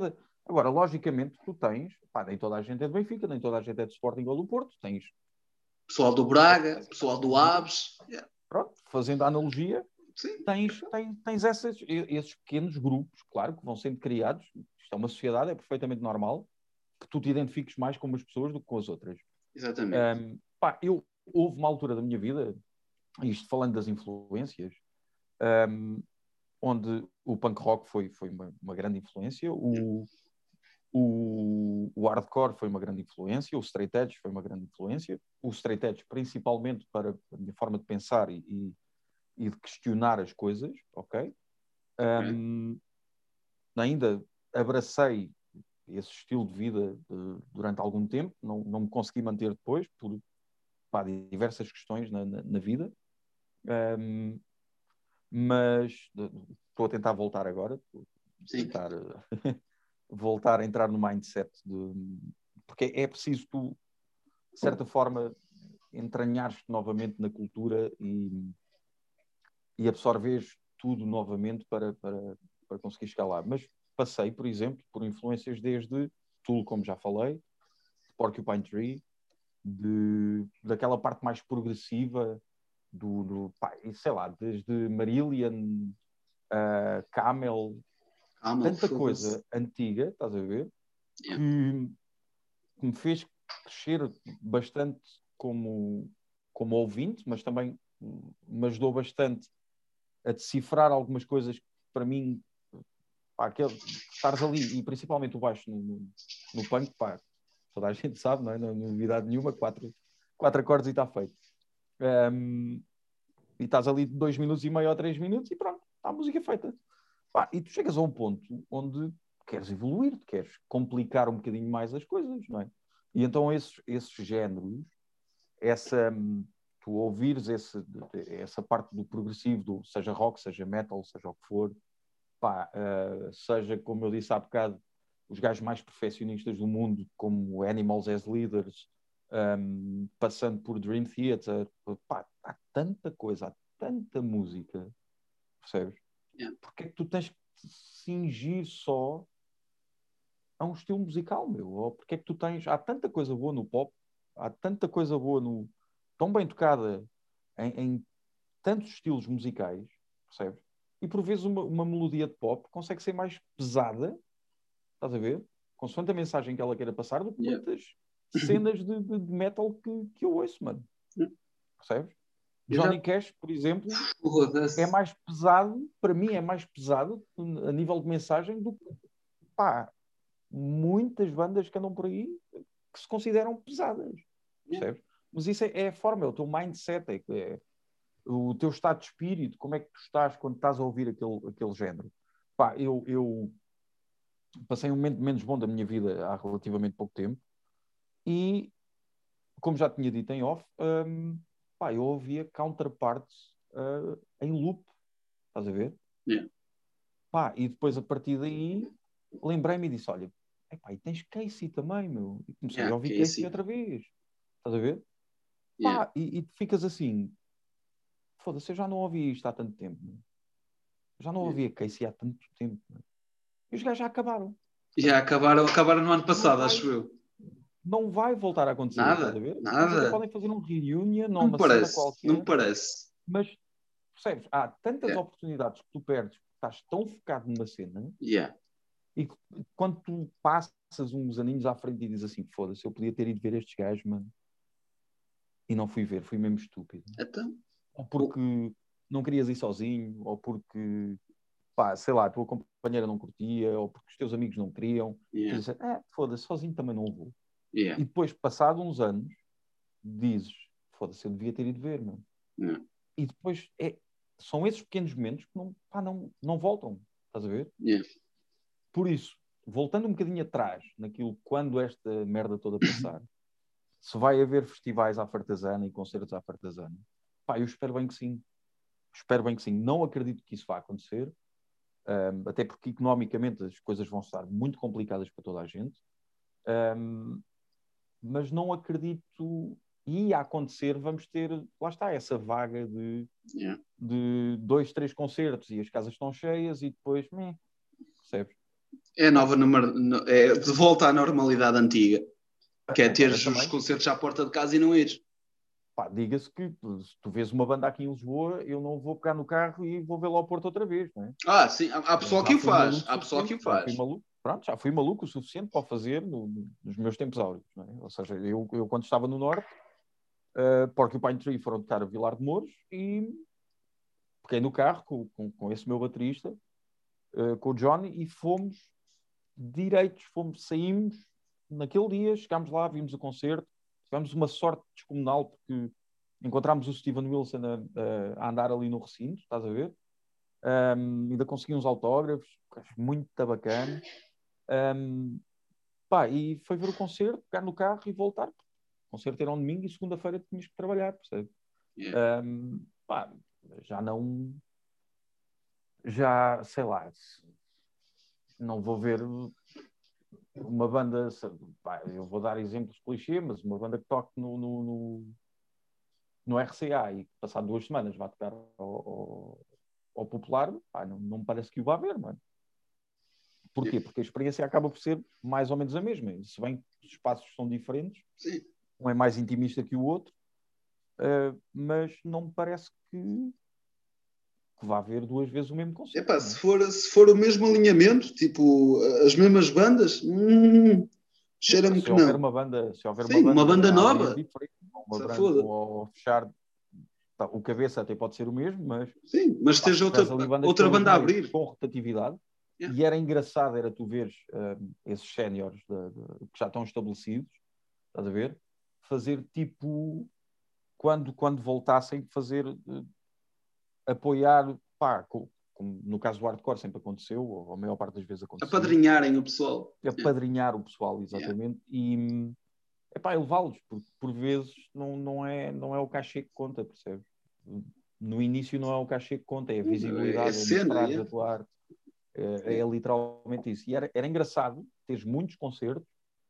Agora, logicamente, tu tens, pá, nem toda a gente é do Benfica, nem toda a gente é do Sporting ou do Porto, tens... Pessoal do Braga, pessoal do Aves. Yeah. Pronto, fazendo a analogia, Sim. tens, tens, tens essas, esses pequenos grupos, claro, que vão sendo criados. Isto é uma sociedade, é perfeitamente normal que tu te identifiques mais com umas pessoas do que com as outras. Exatamente. Um, pá, eu, houve uma altura da minha vida, isto falando das influências, um, onde o punk rock foi, foi uma, uma grande influência, o, o, o hardcore foi uma grande influência, o straight edge foi uma grande influência, o straight edge principalmente para a minha forma de pensar e, e, e de questionar as coisas, ok? Um, ainda abracei esse estilo de vida de, durante algum tempo, não, não me consegui manter depois, por pá, diversas questões na, na, na vida, um, mas estou a tentar voltar agora, tentar voltar a entrar no mindset de... Porque é preciso tu, de certa forma, entranhares-te novamente na cultura e, e absorveres tudo novamente para, para, para conseguir chegar lá. Mas passei, por exemplo, por influências desde Tool, como já falei, Porcupine Tree, de, daquela parte mais progressiva do, do pá, sei lá, desde Marillion, uh, Camel, Camel, tanta coisa antiga, estás a ver, yeah. que, que me fez crescer bastante como, como ouvinte, mas também me ajudou bastante a decifrar algumas coisas que para mim, pá, aquele, estares ali, e principalmente o baixo no, no, no punk, pá, toda a gente sabe, não é? Não é novidade nenhuma, quatro, quatro acordes e está feito. Um, e estás ali dois minutos e meio ou três minutos e pronto, está a música feita. Pá, e tu chegas a um ponto onde queres evoluir, queres complicar um bocadinho mais as coisas, não é? E então esses, esses géneros, essa, tu ouvires esse, essa parte do progressivo, do, seja rock, seja metal, seja o que for, pá, uh, seja, como eu disse há bocado, os gajos mais perfeccionistas do mundo, como Animals as Leaders, um, passando por Dream Theater, pá, há tanta coisa, há tanta música, percebes? Yeah. Porque é que tu tens que te cingir só a um estilo musical, meu? Ou porque é que tu tens... Há tanta coisa boa no pop, há tanta coisa boa no... tão bem tocada em, em tantos estilos musicais, percebes? E por vezes uma, uma melodia de pop consegue ser mais pesada, estás a ver? Consoante a mensagem que ela queira passar, do que Yeah. muitas cenas de, de, de metal que, que eu ouço, mano. Yeah. Percebes? Eu Johnny já... Cash, por exemplo, Foda-se. é mais pesado, para mim é mais pesado a nível de mensagem do que, pá, muitas bandas que andam por aí que se consideram pesadas, percebes? Yeah. Mas isso é, é a forma, é o teu mindset, é, é o teu estado de espírito, como é que tu estás quando estás a ouvir aquele, aquele género. Pá, eu, eu passei um momento menos bom da minha vida há relativamente pouco tempo e, como já tinha dito em off, um, pá, eu ouvia Counterparts uh, em loop, estás a ver? Yeah. Pá, e depois a partir daí lembrei-me e disse, olha, epá, e tens Casey também, meu. E comecei Yeah, a ouvir Casey. Casey outra vez. Estás a ver? Yeah. Pá, e, e ficas assim, foda-se, eu já não ouvi isto há tanto tempo. Meu. Já não Yeah. ouvia Casey há tanto tempo. Meu. E os gajos já acabaram. Já acabaram, acabaram no ano E não passado, vai, acho eu. não vai voltar a acontecer, estás a Nada, ver? Eles até nada. podem fazer um reunion ou Não me uma cena parece, não me qualquer, parece. mas percebes? Há tantas Yeah. oportunidades que tu perdes porque estás tão focado numa cena. Yeah. E quando tu passas uns aninhos à frente e dizes assim, foda-se, eu podia ter ido ver estes gajos, mano. E não fui ver, fui mesmo estúpido. Então, ou porque o... não querias ir sozinho, ou porque, pá, sei lá, a tua companheira não curtia, ou porque os teus amigos não queriam. yeah. Tu dizes, é, foda-se, sozinho também não vou. Yeah. E depois, passado uns anos, dizes, foda-se, eu devia ter ido ver, mano. Yeah. E depois, é, são esses pequenos momentos que não, pá, não, não voltam, estás a ver? Yeah. Por isso, voltando um bocadinho atrás, naquilo quando esta merda toda passar, se vai haver festivais à fartazana e concertos à fartazana, pá, eu espero bem que sim. Espero bem que sim. Não acredito que isso vá acontecer, um, até porque economicamente as coisas vão estar muito complicadas para toda a gente. Um, mas não acredito ia acontecer, vamos ter, lá está, essa vaga de, Yeah. de dois, três concertos e as casas estão cheias e depois, meh, percebes? É, nova, é de volta à normalidade antiga, que é ter os concertos à porta de casa e não ires. Pá, diga-se que se tu vês uma banda aqui em Lisboa, eu não vou pegar no carro e vou vê-la ao Porto outra vez, não é? Ah, sim, há pessoal já que o faz, há pessoal que o faz. Já fui maluco, pronto, já fui maluco o suficiente para o fazer no, nos meus tempos áureos, não é? Ou seja, eu, eu quando estava no Norte, uh, Porcupine Tree foram tocar a Vilar de Mouros e peguei no carro com, com, com esse meu baterista, uh, com o Johnny, e fomos direitos, fomos, saímos naquele dia, chegámos lá, vimos o concerto, tivemos uma sorte descomunal porque encontramos o Steven Wilson a, a andar ali no recinto, estás a ver? Um, ainda consegui uns autógrafos, muito bacana. Um, pá, e foi ver o concerto, pegar no carro e voltar. O concerto era um domingo e segunda-feira tínhamos que trabalhar, percebe? Yeah. Um, pá, já não... Já, sei lá, não vou ver uma banda... Pá, eu vou dar exemplos clichê, mas uma banda que toque no, no, no, no R C A e passado duas semanas vai tocar ao, ao, ao Popular, pá, não, não me parece que o vá ver, mano. Porquê? Porque a experiência acaba por ser mais ou menos a mesma. Se bem que os espaços são diferentes, sim, um é mais intimista que o outro, uh, mas não me parece que, que vá haver duas vezes o mesmo concerto. Epá, se, for, se for o mesmo alinhamento, tipo, as mesmas bandas, hum, cheira-me que se houver não. Uma banda, se houver sim, uma banda, uma banda nova, diferente, uma banda, ou fechar, tá, o cabeça até pode ser o mesmo, mas... Sim, mas pá, esteja outra, outra banda a abrir. Com rotatividade. Yeah. E era engraçado, era tu veres uh, esses séniores que já estão estabelecidos, estás a ver? Fazer tipo, quando, quando voltassem, fazer, uh, apoiar, pá, com, com, no caso do hardcore sempre aconteceu, ou a maior parte das vezes aconteceu. Apadrinharem o pessoal. Apadrinhar yeah. o pessoal, exatamente. Yeah. E, epá, levá-los, porque por vezes não, não, é, não é o cachê que conta, percebes? No início não é o cachê que conta, é a visibilidade, é, é mostrar yeah. a tua arte. É, é literalmente isso. E era, era engraçado teres muitos concertos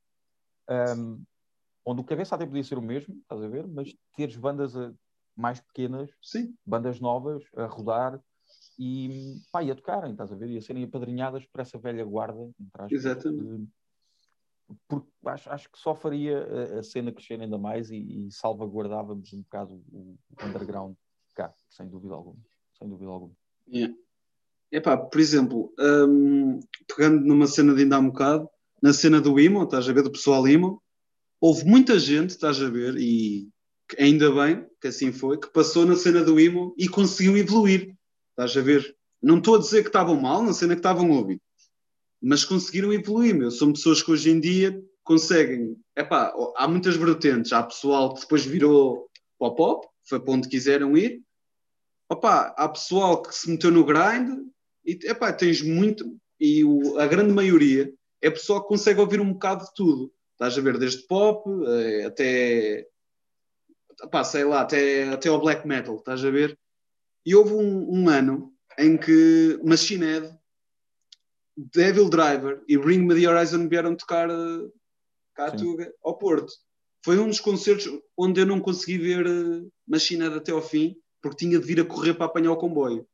um, onde o cabeça até podia ser o mesmo, estás a ver? Mas teres bandas a, mais pequenas, sim, bandas novas a rodar e, pá, e a tocarem, estás a ver? E a serem apadrinhadas por essa velha guarda. Exatamente. Porque acho, acho que só faria a, a cena crescer ainda mais e, e salvaguardávamos um bocado o, o underground cá, sem dúvida alguma. Sem dúvida alguma. Yeah. Epá, por exemplo, um, pegando numa cena de ainda há um bocado, na cena do emo, estás a ver, do pessoal emo, houve muita gente, estás a ver, e ainda bem que assim foi, que passou na cena do emo e conseguiu evoluir, estás a ver. Não estou a dizer que estavam mal na cena que estavam a ouvir, mas conseguiram evoluir, meu. São pessoas que hoje em dia conseguem, epá, há muitas vertentes, há pessoal que depois virou pop-pop, foi para onde quiseram ir, opa, há pessoal que se meteu no grind e epá, tens muito, e o, a grande maioria é pessoal que consegue ouvir um bocado de tudo. Estás a ver, desde pop eh, até, epá, sei lá, até, até ao black metal, estás a ver? E houve um, um ano em que Machine Head, Devil Driver e Bring Me The Horizon vieram tocar uh, cá a Tuga, ao Porto. Foi um dos concertos onde eu não consegui ver uh, Machine Head até ao fim, porque tinha de vir a correr para apanhar o comboio.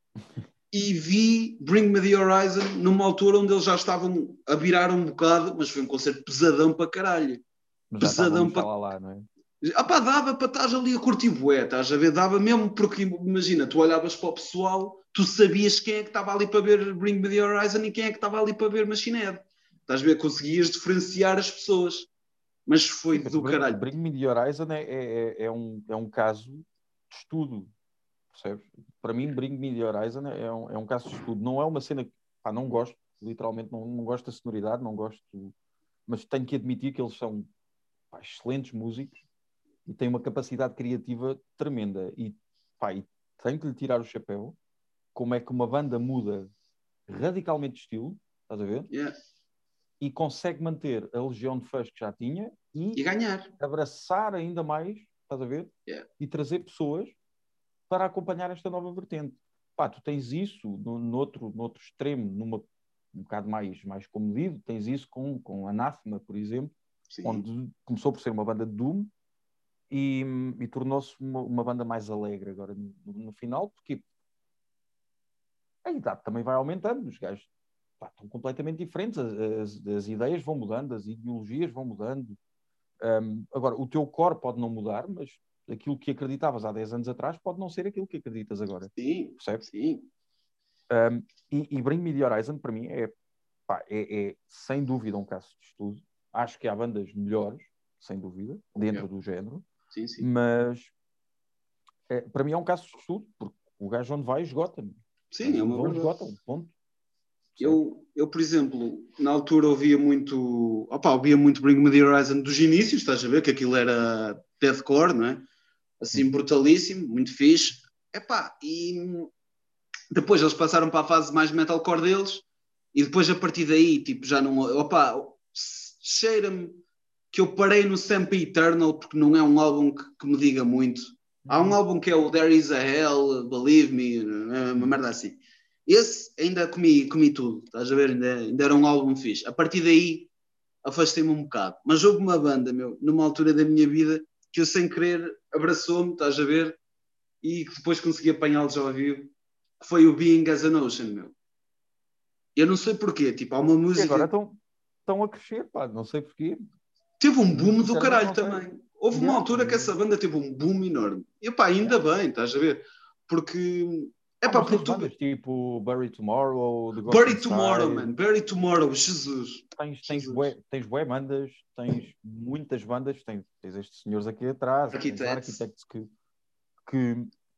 E vi Bring Me The Horizon numa altura onde eles já estavam a virar um bocado, mas foi um concerto pesadão para caralho. Mas pesadão para... lá, lá, não é? Ah pá, dava para estar ali a curtir bué, estás a ver? Dava mesmo, porque imagina, tu olhavas para o pessoal, tu sabias quem é que estava ali para ver Bring Me The Horizon e quem é que estava ali para ver Machine Head. Estás a ver? Conseguias diferenciar as pessoas. Mas foi Sim, mas do bring, caralho. Bring Me The Horizon é, é, é, um, é um caso de estudo, percebes? Para mim, Bring Me The Horizon é um, é um caso de estudo. Não é uma cena que, pá, não gosto, literalmente, não, não gosto da sonoridade, não gosto, mas tenho que admitir que eles são, pá, excelentes músicos e têm uma capacidade criativa tremenda. E, pá, e tenho que lhe tirar o chapéu como é que uma banda muda radicalmente de estilo, estás a ver? Yeah. E consegue manter a legião de fãs que já tinha e, e ganhar. Abraçar ainda mais, estás a ver? Yeah. E trazer pessoas para acompanhar esta nova vertente. Pá, tu tens isso no, no, outro, no outro extremo, numa, um bocado mais, mais comedido, tens isso com, com Anathema, por exemplo, Sim. onde começou por ser uma banda de Doom e, e tornou-se uma, uma banda mais alegre agora no, no final, porque a idade também vai aumentando, os gajos pá, estão completamente diferentes. As, as, as ideias vão mudando, as ideologias vão mudando. Um, agora, o teu core pode não mudar, mas aquilo que acreditavas há dez anos atrás pode não ser aquilo que acreditas agora. Sim, percebes? sim. Um, e, e Bring Me the Horizon, para mim, é, pá, é, é sem dúvida um caso de estudo. Acho que há bandas melhores, sem dúvida, dentro Yeah. do género, Sim, sim. mas é, para mim é um caso de estudo, porque o gajo onde vai esgota. Sim, é uma vão, verdade. esgotam, ponto. Eu, eu, por exemplo, na altura ouvia muito, opa, ouvia muito Bring Me the Horizon dos inícios, estás a ver que aquilo era deathcore, não é? Assim, brutalíssimo, muito fixe. Epá, e depois eles passaram para a fase mais metalcore deles, e depois a partir daí, tipo, já não. Opa, cheira-me que eu parei no Sampa Eternal porque não é um álbum que, que me diga muito. Há um álbum que é o There Is a Hell, Believe Me, uma merda assim. Esse ainda comi, comi tudo, estás a ver? Ainda, ainda era um álbum fixe. A partir daí afastei-me um bocado. Mas houve uma banda, meu, numa altura da minha vida, que eu sem querer abraçou-me, estás a ver? E que depois consegui apanhá-los ao vivo, que foi o Being as an Ocean, meu. Eu não sei porquê, tipo, há uma E agora música. estão, estão a crescer, pá, não sei porquê. Teve um Muito boom do sinceramente caralho não sei. também. Houve uma Yeah, altura que essa banda teve um boom enorme. E pá, ainda yeah. bem, estás a ver? Porque. É Ah, pá, mas tens porque tu. bandas tipo Bury Tomorrow, The Ghost Bury Tomorrow, Inside. man. Bury Tomorrow, Jesus. Tens, tens, Jesus. bué, tens bué bandas, tens muitas bandas, tens, tens estes senhores aqui atrás, tens os Arquitetos. arquitetos que, que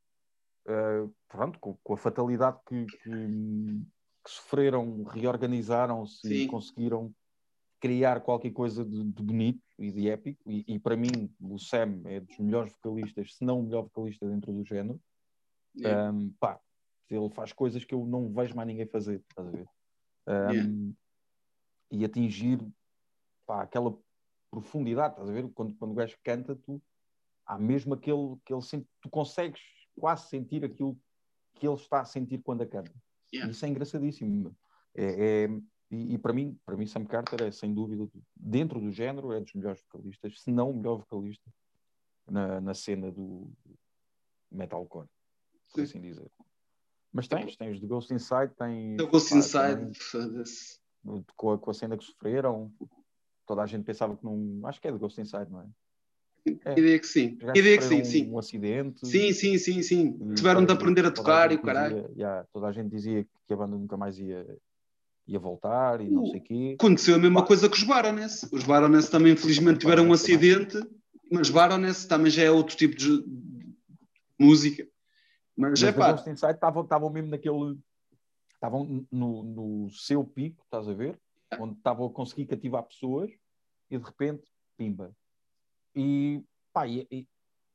uh, pronto, com, com a fatalidade que, que, que sofreram, reorganizaram-se e Sim. conseguiram criar qualquer coisa de, de bonito e de épico. E, e para mim, o Sam é dos melhores vocalistas, se não o melhor vocalista dentro do género. Yeah. Um, pá, ele faz coisas que eu não vejo mais ninguém fazer, estás a ver? Yeah. Um, e atingir, pá, aquela profundidade, estás a ver? Quando, quando o gajo canta, tu há mesmo aquele, aquele tu consegues quase sentir aquilo que ele está a sentir quando a canta. Yeah. E isso é engraçadíssimo. É, é, e, e para mim, para mim, Sam Carter é sem dúvida, dentro do género, é dos melhores vocalistas, se não o melhor vocalista na, na cena do metalcore, por Sim. assim dizer. Mas tens, tens The Ghost Inside, tens The Ghost pá, Inside, também foda-se. com a, com a cena que sofreram, toda a gente pensava que não. Acho que é The Ghost Inside, não é? É. Ideia que sim. Os gajos Ideia que sofreram sim, um, sim. um acidente Sim, sim, sim, sim. e, Tiveram de e aprender a toda a tocar e o gente caralho. dizia, yeah, toda a gente dizia que a banda nunca mais ia, ia voltar e não sei o Uh, quê. Aconteceu a mesma Pá, coisa com os Baroness. Os Baroness também, infelizmente, tiveram um Baroness também. acidente, mas Baroness também já é outro tipo de música. Mas é Mas The pá, Ghost Inside estavam mesmo naquele. Estavam no, no seu pico, estás a ver? Onde estavam a conseguir cativar pessoas e de repente, pimba. E pá, e, e,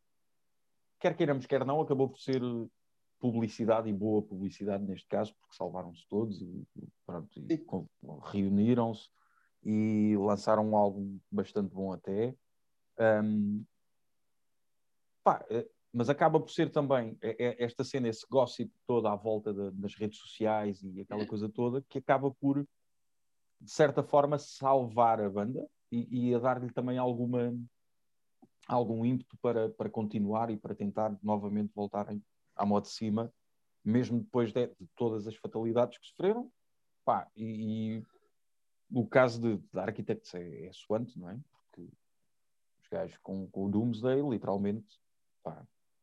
quer queiramos, quer não, acabou por ser publicidade e boa publicidade neste caso, porque salvaram-se todos e, pronto, e com, reuniram-se e lançaram um álbum bastante bom até. Um, pá, mas acaba por ser também esta cena, esse gossip todo à volta de, das redes sociais e aquela coisa toda, que acaba por, de certa forma, salvar a banda e, e a dar-lhe também alguma, algum ímpeto para, para continuar e para tentar novamente voltarem à moda de cima, mesmo depois de, de todas as fatalidades que sofreram. Pá, e, e o caso de, de Architects é, é suante, não é? Porque os gajos com, com o Doomsday, literalmente, pá,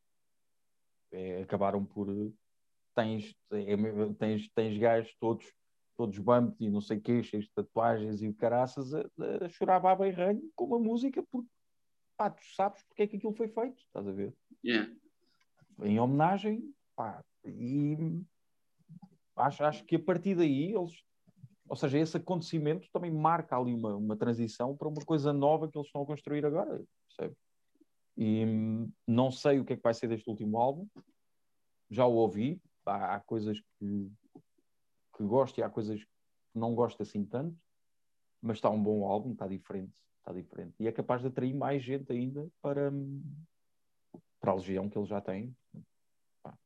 é, acabaram por. Tens, é, tens, tens gajos todos, todos bump e não sei o quê, cheios de tatuagens e o caraças, a, a chorar baba e ranho com uma música, porque pá, tu sabes porque é que aquilo foi feito, estás a ver? yeah. Em homenagem, pá, e acho, acho que a partir daí eles. Ou seja, esse acontecimento também marca ali uma, uma transição para uma coisa nova que eles estão a construir agora, percebe? E hum, não sei o que é que vai ser deste último álbum, já o ouvi, há, há coisas que, que gosto e há coisas que não gosto assim tanto, mas está um bom álbum, está diferente, está diferente. E é capaz de atrair mais gente ainda para, hum, para a legião que eles já têm. Pá.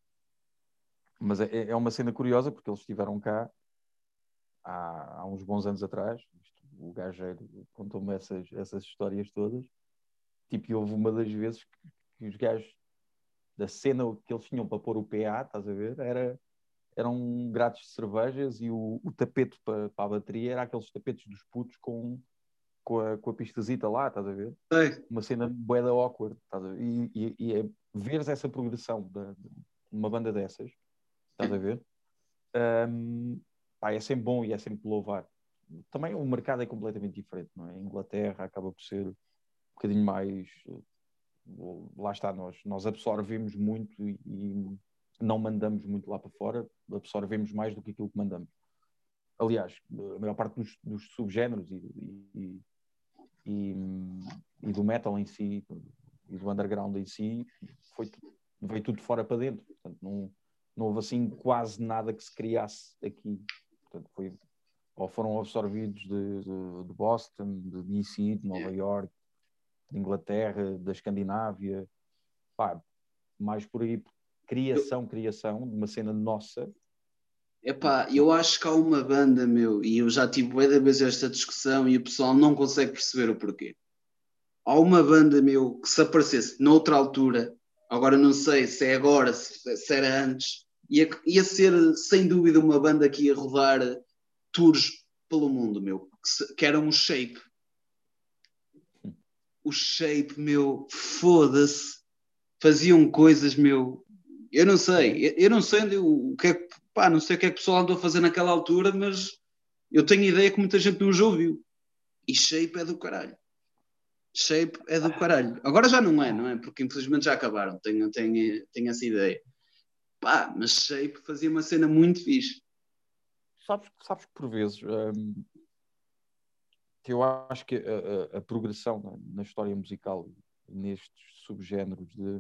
Mas é, é uma cena curiosa, porque eles estiveram cá há, há uns bons anos atrás. Isto, o gajo contou-me essas, essas histórias todas. Tipo, e houve uma das vezes que, que os gajos da cena que eles tinham para pôr o P A, estás a ver, era eram grátis de cervejas e o, o tapete para, para a bateria era aqueles tapetes dos putos com, com, a, com a pistazita lá, estás a ver? Sei. Uma cena bué da awkward, estás a ver? E, e, e é veres essa progressão de, de uma banda dessas, estás a ver? Um, pá, é sempre bom e é sempre louvar. Também o mercado é completamente diferente, não é? A Inglaterra acaba por ser um bocadinho mais... Lá está, nós, nós absorvemos muito e, e não mandamos muito lá para fora, absorvemos mais do que aquilo que mandamos. Aliás, a maior parte dos, dos subgéneros e, e, e, e do metal em si e do underground em si foi, veio tudo de fora para dentro. Portanto, não, não houve assim quase nada que se criasse aqui. Portanto, foi, ou foram absorvidos de, de, de Boston, de D C, de Nova York, de Inglaterra, da Escandinávia, pá, mais por aí, criação, criação, de uma cena nossa. Epá, eu acho que há uma banda, meu, e eu já tive bué da vez esta discussão e o pessoal não consegue perceber o porquê. Há uma banda, meu, que se aparecesse noutra altura, agora não sei se é agora, se, se era antes, ia, ia ser sem dúvida uma banda que ia rodar tours pelo mundo, meu, que, se, que eram o Shape. O Shape, meu, foda-se, faziam coisas, meu, eu não sei, eu, eu não sei onde, o que é que, pá, não sei o que é que o pessoal andou a fazer naquela altura, mas eu tenho ideia que muita gente não os ouviu. E Shape é do caralho. Shape é do caralho. Agora já não é, não é? Porque infelizmente já acabaram, tenho, tenho, tenho essa ideia. Pá, mas Shape fazia uma cena muito fixe. Sabes, sabes que por vezes hum, que eu acho que a, a, a progressão na, na história musical nestes subgéneros de,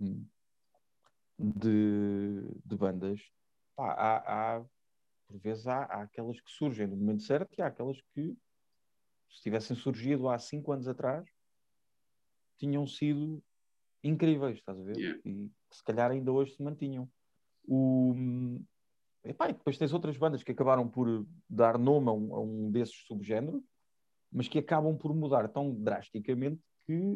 de, de bandas, pá, há, há, por vezes há, há aquelas que surgem no momento certo e há aquelas que, se tivessem surgido há cinco anos atrás, tinham sido incríveis, estás a ver? Yeah. E que se calhar ainda hoje se mantinham. O, epá, e depois tens outras bandas que acabaram por dar nome a um, a um desses subgéneros, mas que acabam por mudar tão drasticamente que,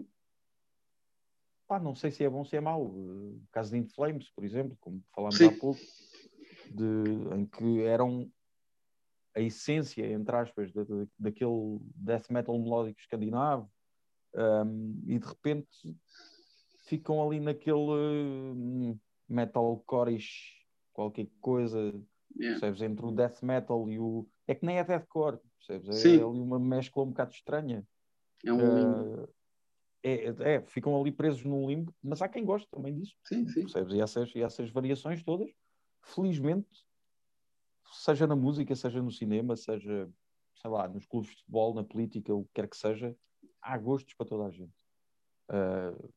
pá, não sei se é bom ou se é mau. O caso de In Flames, por exemplo, como falámos há Sim. pouco, de, em que eram a essência, entre aspas, de, de, daquele death metal melódico escandinavo, um, e de repente ficam ali naquele um, metalcore-ish, qualquer coisa, Yeah. percebes? Entre o death metal e o... É que nem é deathcore, percebes? É Sim. ali uma mescla um bocado estranha. É um limbo. Uh, é, é, ficam ali presos num limbo, mas há quem goste também disso, Sim, sim. percebes? E essas, e essas variações todas, felizmente, seja na música, seja no cinema, seja, sei lá, nos clubes de futebol, na política, o que quer que seja, há gostos para toda a gente. Uh,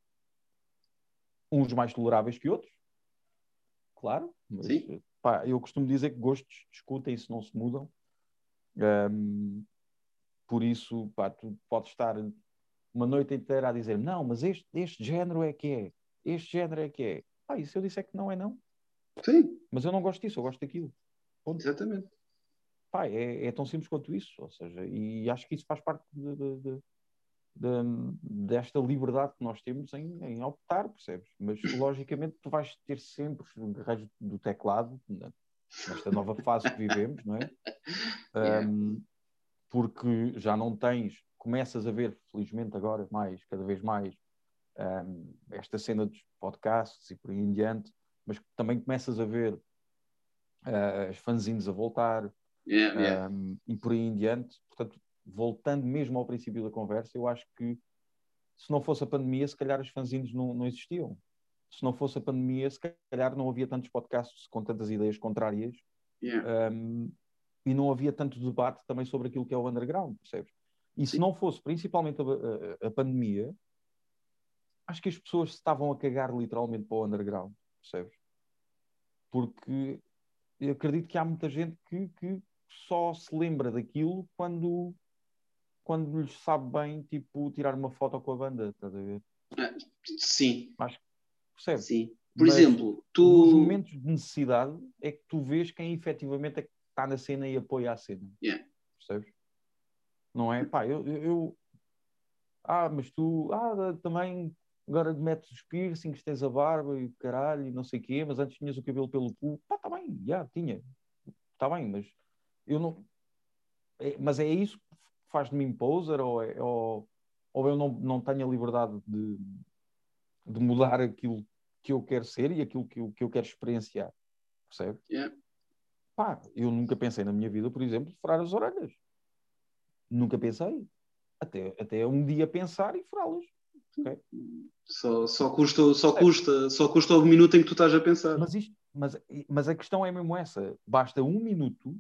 uns mais toleráveis que outros, claro, mas Sim. pá, eu costumo dizer que gostos discutem-se, não se mudam. Um, por isso, pá, tu podes estar uma noite inteira a dizer não, mas este, este género é que é, este género é que é. Pá, e se eu disser que não é não? Sim. Mas eu não gosto disso, eu gosto daquilo. Ponto. Exatamente. Pá, é, é tão simples quanto isso, ou seja, e acho que isso faz parte de, de, de, de, desta liberdade que nós temos em, em optar, percebes? Mas logicamente tu vais ter sempre os guerreiros do teclado, nesta nova fase que vivemos, não é? Yeah. Um, porque já não tens, começas a ver, felizmente agora, mais, cada vez mais, um, esta cena dos podcasts e por aí em diante, mas também começas a ver uh, as fanzines a voltar, Yeah, yeah. um, e por aí em diante. Portanto, voltando mesmo ao princípio da conversa, eu acho que se não fosse a pandemia, se calhar as fanzines não, não existiam. Se não fosse a pandemia, se calhar não havia tantos podcasts com tantas ideias contrárias. Yeah. Um, e não havia tanto debate também sobre aquilo que é o underground, percebes? E se Sim. não fosse principalmente a, a, a pandemia, acho que as pessoas se estavam a cagar literalmente para o underground, percebes? Porque eu acredito que há muita gente que, que só se lembra daquilo quando, quando lhes sabe bem, tipo, tirar uma foto com a banda, estás a ver? Ah, sim. Acho que percebes? Sim. Por Mas exemplo, nos tu. momentos de necessidade é que tu vês quem efetivamente é que está na cena e apoia a cena, Yeah. percebes? Não é? Pá, eu, eu, eu... Ah, mas tu... Ah, também agora metes os piercings, tens a barba e o caralho e não sei o quê, mas antes tinhas o cabelo pelo cu. Pá, tá bem, já, tinha. está bem, mas eu não... É, mas é isso que faz de mim poser, ou, é, ou, ou eu não, não tenho a liberdade de, de mudar aquilo que eu quero ser e aquilo que eu, que eu quero experienciar, percebe? Yeah. Pá, eu nunca pensei na minha vida, por exemplo, furar as orelhas. Nunca pensei. Até, até um dia pensar e furá-las. Okay? Só, só, custa, só, custa, só custa o minuto em que tu estás a pensar. Mas, isto, mas, mas a questão é mesmo essa. Basta um minuto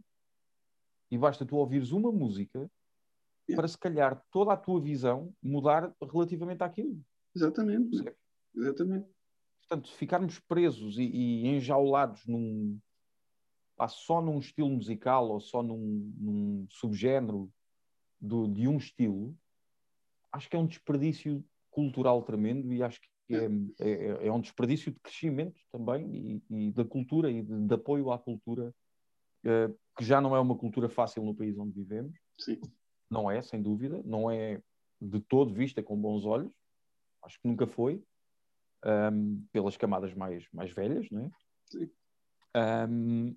e basta tu ouvires uma música yeah. para, se calhar, toda a tua visão mudar relativamente àquilo. Exatamente. Né? Exatamente. Portanto, ficarmos presos e, e enjaulados num, pá, só num estilo musical ou só num, num subgénero do, de um estilo, acho que é um desperdício cultural tremendo e acho que é, é, é um desperdício de crescimento também e, e da cultura e de, de apoio à cultura, uh, que já não é uma cultura fácil no país onde vivemos. Sim. Não é, sem dúvida. Não é de todo vista com bons olhos. Acho que nunca foi. Um, pelas camadas mais, mais velhas, não é? Sim. Um,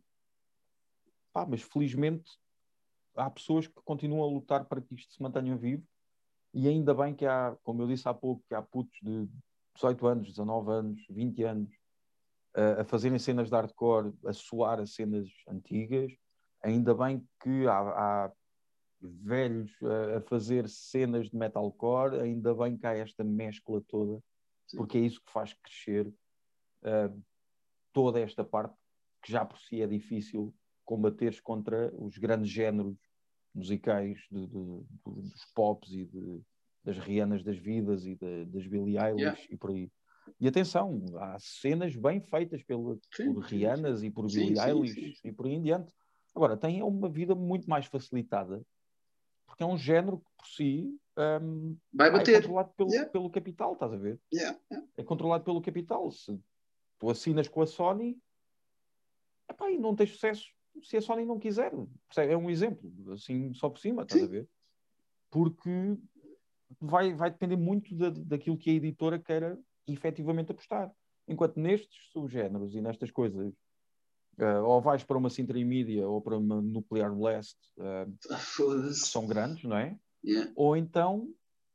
pá, mas felizmente há pessoas que continuam a lutar para que isto se mantenha vivo. E ainda bem que há, como eu disse há pouco, que há putos de dezoito anos, dezanove anos, vinte anos, uh, a fazerem cenas de hardcore, a soar a cenas antigas. Ainda bem que há, há velhos uh, a fazer cenas de metalcore. Ainda bem que há esta mescla toda, Sim. porque é isso que faz crescer uh, toda esta parte, que já por si é difícil combateres contra os grandes géneros musicais de, de, de, dos pops e de, das Rihannas das vidas e de, das Billie Eilish yeah. e por aí. E atenção, há cenas bem feitas pelo, sim, por Rihannas sim. e por Billie sim, Eilish sim, sim. e por aí em diante. Agora, tem uma vida muito mais facilitada, porque é um género que por si um, vai bater. É controlado pelo, yeah. pelo capital, estás a ver? Yeah. Yeah. É controlado pelo capital. Se tu assinas com a Sony, epá, e não tens sucesso se a Sony não quiser. É um exemplo, assim, só por cima, estás Sim. a ver? Porque vai, vai depender muito da, daquilo que a editora queira efetivamente apostar. Enquanto nestes subgéneros e nestas coisas, uh, ou vais para uma Sintra Media ou para uma Nuclear Blast, uh, que são grandes, não é? Yeah. Ou então,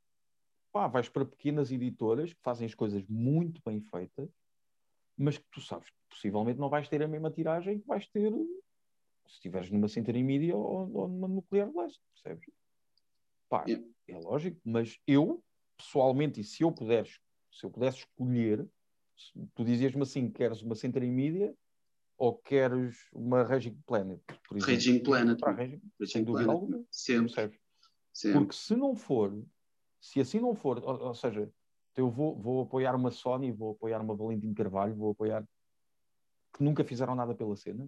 pá, vais para pequenas editoras que fazem as coisas muito bem feitas, mas que tu sabes que possivelmente não vais ter a mesma tiragem que vais ter se estiveres numa Century Media ou, ou numa Nuclear Blast, percebes? Pá, yeah. é lógico, mas eu, pessoalmente, e se eu puderes, se eu pudesse escolher, tu dizias-me assim, queres uma Century Media ou queres uma Raging Planet, por exemplo? Raging Planet. Para Raging, Raging sem dúvida Planet. alguma. Sempre. Percebes? Sempre. Porque se não for, se assim não for, ou, ou seja, eu vou, vou apoiar uma Sony, vou apoiar uma Valentim Carvalho, vou apoiar que nunca fizeram nada pela cena,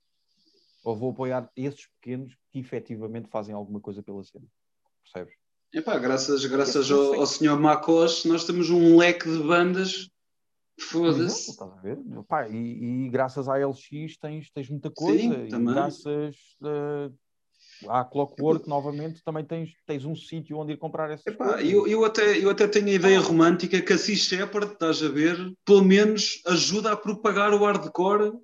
ou vou apoiar esses pequenos que efetivamente fazem alguma coisa pela cena. Percebes? Epá, graças graças ao, ao senhor Macos, nós temos um leque de bandas. Foda-se. Estás a ver? Epá, e, e graças à L X tens, tens muita coisa. Sim, e também. graças uh, à Clockwork, Epá. novamente, também tens, tens um sítio onde ir comprar essas Epá, coisas. Eu, eu, até, eu até tenho a ideia ah. romântica que a Sea Shepherd, estás a ver, pelo menos ajuda a propagar o hardcore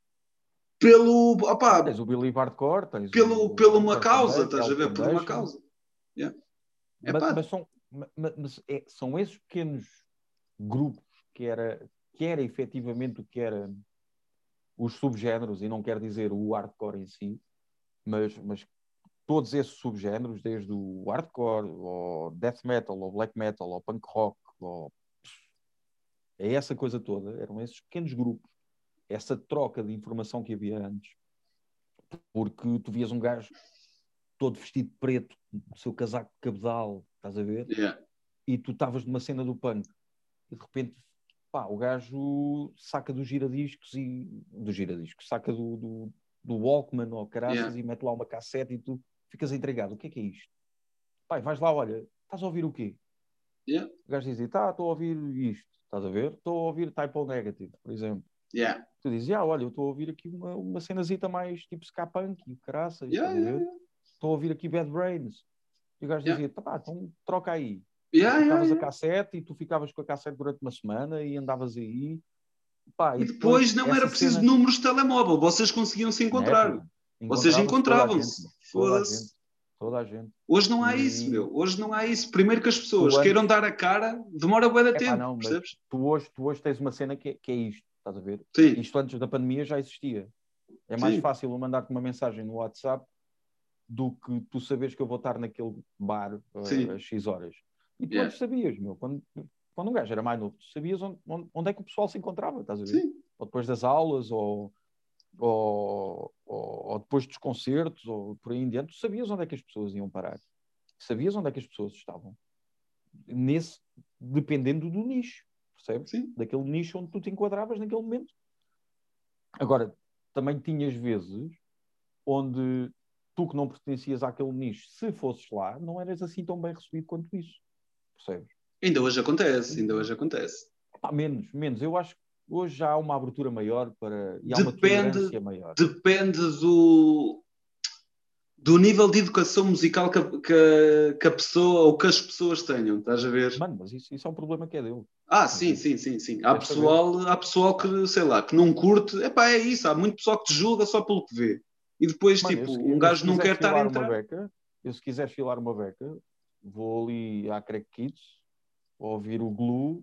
pelo, opá, tens o Believe Hardcore, tens pelo, o, pelo uma causa, estás a ver, por uma causa. Yeah. Mas, mas, são, mas, mas é, são esses pequenos grupos que era, que era efetivamente o que era os subgéneros, e não quer dizer o hardcore em si, mas, mas todos esses subgéneros, desde o hardcore, ou death metal, ou black metal, ou punk rock, ou... é essa coisa toda, eram esses pequenos grupos, essa troca de informação que havia antes, porque tu vias um gajo todo vestido de preto, com o seu casaco de cabedal, estás a ver? Yeah. E tu estavas numa cena do punk, e de repente, pá, o gajo saca dos giradiscos e... do giradiscos, saca do, do, do Walkman ou caraças yeah. e mete lá uma cassete e tu ficas intrigado. O que é que é isto? Pai, vais lá, olha, estás a ouvir o quê? Yeah. O gajo diz, tá, estou a ouvir isto, estás a ver? Estou a ouvir Type O Negative, por exemplo. Yeah. Tu dizes, ah, olha, eu estou a ouvir aqui uma, uma cenazita mais tipo ska punk e caraças, yeah, estás a ver? Yeah, yeah. Estou a ouvir aqui Bad Brains. E o gajo yeah. dizia, tá, então troca aí. Yeah, ficavas yeah, a cassete e tu ficavas com a cassete durante uma semana e andavas aí. Pá, e, e depois, depois não era preciso cena... de números de telemóvel, vocês conseguiam se encontrar. Não é, Vocês encontravam-se. Toda a gente. Toda a gente. Hoje não há e... isso, meu. Hoje não há isso. Primeiro que as pessoas antes... queiram dar a cara, demora bué de é, tempo, pá, não, percebes? Tu hoje, tu hoje tens uma cena que é, que é isto, estás a ver? Sim. Isto antes da pandemia já existia. É mais Sim. fácil eu mandar-te uma mensagem no WhatsApp do que tu saberes que eu vou estar naquele bar uh, às X horas. E tu yeah. antes sabias, meu. Quando, quando um gajo era mais novo, tu sabias onde, onde, onde é que o pessoal se encontrava, estás a ver? Sim. Ou depois das aulas, ou... Ou, ou, ou depois dos concertos, ou por aí em diante, tu sabias onde é que as pessoas iam parar. Sabias onde é que as pessoas estavam. Nesse, dependendo do nicho, percebes? Sim. Daquele nicho onde tu te enquadravas naquele momento. Agora, também tinhas vezes onde tu que não pertencias àquele nicho, se fosses lá, não eras assim tão bem recebido quanto isso. Percebes? Ainda hoje acontece, ainda hoje acontece. Pá, menos, menos. Eu acho que hoje já há uma abertura maior para... e há uma depende, tolerância maior. Depende do, do nível de educação musical que a, que, que a pessoa ou que as pessoas tenham, estás a ver? Mano, mas isso, isso é um problema que é dele. Ah, sim, sim, sim, sim. Há pessoal, há pessoal que, sei lá, que não curte. Epá, é isso. Há muito pessoal que te julga só pelo que vê. E depois, Mano, tipo, eu, um eu, gajo não quer estar a uma entrar. beca, eu se quiser filar uma beca, vou ali à Crack Kids, ouvir o Glue,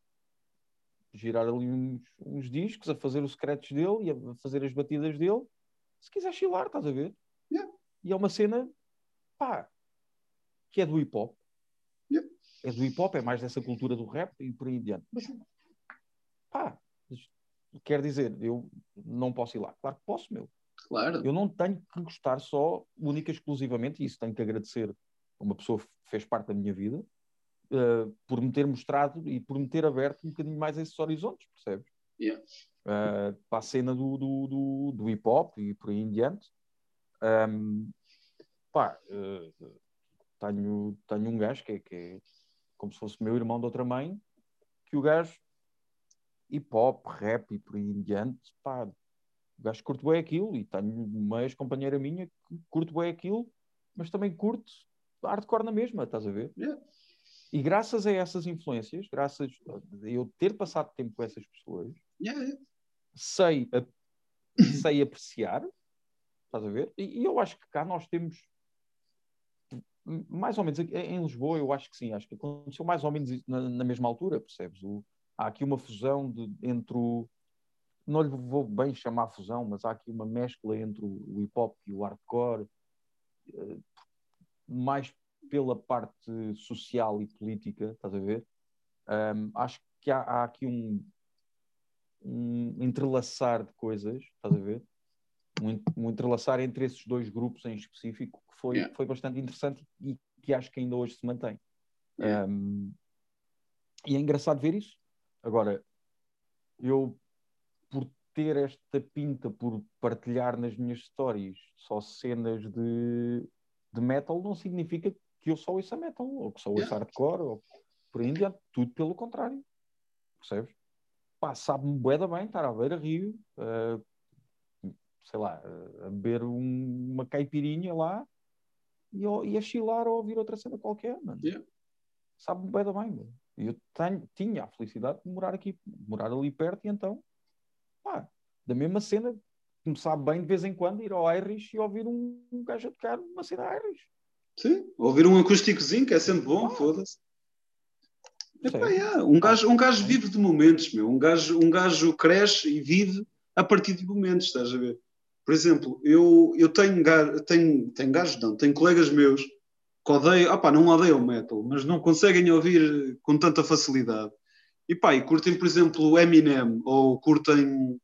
girar ali uns, uns discos, a fazer os scratch dele e a fazer as batidas dele. Se quiser chilar, estás a ver? Yeah. E é uma cena, pá, que é do hip-hop. Yeah. É do hip-hop, é mais dessa cultura do rap e por aí em diante. Mas, pá, quer dizer, eu não posso ir lá. Claro que posso, meu. Claro. Eu não tenho que gostar só, única e exclusivamente, e isso tenho que agradecer a uma pessoa que fez parte da minha vida, uh, por me ter mostrado e por me ter aberto um bocadinho mais esses horizontes, percebes? Yeah. Uh, para a cena do, do, do, do hip-hop e por aí em diante. Um, pá, uh, tenho, tenho um gajo que é, que é como se fosse meu irmão de outra mãe, que o gajo hip-hop, rap e por aí em diante, pá, o gajo curte bem aquilo, e tenho uma ex-companheira minha que curte bem aquilo, mas também curte hardcore na mesma, estás a ver? Yeah. E graças a essas influências, graças a eu ter passado tempo com essas pessoas, yeah. sei, a, sei apreciar, estás a ver? E, e eu acho que cá nós temos, mais ou menos, em Lisboa eu acho que sim, acho que aconteceu mais ou menos na, na mesma altura, percebes? O, há aqui uma fusão de, entre o não lhe vou bem chamar fusão, mas há aqui uma mescla entre o hip-hop e o hardcore, mais pela parte social e política, estás a ver? Um, acho que há, há aqui um, um entrelaçar de coisas, estás a ver? Um, um entrelaçar entre esses dois grupos em específico que foi, yeah. foi bastante interessante e que acho que ainda hoje se mantém. Yeah. Um, e é engraçado ver isso. Agora, eu, por ter esta pinta, por partilhar nas minhas stories só cenas de, de metal, não significa que eu só ouça metal, ou que só ouça yeah. hardcore, ou por aí em diante. Tudo pelo contrário. Percebes? Pá, sabe-me bué da bem estar à beira-rio, uh, sei lá, uh, a beber um, uma caipirinha lá e, e a chilar ou a ouvir outra cena qualquer, mano. Yeah. Sabe-me bué da bem, mano. Eu tenho, tinha a felicidade de morar aqui, morar ali perto, e então, pá, da mesma cena, me sabe bem de vez em quando ir ao Irish e ouvir um, um gajo a tocar uma cena Irish. Sim, ouvir um acústicozinho que é sempre bom, ah. foda-se. Epá, yeah. um, gajo, um gajo vive de momentos, meu. Um gajo, um gajo cresce e vive a partir de momentos, estás a ver? Por exemplo, eu, eu tenho, tenho, tenho gajos, não, tenho colegas meus que odeiam, opá, não odeiam metal, mas não conseguem ouvir com tanta facilidade. E pá, e curtem, por exemplo, Eminem, ou curtem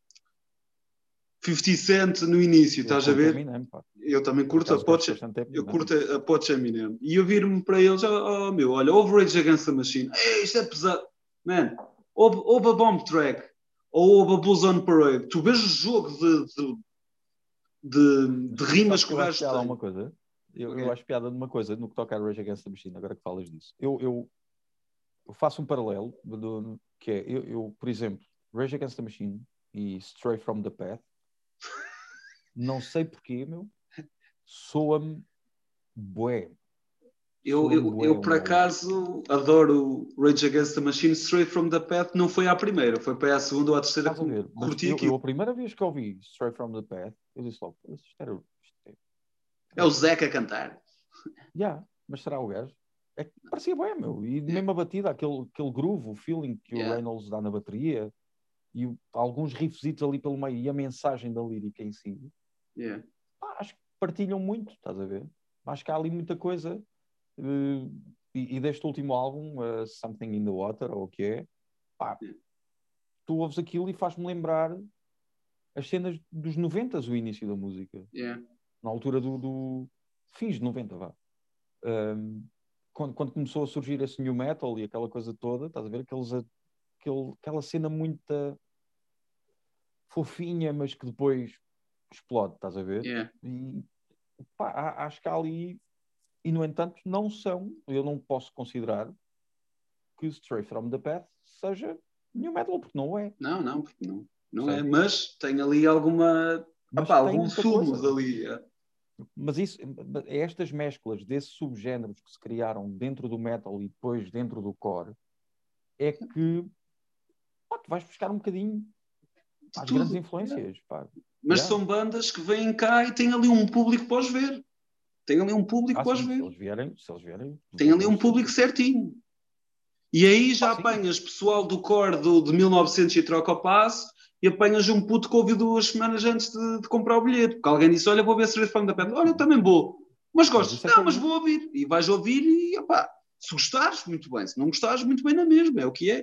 fifty Cent no início, Eu estás a ver? Eminem, pá. Eu também curto a Porsche, eu curto a Porsche Eminem. E eu vir-me para eles, oh, oh meu, olha, Overage Against the Machine, ei, isto é pesado. Man, ouve a Bomb Track, ou ouve a Blues on Parade. Tu vês o jogo de, de, de, de rimas que o gajo tem. Uma coisa. Eu, okay. eu acho piada numa coisa, no que toca a Rage Against the Machine, agora que falas disso. Eu, eu, eu faço um paralelo, do, que é, eu, eu, por exemplo, Rage Against the Machine e Stray from the Path, não sei porquê, meu, soa-me bué. Eu, eu, bué, eu por um acaso, adoro Rage Against the Machine. Straight from the Path não foi à primeira, foi para a segunda ou à terceira que curti eu, eu, eu, a primeira vez que ouvi Straight from the Path, eu disse logo, isto era, É o Zeca a cantar. Já, yeah, mas será o gajo? É que parecia bem, meu. E yeah. mesmo a batida, aquele, aquele groove, o feeling que yeah. o Reynolds dá na bateria e o, alguns riffzitos ali pelo meio e a mensagem da lírica em si. Yeah. Pá, acho que partilham muito, estás a ver? Acho que há ali muita coisa. Uh, e, e deste último álbum, uh, Something in the Water, ou o que é, pá, yeah. tu ouves aquilo e faz-me lembrar as cenas dos noventas, o início da música. Yeah. Na altura do, do fins de noventa, vá. Um, quando, quando começou a surgir esse new metal e aquela coisa toda, estás a ver? Aqueles, aquele, aquela cena muito fofinha, mas que depois explode, estás a ver? Yeah. E pá, acho que há ali, e no entanto, não são, eu não posso considerar que Stray from the Path seja new metal, porque não é. Não, não, porque não. Não é, mas tem ali alguma. Opá, algum sumo dali. É. Mas isso, é estas mesclas desses subgéneros que se criaram dentro do metal e depois dentro do core, é que pá, tu vais buscar um bocadinho as tudo. Grandes influências. É. Pá. Mas yeah. são bandas que vêm cá e têm ali um público para os ver. Tem ali um público ah, para os sim, ver. Se eles vierem, se eles vierem tem ali um público certinho. E aí já ah, apanhas sim. pessoal do core do, de mil e novecentos e troca o passo e apanhas um puto que ouviu duas semanas antes de, de comprar o bilhete. Porque alguém disse, olha, vou ver Stray from the Path. Olha, eu também vou. Mas gosto. Mas não, é mas vou ouvir. E vais ouvir e, opá, se gostares, muito bem. Se não gostares, muito bem na mesma. É o que é.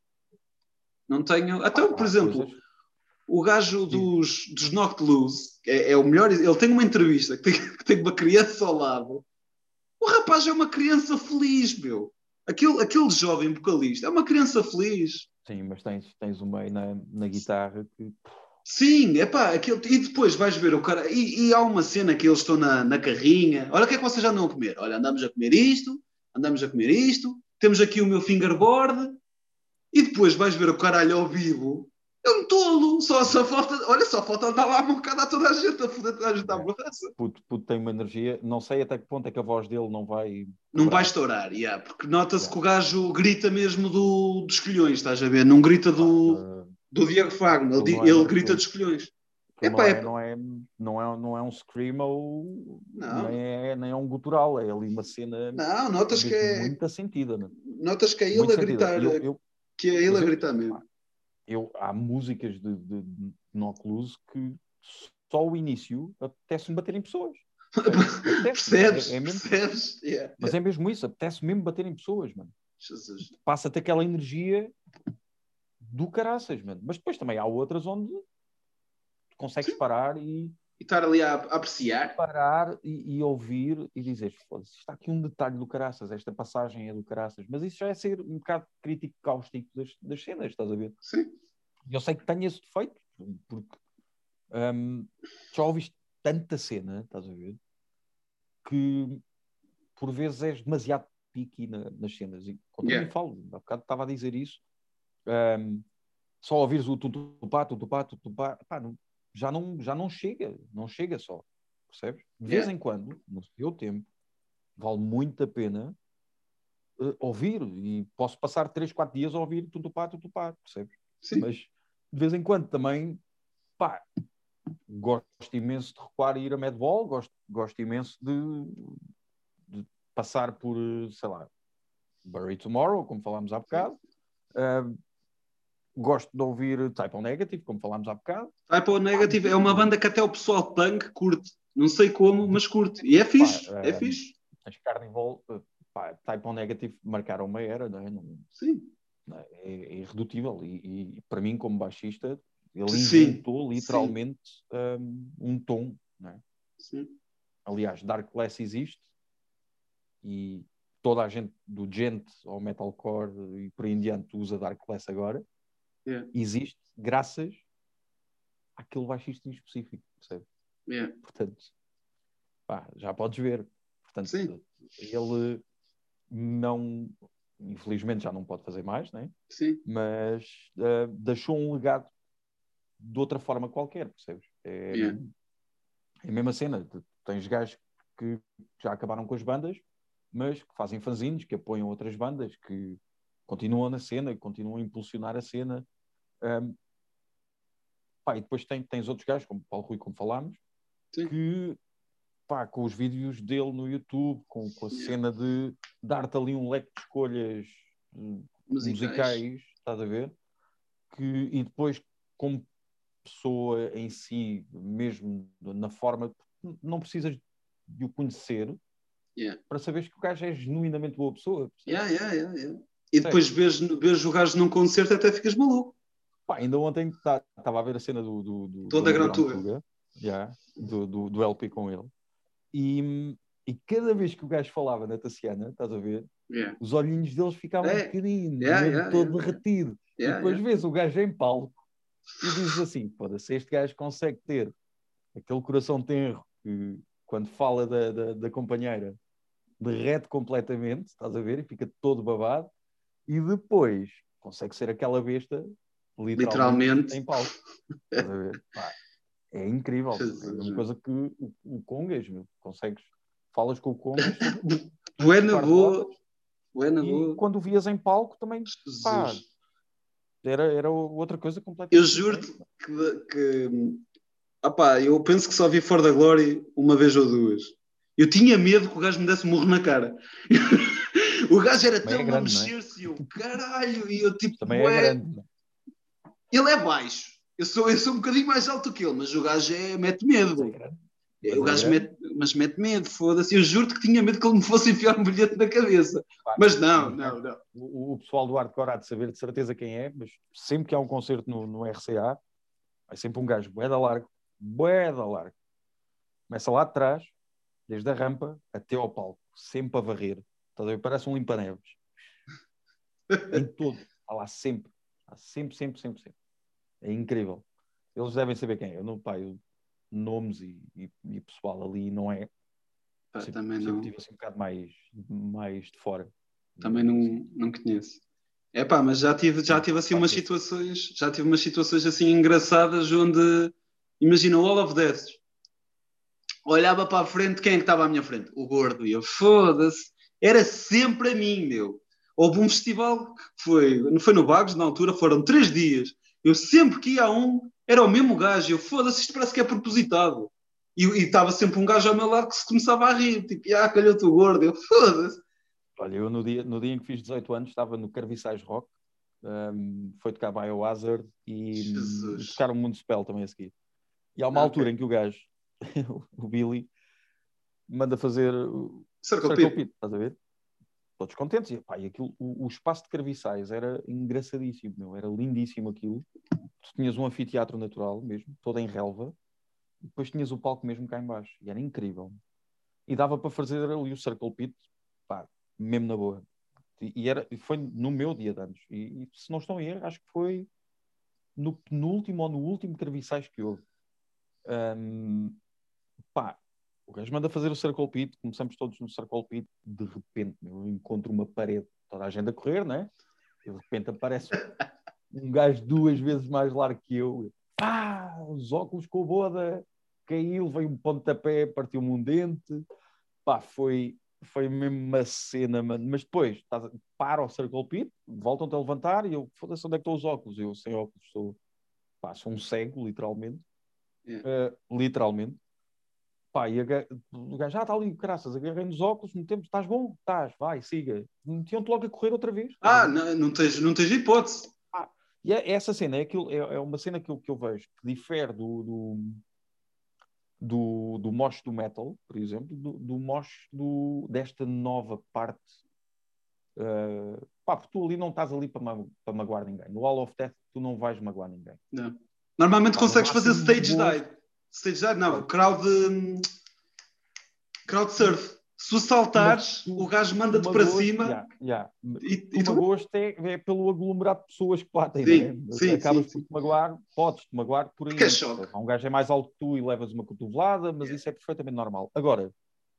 Não tenho... Até, ah, por exemplo, coisas... o gajo dos, dos Knocked Loose, é, é o melhor... Ele tem uma entrevista que tem, que tem uma criança ao lado. O rapaz é uma criança feliz, meu. Aquele, aquele jovem vocalista é uma criança feliz. Sim, mas tens, tens uma aí na, na guitarra que... Sim, epá, aquele, e depois vais ver o cara... E, e há uma cena que eles estão na, na carrinha. Olha o que é que vocês já andam a comer. Olha, andamos a comer isto, andamos a comer isto, temos aqui o meu fingerboard. E depois vais ver o caralho ao vivo. É um tolo. Só, só falta... Olha, só falta andar lá um bocado a toda a gente, a foder toda a gente à borraça. Puto, puto tem uma energia... Não sei até que ponto é que a voz dele não vai... Não vai estourar, yeah, porque nota-se yeah. que o gajo grita mesmo do, dos colhões, estás a ver? Não grita do, uh, do Diego Fagno, ele, é, ele grita dos colhões. Epá, não, é, não, é, não, é, não é um screamo, nem é, nem é um gutural, é ali uma cena não, notas que é, muito sentida. Né? Notas que é ele a gritar, eu, eu, que é ele a gritar mesmo. Eu, há músicas de, de, de Knocked que só o início apetece-me bater em pessoas. Percebes? É, é mesmo, Percebes? Yeah. Mas é mesmo isso, apetece mesmo bater em pessoas, mano. Jesus. Passa-te aquela energia do caraças, mano. Mas depois também há outras onde tu consegues Sim. parar e... E estar ali a, a apreciar. Parar e, e ouvir e dizer, foda-se, está aqui um detalhe do caraças, esta passagem é do caraças. Mas isso já é ser um bocado crítico cáustico das, das cenas, estás a ver? Sim. Eu sei que tenho esse defeito, porque um, já ouviste tanta cena, estás a ver, que por vezes és demasiado picky na, nas cenas. E contra yeah. mim falo, há bocado estava a dizer isso. Um, só ouvires o tutupá, tutupá, tutupá, pá, não, já, não, já não chega, não chega só, percebes? De vez yeah. em quando, no seu tempo, vale muito a pena uh, ouvir, e posso passar três, quatro dias a ouvir tutupá, tutupá, percebes? Sim. Mas de vez em quando também, pá, gosto imenso de recuar e ir a Madball, gosto, gosto imenso de, de passar por, sei lá, Bury Tomorrow, como falámos há bocado. Uh, gosto de ouvir Type O Negative, como falámos há bocado. Type O Negative ah, é uma banda que até o pessoal punk curte. Não sei como, mas curte. E é fixe, pá, é uh, fixe. As Carnival, pá, Type O Negative marcaram uma era, não é? Não, Sim. É, é irredutível. E, e para mim, como baixista, ele Sim. inventou literalmente um, um tom, não é? Sim. Aliás, Dark Glass existe e toda a gente do gent ao metalcore e por aí em diante usa Dark Glass agora. Yeah. Existe graças àquele baixista em específico, percebe? Yeah. Portanto, pá, já podes ver. Portanto, Sim. ele não, infelizmente já não pode fazer mais, né? Sim. Mas uh, deixou um legado de outra forma qualquer, percebes? É, yeah. é a mesma cena. Tens gajos que já acabaram com as bandas, mas que fazem fanzines, que apoiam outras bandas, que continuam na cena, que continuam a impulsionar a cena. Um, pá, e depois tem, tens outros gajos, como Paulo Rui, como falámos, Sim. que pá, com os vídeos dele no YouTube, com, com a cena de dar-te ali um leque de escolhas hum, Musicais. musicais, estás a ver? Que, e depois, como pessoa em si, mesmo na forma, não precisas de o conhecer Yeah. para saberes que o gajo é genuinamente boa pessoa. Yeah, yeah, yeah, yeah. E depois vês, vês o gajo num concerto até ficas maluco. Pá, ainda ontem estava tá, a ver a cena do, do, do, Toda do a Gran Underground Tuga. Tuga, yeah, do, do, do L P com ele. E, e cada vez que o gajo falava na Tassiana, estás a ver, Yeah. os olhinhos deles ficavam É. pequeninos, Yeah, mesmo yeah, todo yeah, derretido. yeah, E depois yeah. vês o gajo em palco e dizes assim, foda-se, este gajo consegue ter aquele coração tenro que, quando fala da, da, da companheira, derrete completamente, estás a ver, e fica todo babado, e depois consegue ser aquela besta, literalmente, Literalmente. em palco. Estás a ver? Pá, é incrível. Jesus, é a mesma meu. coisa que o, o Congas, meu. Consegues, falas com o Congas sobre Tu é na par de boa. botas, Tu é na e boa. quando o vias em palco também, pá, Jesus. era, era outra coisa Eu completamente juro-te diferente. que, que opá, eu penso que só vi For the Glory uma vez ou duas. Eu tinha medo que o gajo me desse um murro na cara. O gajo era Também é tão a grande, não é? mexer-se e eu, caralho, e eu tipo, Também é ué, grande. Não é? ele é baixo. Eu sou, eu sou um bocadinho mais alto que ele, mas o gajo é, mete Mas é medo. grande. O Mas é gajo grande. mete, mas mete medo, foda-se. Eu juro-te que tinha medo que ele me fosse enfiar um bilhete na cabeça. Pá, Mas não, mas não, não. o, o pessoal do hardcore há de saber de certeza quem é, mas sempre que há um concerto no, no R C A, vai sempre um gajo bué da largo, bué da largo. Começa lá de trás, desde a rampa até ao palco, sempre a varrer. Estás a ver? Parece um limpa-neves. Em todo. Está lá sempre. Está sempre, sempre, sempre, sempre. É incrível. Eles devem saber quem é. Eu não, pá, eu, nomes e, e, e pessoal ali não é. Pá, Sempre, também sempre não, tive assim um bocado mais, mais de fora. também Digamos assim. não, não conheço. É pá, mas já tive, já Sim, tive faz assim parte umas desse. situações, já tive umas situações assim engraçadas onde, imagina, o All of Death, olhava para a frente, quem é que estava à minha frente? O gordo, e eu, foda-se, era sempre a mim, meu. Houve um festival, foi, não foi no Bagos, na altura, foram três dias. Eu sempre que ia a um, era o mesmo gajo, eu, foda-se, isto parece que é propositado. E e estava sempre um gajo ao meu lado que se começava a rir, tipo, ah, calhou-te o gordo, eu, foda-se. Olha, eu no dia, no dia em que fiz dezoito anos estava no Carviçais Rock, um, foi tocar Biohazard e, um, e Jesus. tocar o Municipal também a seguir. E há uma Ah, altura ok. em que o gajo, o Billy, manda fazer o Circle Circle Pit. Pit, estás a ver? Todos contentes. E, pá, e aquilo, o, o espaço de Carviçais era engraçadíssimo, meu, era lindíssimo aquilo. Tu tinhas um anfiteatro natural mesmo, todo em relva, e depois tinhas o palco mesmo cá em baixo. E era incrível. E dava para fazer ali o Circle Pit, pá, mesmo na boa. E, e era, e foi no meu dia de anos. E, e se não estou em erro, acho que foi no penúltimo ou no último Carviçais que houve. Um, pá, o gajo manda fazer o Circle Pit, começamos todos no Circle Pit, de repente, meu, eu encontro uma parede, toda a gente a correr, né? E de repente aparece um gajo duas vezes mais largo que eu. Ah, os óculos com a boda, caiu, veio um pontapé, partiu-me um dente. Pá, foi, foi mesmo uma cena, mano. Mas depois, estás, para o Circle Pit, voltam-te a levantar e eu, foda-se, onde é que estão os óculos? Eu, sem óculos, sou, pá, sou um cego, literalmente. Yeah. Uh, literalmente. Pá, e a, o gajo, já ah, está ali, graças, agarrei nos óculos, metemos, estás bom? Estás, vai, siga. Metiam-te logo a correr outra vez. Ah, não, não, tens, não tens hipótese. Ah, e é, essa cena é, aquilo, é, é uma cena que eu, que eu vejo que difere do, do, do, do mosh do metal, por exemplo, do, do mosh do, desta nova parte. Uh, pá, porque tu ali não estás ali para, ma para magoar ninguém. No Wall of Death tu não vais magoar ninguém. Não. Normalmente Pá, no consegues fazer máximo stage magoas. dive. Stage dive, não, Pois, crowd, hum, crowd tu, surf. Se tu tu, ma- saltares, o tu, gajo tu manda-te para magoas, cima yeah, yeah. e, Tu e tu. magoas é, é pelo aglomerado de pessoas que batem, não é? Sim, sim, sim, Acabas por sim. te magoar, podes te magoar por Porque é aí. choque. Há um gajo é mais alto que tu e levas uma cotovelada, mas Yeah. isso é perfeitamente normal. Agora,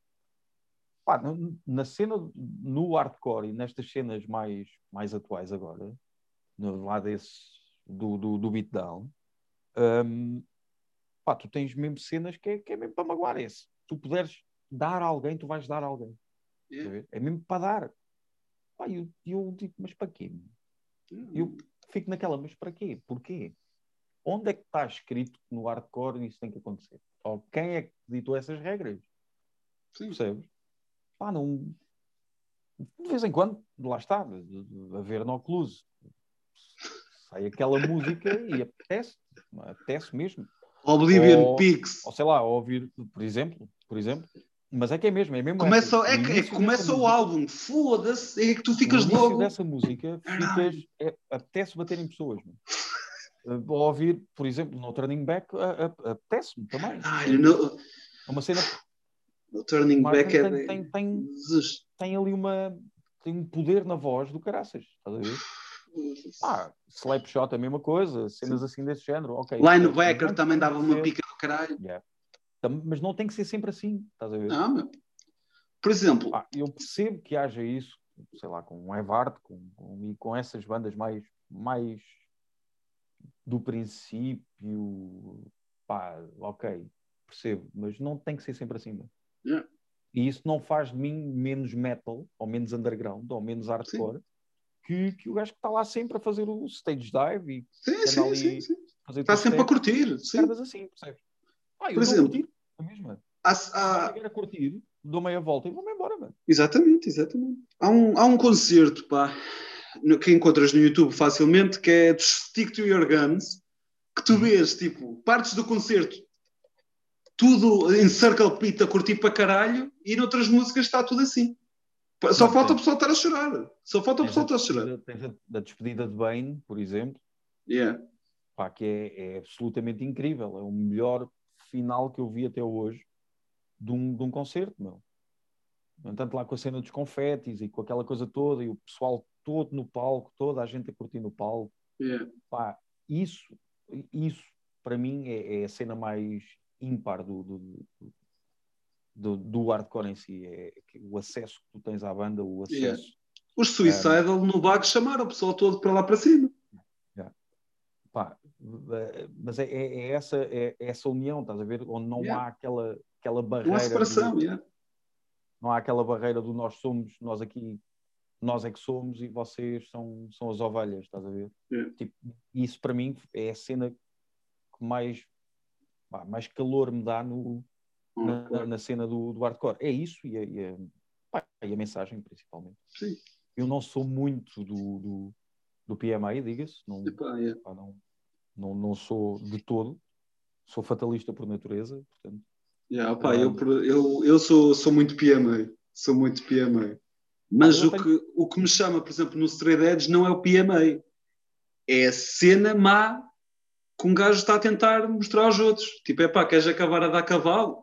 pá, na, na cena, no hardcore e nestas cenas mais, mais atuais agora, no, lá desse, do, do, do beatdown, um, pá, tu tens mesmo cenas que é, que é mesmo para magoar esse. Tu puderes dar a alguém, tu vais dar a alguém. Yeah. É mesmo para dar. Pá, eu, eu digo, mas para quê? Eu fico naquela, mas para quê? Porquê? Onde é que está escrito que no hardcore isso tem que acontecer? Ou quem é que ditou essas regras? Sim. Percebes? Pá, não... De vez em quando, lá está, a ver no Oculus, sai aquela música e apetece, apetece mesmo. Oblivion Ou, Peaks. ou sei lá, ouvir, por exemplo, por exemplo, mas é que é mesmo, é mesmo Começa, essa. é, O que- é, início que dessa começa o música, álbum, foda-se, é que tu o ficas início logo. dessa música, Caralho. ficas, é, apetece bater em pessoas. Uh, ou ouvir, por exemplo, no Turning Back, a- a- apetece-me também. Caralho, no, É uma cena no Turning Back marcante, é tem, de... tem, tem, Jesus. tem ali uma, tem um poder na voz do caraças, estás a ver? Ah, Slapshot é a mesma coisa, cenas Sim. assim desse género, ok, percebes? Mas Linebacker não também tem dava que uma ser, pica do caralho. yeah. Tam- mas não tem que ser sempre assim, estás a ver? Não, meu. Por exemplo, Ah, eu percebo que haja isso, sei lá, com o Evart, com, com, e com essas bandas mais, mais do princípio, pá, ok, percebo, mas não tem que ser sempre assim, meu. yeah, E isso não faz de mim menos metal, ou menos underground, ou menos sim, hardcore, que, que o gajo que está lá sempre a fazer o stage dive e sim, que anda sim, sim, ali sim. a fazer Está two sempre a steps, curtir, sim. merdas assim, percebes? Ah, eu Por estou a exemplo, curtir, a mesma. há, Se não há- estiver a curtir, dou meia volta e vou-me embora, mano. exatamente, exatamente. Há um, há um concerto, pá, no- que encontras no YouTube facilmente, que é do Stick to Your Guns, que tu Uhum. vês, tipo, partes do concerto, tudo em circle pit a curtir para caralho, e noutras músicas está tudo assim. Só Mano, falta o tens, pessoal estar a chorar. Só falta o tens, a pessoal estar a chorar. despedida, tens a, a despedida de Bane, por exemplo, Yeah. pá, que é, é absolutamente incrível. É o melhor final que eu vi até hoje de um, de um concerto, meu. No entanto, lá com a cena dos confetes e com aquela coisa toda, e o pessoal todo no palco, toda a gente a curtir no palco. Yeah. Pá, isso, isso para mim é, é a cena mais ímpar do, do, do, do hardcore em si. É o acesso que tu tens à banda, o Yeah. acesso. Os Um, Suicidal no bago chamaram o pessoal todo para lá para cima. yeah. Pá, mas é, é, é essa, é, é essa união, estás a ver? Onde não Yeah. há aquela, aquela Não há barreira do. separação. Yeah. Não há aquela barreira do nós somos, nós aqui, nós é que somos e vocês são, são as ovelhas, estás a ver? Yeah. Tipo, isso para mim é a cena que mais, pá, mais calor me dá no, na, Hardcore. na cena do, do hardcore. É isso e a, e a, pá, e a mensagem, principalmente. Sim. Eu não sou muito do, do, do P M A, diga-se, não, Epá, yeah. pá, não, não, não sou de todo, sou fatalista por natureza, portanto. Yeah, opa, eu, Um, eu, eu sou, sou muito P M A. Sou muito P M A. pá, Mas eu o tenho. que, o que me chama, por exemplo, no Straight Edge não é o P M A. É a cena má que um gajo está a tentar mostrar aos outros. Tipo, é pá, queres acabar a dar cavalo?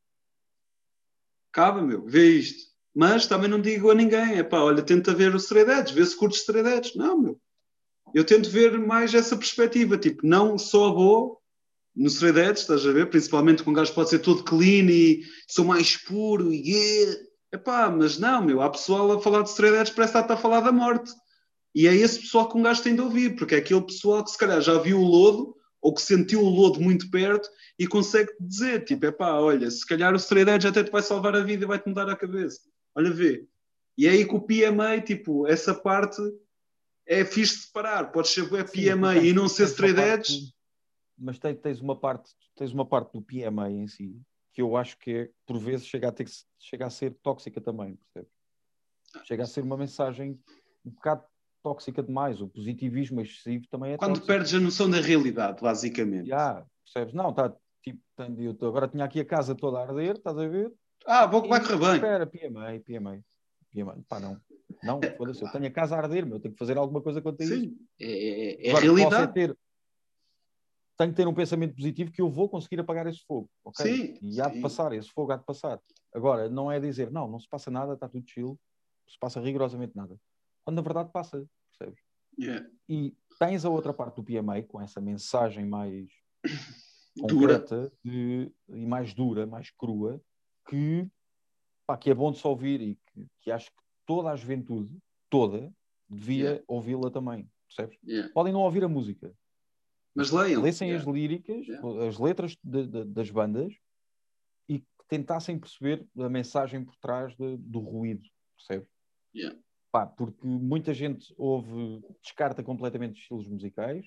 Acaba, meu, vê isto. Mas também não digo a ninguém, é pá, olha, tenta ver o Straight Edge, vê se curtes Straight Edge. Não, meu. Eu tento ver mais essa perspectiva, tipo, não só vou no Straight Edge, estás a ver? Principalmente com um gajo pode ser todo clean e sou mais puro e yeah. Epá, mas não, meu, há pessoal a falar de Straight Edge parece que está a falar da morte. E é esse pessoal que um gajo tem de ouvir, porque é aquele pessoal que se calhar já viu o lodo ou que sentiu o lodo muito perto e consegue dizer, tipo, epá, olha, se calhar o Straight Edge até te vai salvar a vida e vai-te mudar a cabeça. Olha, vê. E é aí que o P M A, tipo, essa parte é fixe separar. Pode ser é Sim, mas tu P M A e tens, não tu ser tens uma Straight parte. Edge. Mas tens, tens uma parte, tens uma parte do P M A em si que eu acho que é, por vezes chega a, ter, chega a ser tóxica também, percebes? Chega a ser uma mensagem um bocado tóxica demais. O positivismo excessivo também é Quando tóxico. perdes a noção da realidade, basicamente. Já, percebes? Não, tá, tipo, eu tô, agora tinha aqui a casa toda a arder, estás a ver? Ah, vou, vai E correr bem. espera, P M A, P M A, P M A, pá, não. Não, É, foda-se, eu claro. tenho a casa a arder, meu, eu tenho que fazer alguma coisa quanto a isto. Sim, é, é, é Agora, posso é realidade. ter, tenho que ter um pensamento positivo que eu vou conseguir apagar esse fogo, ok? Sim, E há de sim. passar, esse fogo há de passar. Agora, não é dizer, não, não se passa nada, está tudo chill, não se passa rigorosamente nada. Quando na verdade passa, percebes? Yeah. E tens a outra parte do P M A, com essa mensagem mais Dura. concreta de, e mais dura, mais crua, que, pá, que é bom de se ouvir e que, que acho que toda a juventude, toda, devia Yeah. ouvi-la também, percebes? Yeah. Podem não ouvir a música, Mas leiam. lessem Yeah. as líricas, Yeah. as letras de, de, das bandas e que tentassem perceber a mensagem por trás de, do ruído, percebes? Yeah. Pá, porque muita gente ouve, descarta completamente os estilos musicais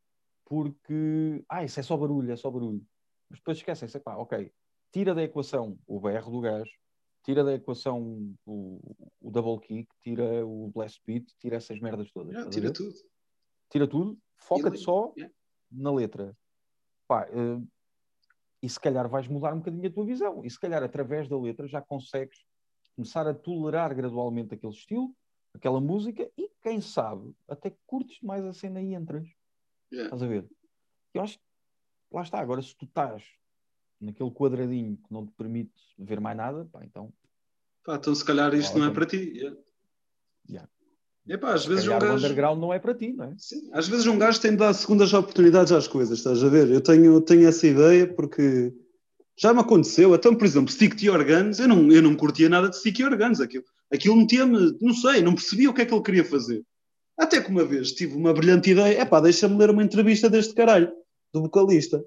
porque, ah, isso é só barulho, é só barulho. Mas depois esquecem-se, pá, ok, tira da equação o berro do gajo, tira da equação o, o double kick, tira o blast beat, tira essas merdas todas. Yeah, tira tudo. Tira tudo, foca-te Ele... só yeah. na letra. Pá, uh, e se calhar vais mudar um bocadinho a tua visão. E se calhar através da letra já consegues começar a tolerar gradualmente aquele estilo, aquela música, e quem sabe até que curtes mais a cena e entras. Yeah. Estás a ver? Eu acho que lá está. Agora, se tu estás naquele quadradinho que não te permite ver mais nada, pá, então... Pá, então se calhar isto não é para ti. Yeah. Yeah. Epá, às se vezes calhar um o gajo... underground não é para ti, não é? Sim, às vezes um gajo tem de dar segundas oportunidades às coisas, estás a ver? Eu tenho, tenho essa ideia porque já me aconteceu. Então, por exemplo, Stick to Your Guns, eu não, eu não curtia nada de Stick to Your Guns. Aquilo, aquilo metia-me, não sei, não percebia o que é que ele queria fazer. Até que uma vez tive uma brilhante ideia, epá, deixa-me ler uma entrevista deste caralho, do vocalista.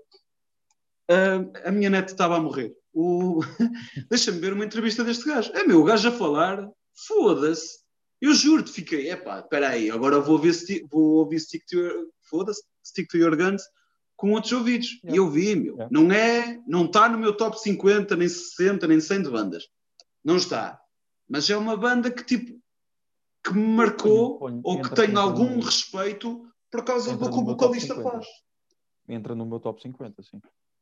Uh, a minha neta estava a morrer. O... Deixa-me ver uma entrevista deste gajo. É meu, o gajo a falar, foda-se. Eu juro-te, fiquei, epá, espera aí, agora vou ouvir, vou ouvir Stick to Your, foda-se, Stick to Your Guns com outros ouvidos. Yeah. E eu vi, meu, yeah. não é, não está no meu top cinquenta, nem sessenta, nem cem de bandas. Não está. Mas é uma banda que, tipo, que me marcou, ponho, ponho, ou que tem algum no... respeito por causa do que o vocalista faz. Entra no meu top cinquenta, sim.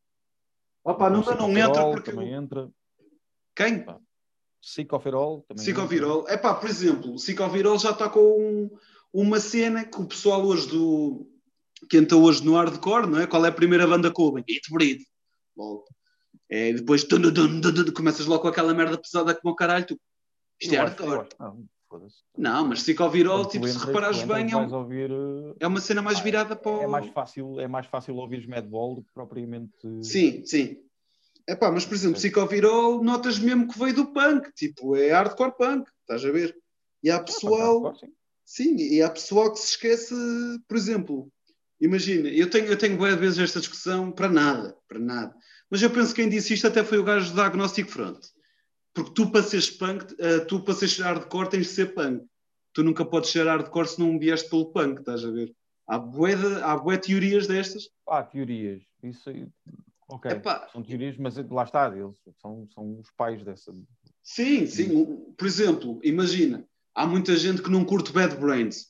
Opa, não, não entra porque... também eu... entra. Quem? Ah. Sick of It All também. Sick of It All. É pá, por exemplo, Sick of It All já está com um, uma cena que o pessoal hoje do... que entra hoje no hardcore, não é? Qual é a primeira banda que ouvem? It Breed. Bom, é, depois dun, dun, dun, dun, começas logo com aquela merda pesada como o caralho. Tu... Isto eu é acho, hardcore. Não, não, mas Sick of It All, tipo, entras, se reparares bem, é, um... ouvir, é uma cena mais ah, virada para o... É mais fácil, é mais fácil ouvires Madball do que propriamente... Sim, sim. Epá, mas por exemplo, Sick of It All, notas mesmo que veio do punk, tipo, é hardcore punk, estás a ver? E há pessoal, hardcore, sim. sim, e há pessoal que se esquece, por exemplo, imagina, eu tenho, eu tenho várias vezes esta discussão para nada, para nada, mas eu penso que quem disse isto até foi o gajo da Agnostic Front, porque tu para seres punk, uh, tu para seres hardcore tens de ser punk, tu nunca podes ser hardcore se não vieste pelo punk, estás a ver? Há bué, de, há bué teorias destas. Há teorias, isso aí... Ok, Epá, são teorias, mas lá está, eles são, são os pais dessa... Sim, sim. Por exemplo, imagina, há muita gente que não curte Bad Brains.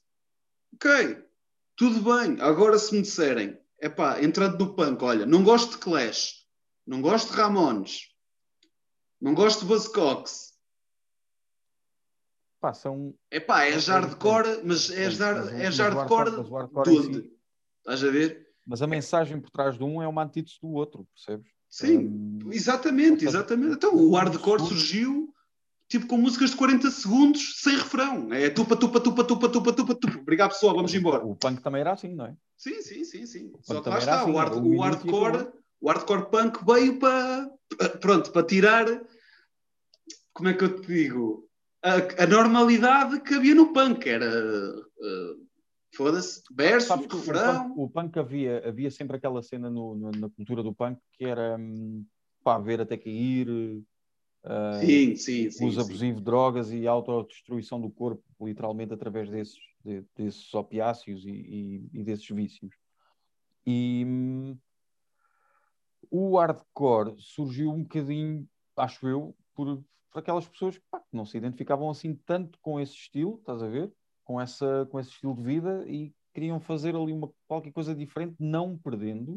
Ok, tudo bem. Agora se me disserem, epá, entrando no punk, olha, não gosto de Clash, não gosto de Ramones, não gosto de Buzzcocks. Pá, são... Epá, é hardcore, mas é hardcore de onde? Estás a ver? Mas a mensagem por trás de um é uma antítese do outro, percebes? Sim, um, exatamente, exatamente. Então o hardcore surgiu tipo com músicas de quarenta segundos sem refrão. É tupa, tupa, tupa, tupa, tupa, tupa, tupa. Obrigado pessoal, vamos embora. O punk também era assim, não é? Sim, sim, sim, sim. Só que lá está, assim, o, hard, um o hardcore, o hardcore punk veio para, pronto, para tirar, como é que eu te digo, a, a normalidade que havia no punk, era... Uh, foda-se, verso, Sabes que refrão. O punk, o punk havia, havia sempre aquela cena no, no, na cultura do punk que era hum, pá, ver até cair, uh, sim, sim, sim, uso abusivo de drogas e autodestruição do corpo, literalmente através desses, de, desses opiáceos e, e, e desses vícios. E hum, o hardcore surgiu um bocadinho, acho eu, por, por aquelas pessoas pá, que não se identificavam assim tanto com esse estilo, estás a ver? Com, essa, com esse estilo de vida e queriam fazer ali uma, qualquer coisa diferente, não perdendo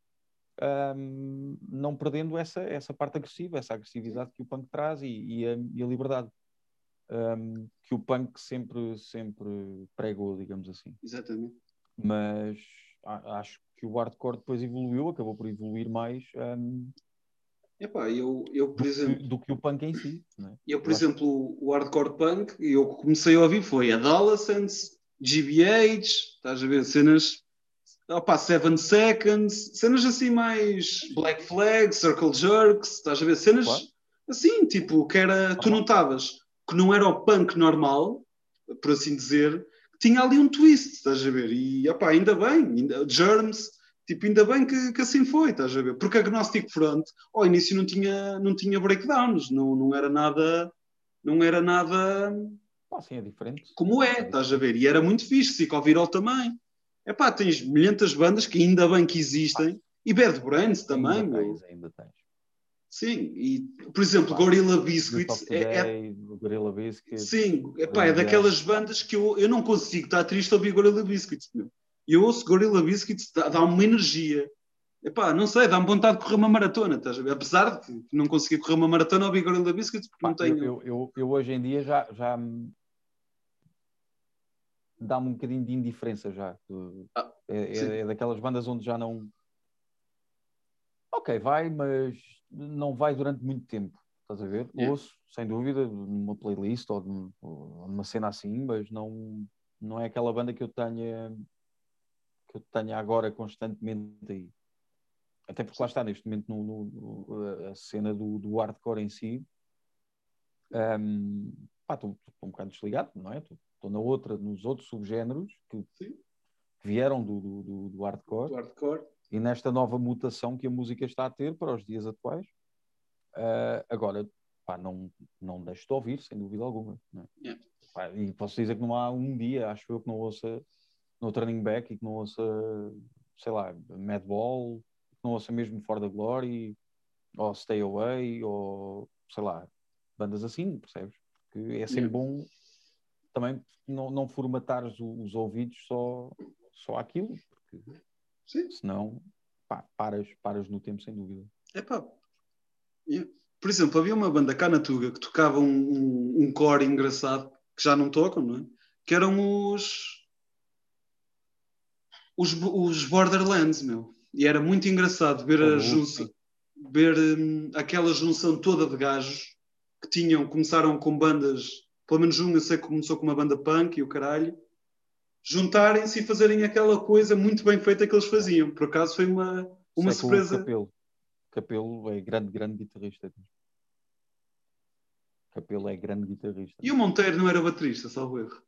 um, não perdendo essa, essa parte agressiva, essa agressividade que o punk traz e, e, a, e a liberdade um, que o punk sempre, sempre pregou, digamos assim. Exatamente. Mas a, acho que o hardcore depois evoluiu, acabou por evoluir mais um, Epá, eu, eu, por do, exemplo, que, do que o punk em si. Não é? Eu, por eu exemplo, acho... o hardcore punk, eu comecei a ouvir foi Adolescents, G B H, estás a ver, cenas, opa, Seven Seconds, cenas assim mais Black Flag, Circle Jerks, estás a ver, cenas claro. assim, tipo, que era, tu não estavas, que não era o punk normal, por assim dizer, tinha ali um twist, estás a ver, e opa, ainda bem, ainda, Germs, tipo, ainda bem que, que assim foi, estás a ver? Porque a Agnostic Front, ao início não tinha, não tinha breakdowns, não, não era nada, não era nada ah, sim, é diferente. Como é, é estás a ver? E era muito fixe, Sick of It All também. Epá, tens milhentas bandas que ainda bem que existem, e Bad Brains também, ainda meu. Tens, ainda tens. Sim, e por exemplo, Gorilla Biscuits é, é, é... Gorilla Biscuits. Sim, epá, é daquelas bandas que eu, eu não consigo estar triste a ouvir Gorilla Biscuits. Meu. Eu ouço Gorilla Biscuits, dá, dá uma energia. Epá, não sei, dá-me vontade de correr uma maratona, estás a ver? Apesar de que não conseguir correr uma maratona ao ouvir Gorilla Biscuits, porque Pá, não tenho... Eu, eu, eu, eu hoje em dia já, já dá-me um bocadinho de indiferença já. Ah, é, é, é daquelas bandas onde já não... Ok, vai, mas não vai durante muito tempo. Estás a ver? Yeah. Ouço, sem dúvida, numa playlist ou, num, ou numa cena assim, mas não, não é aquela banda que eu tenha que eu tenha agora constantemente aí. Até porque lá está, neste momento, no, no, no, a cena do, do hardcore em si, um, estou um bocado desligado, não é? Estou na outra, nos outros subgéneros que, que vieram do, do, do, do hardcore. Do hardcore. E nesta nova mutação que a música está a ter para os dias atuais. Uh, agora, pá, não, não deixo de ouvir, sem dúvida alguma. Não é? Yeah. Pá, e posso dizer que não há um dia, acho eu, que não ouça no Turning Back e que não ouça, sei lá, Madball, que não ouça mesmo For the Glory, ou Stay Away, ou sei lá, bandas assim, percebes? Porque é sempre Yeah. bom também não, não formatares os ouvidos só, só àquilo, porque Sim. senão pá, paras, paras no tempo, sem dúvida. É pá. Yeah. Por exemplo, havia uma banda cá na Tuga que tocava um, um, um core engraçado, que já não tocam, não é? Que eram os, os, os Borderlands, meu. E era muito engraçado ver, a junção, ver hum, aquela junção toda de gajos que tinham, começaram com bandas, pelo menos um eu sei que começou com uma banda punk e o caralho, juntarem-se e fazerem aquela coisa muito bem feita que eles faziam. Por acaso foi uma, uma Sei que surpresa. o Capelo. Capelo é grande, grande guitarrista. Capelo é grande guitarrista. E o Monteiro não era baterista, salvo erro?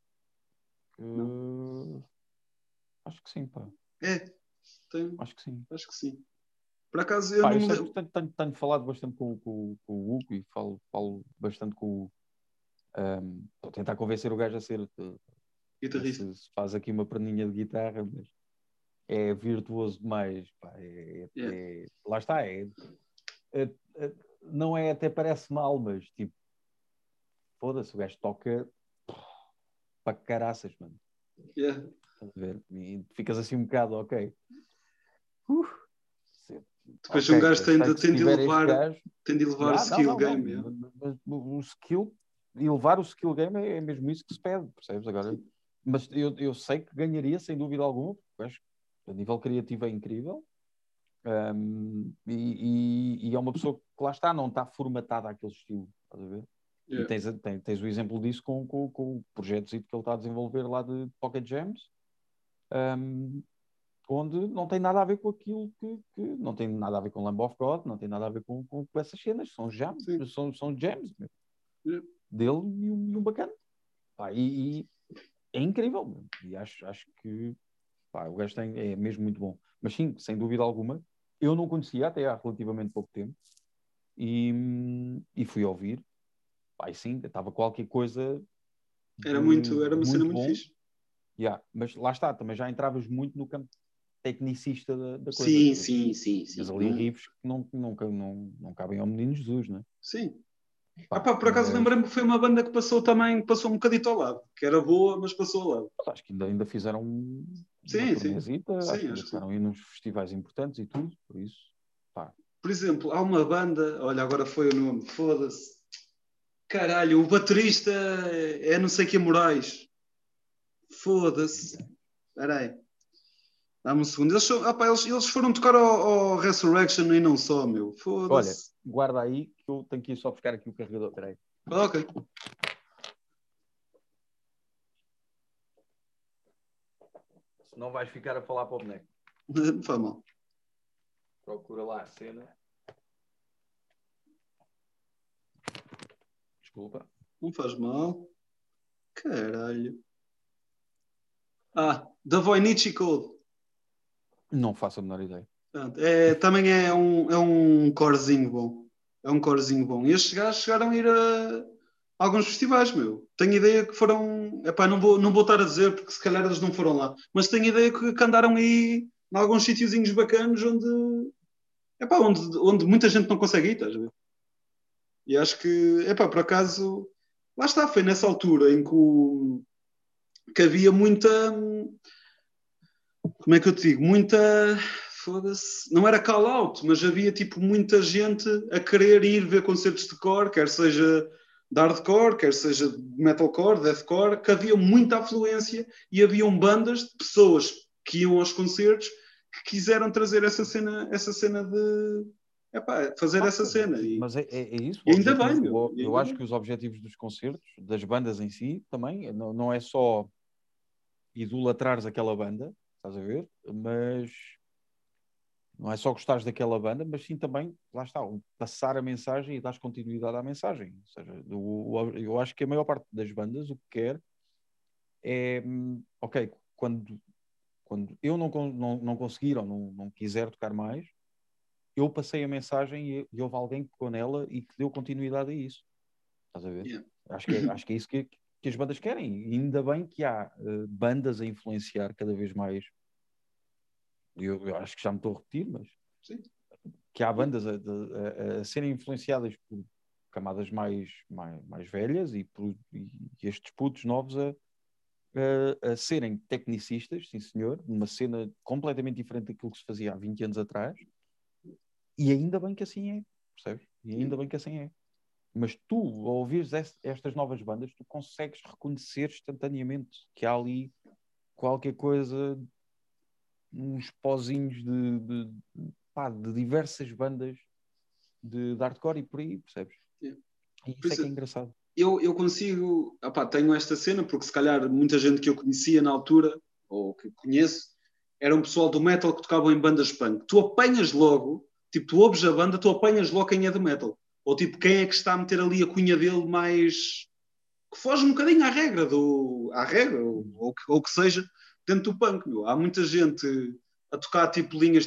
Uh, acho que sim, pá. É, tenho, acho que sim. Acho que sim. Por acaso eu pá, não eu me sei lembro. Tenho, tenho, tenho falado bastante com, com, com o Hugo e falo, falo bastante com o. Um, estou a tentar convencer o gajo a ser. Guitarrista. Se, se faz aqui uma perninha de guitarra, mas é virtuoso demais. Pá, é, Yeah. é, lá está, é, é, é, não é até parece mal, mas tipo, foda-se, o gajo toca para caraças, mano. Yeah. Estás a ver? E ficas assim um bocado, ok. Uh, Depois okay, um gajo tem de, tem de elevar, gajo, tem de elevar ah, o skill não, não, game. Não, Yeah. mas o skill, elevar o skill game é, é mesmo isso que se pede, percebes? Agora, mas eu, eu sei que ganharia, sem dúvida alguma, porque acho que a nível criativo é incrível. Um, e, e, e é uma pessoa que lá está, não está formatada àquele estilo, estás a ver? Yeah. E tens, tens, tens o exemplo disso com, com, com o projeto que ele está a desenvolver lá de Pocket Jams, um, onde não tem nada a ver com aquilo que, que não tem nada a ver com Lamb of God, não tem nada a ver com, com, com essas cenas, são jams, são, são jams yeah. dele e um, e um bacana. Pá, e, e é incrível, meu. E acho, acho que pá, o gajo tem, é mesmo muito bom. Mas sim, sem dúvida alguma, eu não conhecia até há relativamente pouco tempo e, e fui ouvir. Pá, e sim, estava qualquer coisa. Era de, muito, era uma muito cena bom. muito fixe. Yeah, mas lá está, também já entravas muito no campo tecnicista da, da coisa. Sim, sim, sim, sim. Mas ali riffs que não, não, não, não cabem ao Menino Jesus, não é? Sim. Pá, ah, pá, por acaso mas... lembrei-me que foi uma banda que passou também, passou um bocadito ao lado, que era boa, mas passou ao lado. Mas acho que ainda, ainda fizeram um, sim, uma turnezita, sim. acho sim, que ainda ficaram aí nos festivais importantes e tudo, por isso, pá. Por exemplo, há uma banda, olha, agora foi o nome, foda-se. Caralho, o baterista é não sei que Moraes. Foda-se. Espera aí. Dá-me um segundo. Eles, opa, eles, eles foram tocar ao, ao Resurrection e não só, meu. Foda-se. Olha, guarda aí que eu tenho que ir só buscar aqui o carregador. Espera aí. Ok. Senão vais ficar a falar para o boneco. Não faz mal. Procura lá a cena. Desculpa. Não faz mal. Caralho. Ah, da Voynich Code. Não faço a menor ideia. É, também é um, é um corezinho bom. É um corezinho bom. E estes gajos chegaram a ir a alguns festivais, meu. Tenho ideia que foram... Epá, não vou, não vou estar a dizer porque se calhar eles não foram lá. Mas tenho ideia que, que andaram aí em alguns sítiozinhos bacanos onde... epá, onde, onde muita gente não consegue ir, estás a ver? E acho que, epá, por acaso, lá está, foi nessa altura em que, o, que havia muita, como é que eu te digo, muita, foda-se, não era call out, mas havia tipo muita gente a querer ir ver concertos de core, quer seja de hardcore, quer seja de metalcore, deathcore, que havia muita afluência e haviam bandas de pessoas que iam aos concertos que quiseram trazer essa cena, essa cena de, epá, fazer essa Claro, cena. E, mas é, é, é isso, e o ainda bem, objetivo. meu. o- E Eu ainda acho bem. que os objetivos dos concertos, das bandas em si, também, não, não é só idolatrares aquela banda, estás a ver? Mas não é só gostares daquela banda, mas sim também, lá está, o passar a mensagem e dar continuidade à mensagem. Ou seja, o- o- eu acho que a maior parte das bandas o que quer é, hum, ok, quando, quando eu não, con- não, não conseguir ou não, não quiser tocar mais, eu passei a mensagem e, e houve alguém que pegou nela e que deu continuidade a isso. Estás a ver? Yeah. Acho que é, acho que é isso que, que as bandas querem. E ainda bem que há eh, bandas a influenciar cada vez mais. Eu, eu acho que já me estou a repetir, mas Sim. que há bandas a, a- a serem influenciadas por camadas mais, mais, mais velhas e, por, e estes putos novos a, a, a serem tecnicistas, sim senhor, numa cena completamente diferente daquilo que se fazia há vinte anos atrás. E ainda bem que assim é, percebes? E ainda bem que assim é. Mas tu, ao ouvires est- estas novas bandas, tu consegues reconhecer instantaneamente que há ali qualquer coisa, uns pozinhos de, de, pá, de diversas bandas de, de hardcore e por aí, percebes? Yeah. E Por isso é que isso, é engraçado. eu, eu consigo, opá, tenho esta cena, porque se calhar muita gente que eu conhecia na altura, ou que conheço, era um pessoal do metal que tocavam em bandas punk. Tu apanhas logo, tipo, tu ouves a banda, tu apanhas logo quem é do metal. Ou tipo, quem é que está a meter ali a cunha dele mais. Que foge um bocadinho à regra, do, à regra, ou, ou, que, ou que seja, dentro do punk. Meu. Há muita gente a tocar tipo linhas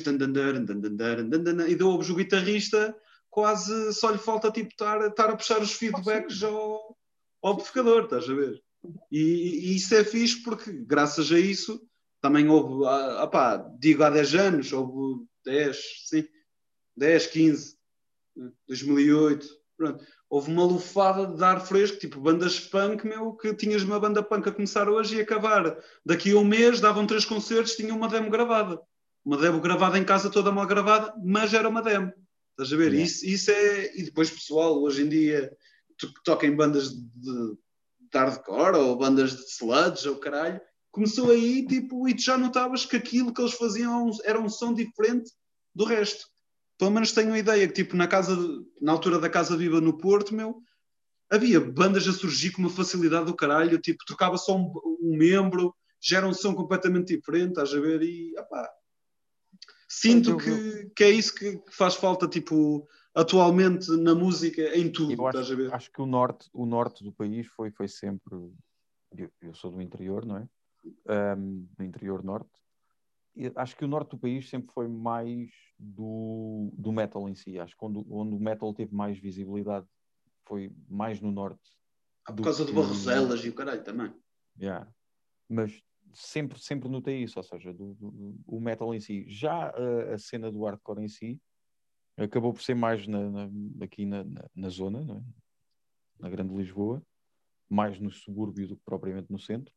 e de ouves o guitarrista quase só lhe falta tipo estar, estar a puxar os Ah, feedbacks sim, ao, ao sim, sim. amplificador, estás a ver? E, e isso é fixe porque, graças a isso, também houve, ah, opá, digo há dez anos, houve dez, sim, dez, quinze, dois mil e oito, pronto. Houve uma lufada de ar fresco, tipo bandas punk, meu, que tinhas uma banda punk a começar hoje e acabar. Daqui a um mês davam três concertos, tinham uma demo gravada. Uma demo gravada em casa, toda mal gravada, mas era uma demo. Estás a ver? Yeah. Isso, isso é. E depois, pessoal, hoje em dia, que toca em bandas de, de hardcore ou bandas de sludge ou caralho, começou aí, tipo, e tu já notavas que aquilo que eles faziam era um som diferente do resto. Pelo menos tenho a ideia que, tipo, na casa, na altura da Casa Viva no Porto, meu, havia bandas a surgir com uma facilidade do caralho, tipo, trocava só um, um membro, já era um som completamente diferente, estás a ver? E, opá, sinto Eu, eu, que, que é isso que faz falta, tipo, atualmente na música, em tudo, eu acho, estás a ver? acho que o norte, o norte do país foi, foi sempre. Eu, eu sou do interior, não é? Um, do interior norte. E acho que o norte do país sempre foi mais do, do metal em si. Acho que onde, onde o metal teve mais visibilidade foi mais no norte Ah, por do causa de que. Barroselas e o caralho também. Yeah. Mas sempre, sempre notei isso, ou seja, do, do- o metal em si. Já a, a cena do hardcore em si acabou por ser mais na, na- aqui na, na, na zona, não é? Na Grande Lisboa, mais no subúrbio do que propriamente no centro.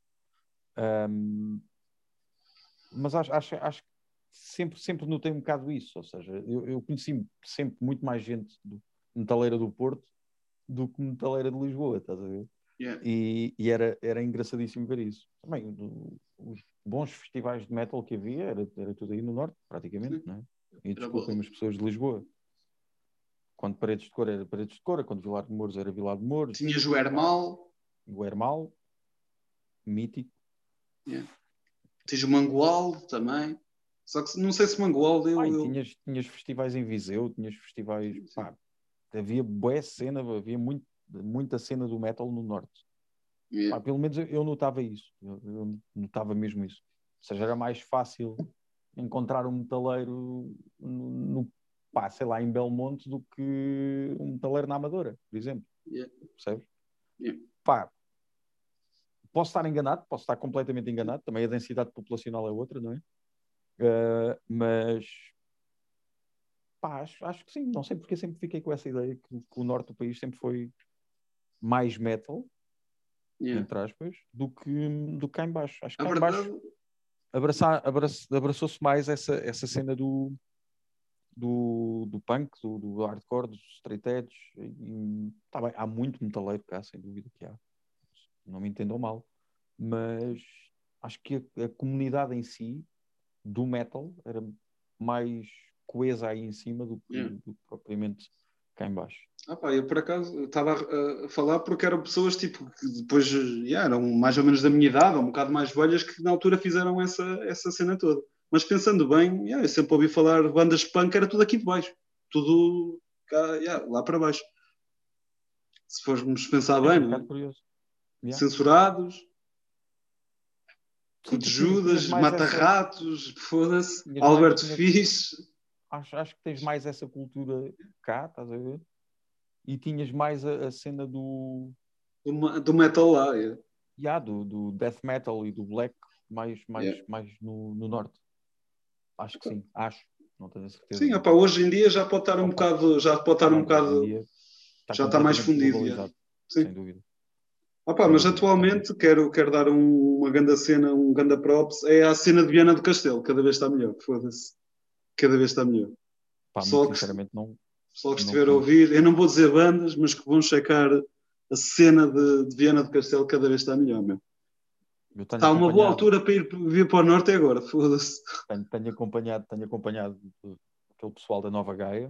Um, mas acho, acho, acho que sempre, sempre notei um bocado isso, ou seja, eu, eu conheci sempre muito mais gente do, metaleira do Porto do que metaleira de Lisboa, estás a ver? Yeah. E, e era, era engraçadíssimo ver isso. Também, do, os bons festivais de metal que havia, era, era tudo aí no Norte, praticamente, Sim. não é? E Era boa. desculpem as pessoas de Lisboa. Quando Paredes de Cor era Paredes de Cor, quando Vilar de Mouros era Vilar de Mouros, Tinhas o pá, Hermal, o Hermal, mítico. yeah. Tens o Mangualde também. Só que não sei se Mangualde Ah, eu, e eu... tinhas, tinhas festivais em Viseu, tinhas festivais, Sim, sim. pá, havia boa cena, havia muito, muita cena do metal no Norte. Yeah. Pá, pelo menos eu, eu notava isso, eu, eu notava mesmo isso. Ou seja, era mais fácil encontrar um metaleiro no, no, pá, sei lá, em Belmonte do que um metaleiro na Amadora, por exemplo. Yeah. Percebes? Yeah. Pá, posso estar enganado, posso estar completamente enganado, também a densidade populacional é outra, não é? Uh, mas Pá, acho, acho que sim, não sei porque sempre fiquei com essa ideia que, que o norte do país sempre foi mais metal, Yeah. entre aspas, do que, do que cá em baixo. Acho que A cá em verdade, baixo abraçar, abraço, abraçou-se mais essa, essa cena do, do, do punk, do, do hardcore, dos straight edge. E, tá bem, há muito metaleiro cá, sem dúvida que há. Não me entendam mal. Mas acho que a, a comunidade em si, do metal, era mais coesa aí em cima do que, yeah. do que propriamente cá em baixo. Ah, pá, eu por acaso estava a, a falar porque eram pessoas tipo, que depois yeah, eram mais ou menos da minha idade, ou um bocado mais velhas, que na altura fizeram essa, essa cena toda. Mas pensando bem, yeah, eu sempre ouvi falar bandas de punk, era tudo aqui de baixo, tudo cá, yeah, lá para baixo. Se formos pensar É bem, um não bocado é? curioso. Yeah. Censurados, Sim, Cu de tu tinhas, tinhas Judas, mais essa. Mata-ratos, foda-se, Tinhas mais, Alberto tinhas, Fish, acho, acho que tens mais essa cultura cá, estás a ver? E tinhas mais a, a cena do, do, do metal lá. Yeah. yeah, do, do death metal e do black mais, mais, Yeah. mais no, no norte. Acho que sim, acho. Não tenho a certeza, Sim, não opá, tenho. hoje em dia já pode estar um Opa, bocado, já pode tá estar um bem, hoje em bocado, dia está já está mais completamente fundido. Yeah. globalizado, Sim. sem dúvida. Opa, Sem mas dúvida. atualmente quero, quero dar um, uma grande cena, um grande props, é a cena de Viana do Castelo, cada vez está melhor, foda-se, cada vez está melhor. Pá, muito Pessoal que, sinceramente não, pessoal que não estiver a conheço. ouvir, eu não vou dizer bandas, mas que vão checar a cena de, de Viana do Castelo, cada vez está melhor, meu. Eu tenho Está uma boa acompanhado, altura para ir vir para o norte agora, foda-se. tenho, tenho acompanhado, tenho acompanhado aquele pessoal da Nova Gaia,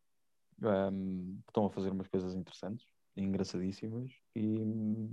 um, que estão a fazer umas coisas interessantes e engraçadíssimas e,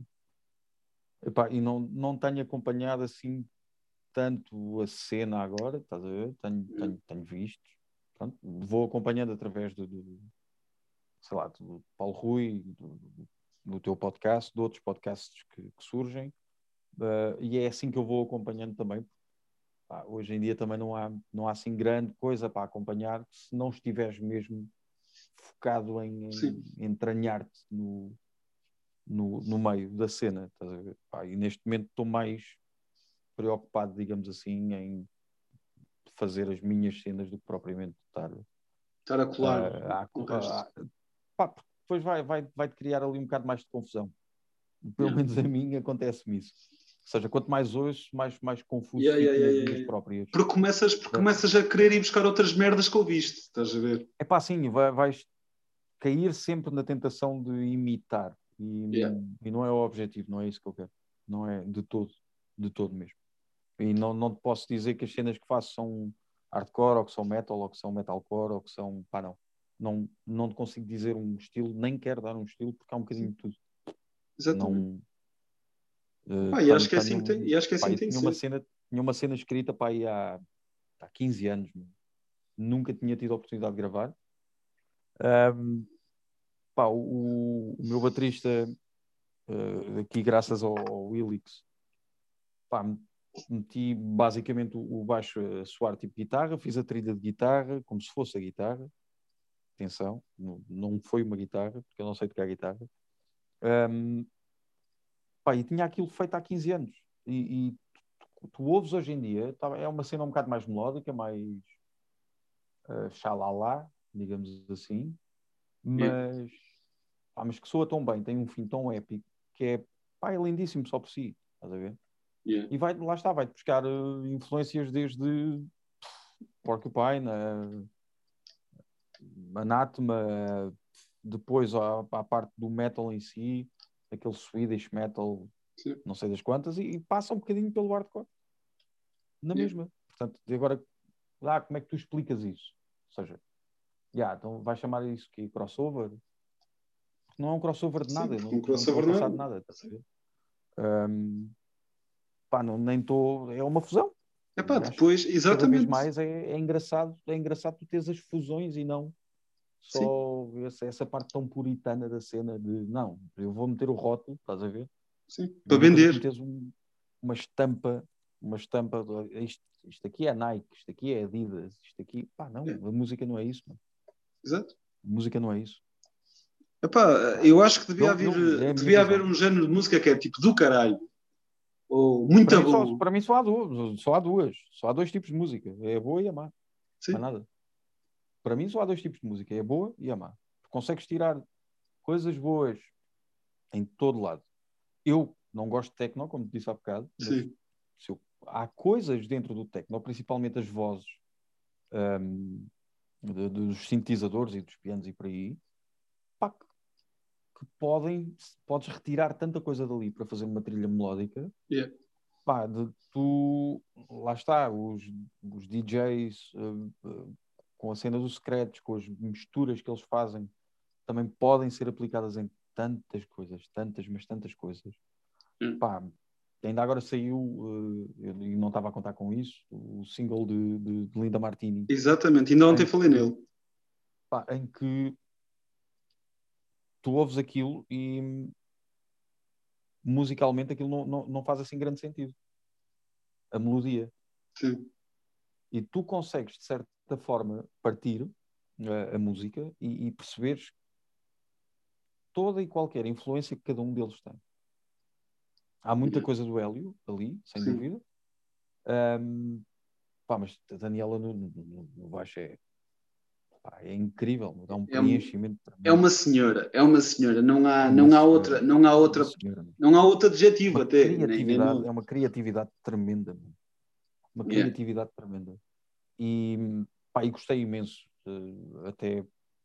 epá, e não, não tenho acompanhado assim tanto a cena agora, estás a ver? Tenho, tenho, tenho visto. Pronto, vou acompanhando através do, do sei lá, do Paulo Rui, do, do teu podcast, de outros podcasts que, que surgem, uh, e é assim que eu vou acompanhando também. Pá, hoje em dia também não há, não há assim grande coisa para acompanhar se não estiveres mesmo focado em, em entranhar-te no, no, no meio da cena. Estás a ver? Pá, e neste momento estou mais preocupado, digamos assim, em fazer as minhas cenas do que propriamente estar Estar a colar uh, a, com o a, resto. a, pá, depois vai, vai, vai-te criar ali um bocado mais de confusão. Pelo Yeah. menos a mim acontece-me isso. Ou seja, quanto mais ouço, mais, mais confuso Yeah, yeah, fico yeah, nas yeah, minhas yeah. próprias. Porque começas, porque começas a querer ir buscar outras merdas que ouviste, estás a ver? É pá, sim, vai, vais cair sempre na tentação de imitar. E, Yeah. e não é o objetivo, não é isso que eu quero. Não é de todo, de todo mesmo. E não, não te posso dizer que as cenas que faço são hardcore, ou que são metal, ou que são metalcore, ou que são. Pá, não. Não, não te consigo dizer um estilo, nem quero dar um estilo, porque há um bocadinho Sim. de tudo. Exatamente. Não. Uh, Pá, e tenho, acho que é assim que tem, tenho, e acho que é pá, assim eu que tem de tinha uma ser. cena, tinha uma cena escrita pá, aí há, há quinze anos, meu. Nunca tinha tido a oportunidade de gravar. Um, pá, o, o meu baterista, uh, aqui graças ao, ao Willix, pá, meti basicamente o, o baixo a soar tipo guitarra, fiz a trilha de guitarra, como se fosse a guitarra. Atenção, não, não foi uma guitarra, porque eu não sei tocar guitarra. Um, pá, e tinha aquilo feito há quinze anos. E, e tu, tu ouves hoje em dia, tá, é uma cena um bocado mais melódica, mais uh, xalala, digamos assim, Yeah. mas, pá, mas que soa tão bem, tem um fim tão épico, que é, pá, é lindíssimo só por si, estás a ver? Yeah. E vai, lá está, vai-te buscar uh, influências desde Porcupine, uh, Anathema, depois à, à parte do metal em si, aquele Swedish metal, Sim. não sei das quantas, e, e passa um bocadinho pelo hardcore, na Yeah. mesma. Portanto, e agora, lá, como é que tu explicas isso? Ou seja, yeah, então vais chamar isso que crossover? Porque não é um crossover de Sim, nada, eu porque não um não estou a crossover passar de não nada, estás a ver? Um, pá, não, nem estou, é uma fusão. é. Epá, E acho que depois, cada vez exatamente. mais é, é engraçado, é engraçado tu teres as fusões e não Sim, só essa, essa parte tão puritana da cena de não, eu vou meter o rótulo, estás a ver? sim. A Para mesma coisa que vender. meteres um, uma estampa, uma estampa, de, isto, isto aqui é Nike, isto aqui é Adidas, isto aqui, pá, não, Yeah. a música não é isso, mano. Exato. A música não é isso. Epá, Pá, eu acho que devia eu, haver, eu, é a minha devia haver visão. um género de música que é tipo do caralho, ou Para muito mim, só, bom. para mim só há duas, só há duas, só há dois tipos de música, é a boa e a má, Sim. mais nada. para mim só há dois tipos de música, é a boa e a má. Tu consegues tirar coisas boas em todo lado. Eu não gosto de techno, como te disse há bocado, mas Sim. se eu, há coisas dentro do techno, principalmente as vozes um, de, dos sintetizadores e dos pianos e por aí, pá, que podem, podes retirar tanta coisa dali para fazer uma trilha melódica. Yeah. Pá, de, tu, lá está, os, os D Js uh, uh, com a cena do scratch, com as misturas que eles fazem, também podem ser aplicadas em tantas coisas, tantas, mas tantas coisas. Hum. Pá, ainda agora saiu, uh, e não estava a contar com isso, o single de, de, de Linda Martini. Exatamente, ainda ontem falei que, nele. Pá, em que tu ouves aquilo e musicalmente aquilo não, não, não faz assim grande sentido. A melodia. Sim. E tu consegues, de certa forma, partir uh, a música e, e perceberes toda e qualquer influência que cada um deles tem. Há muita coisa do Hélio ali, sem Sim. dúvida. Um, pá, mas a Daniela no, no, no baixo é, pá, é incrível, dá um É, preenchimento é uma senhora, é uma senhora, não há, é não há senhora, outra, não há outra, senhora, não há outro adjetivo uma até, nem, nem criatividade, não. é uma criatividade tremenda, uma Yeah. criatividade tremenda. E, pá, e gostei imenso, até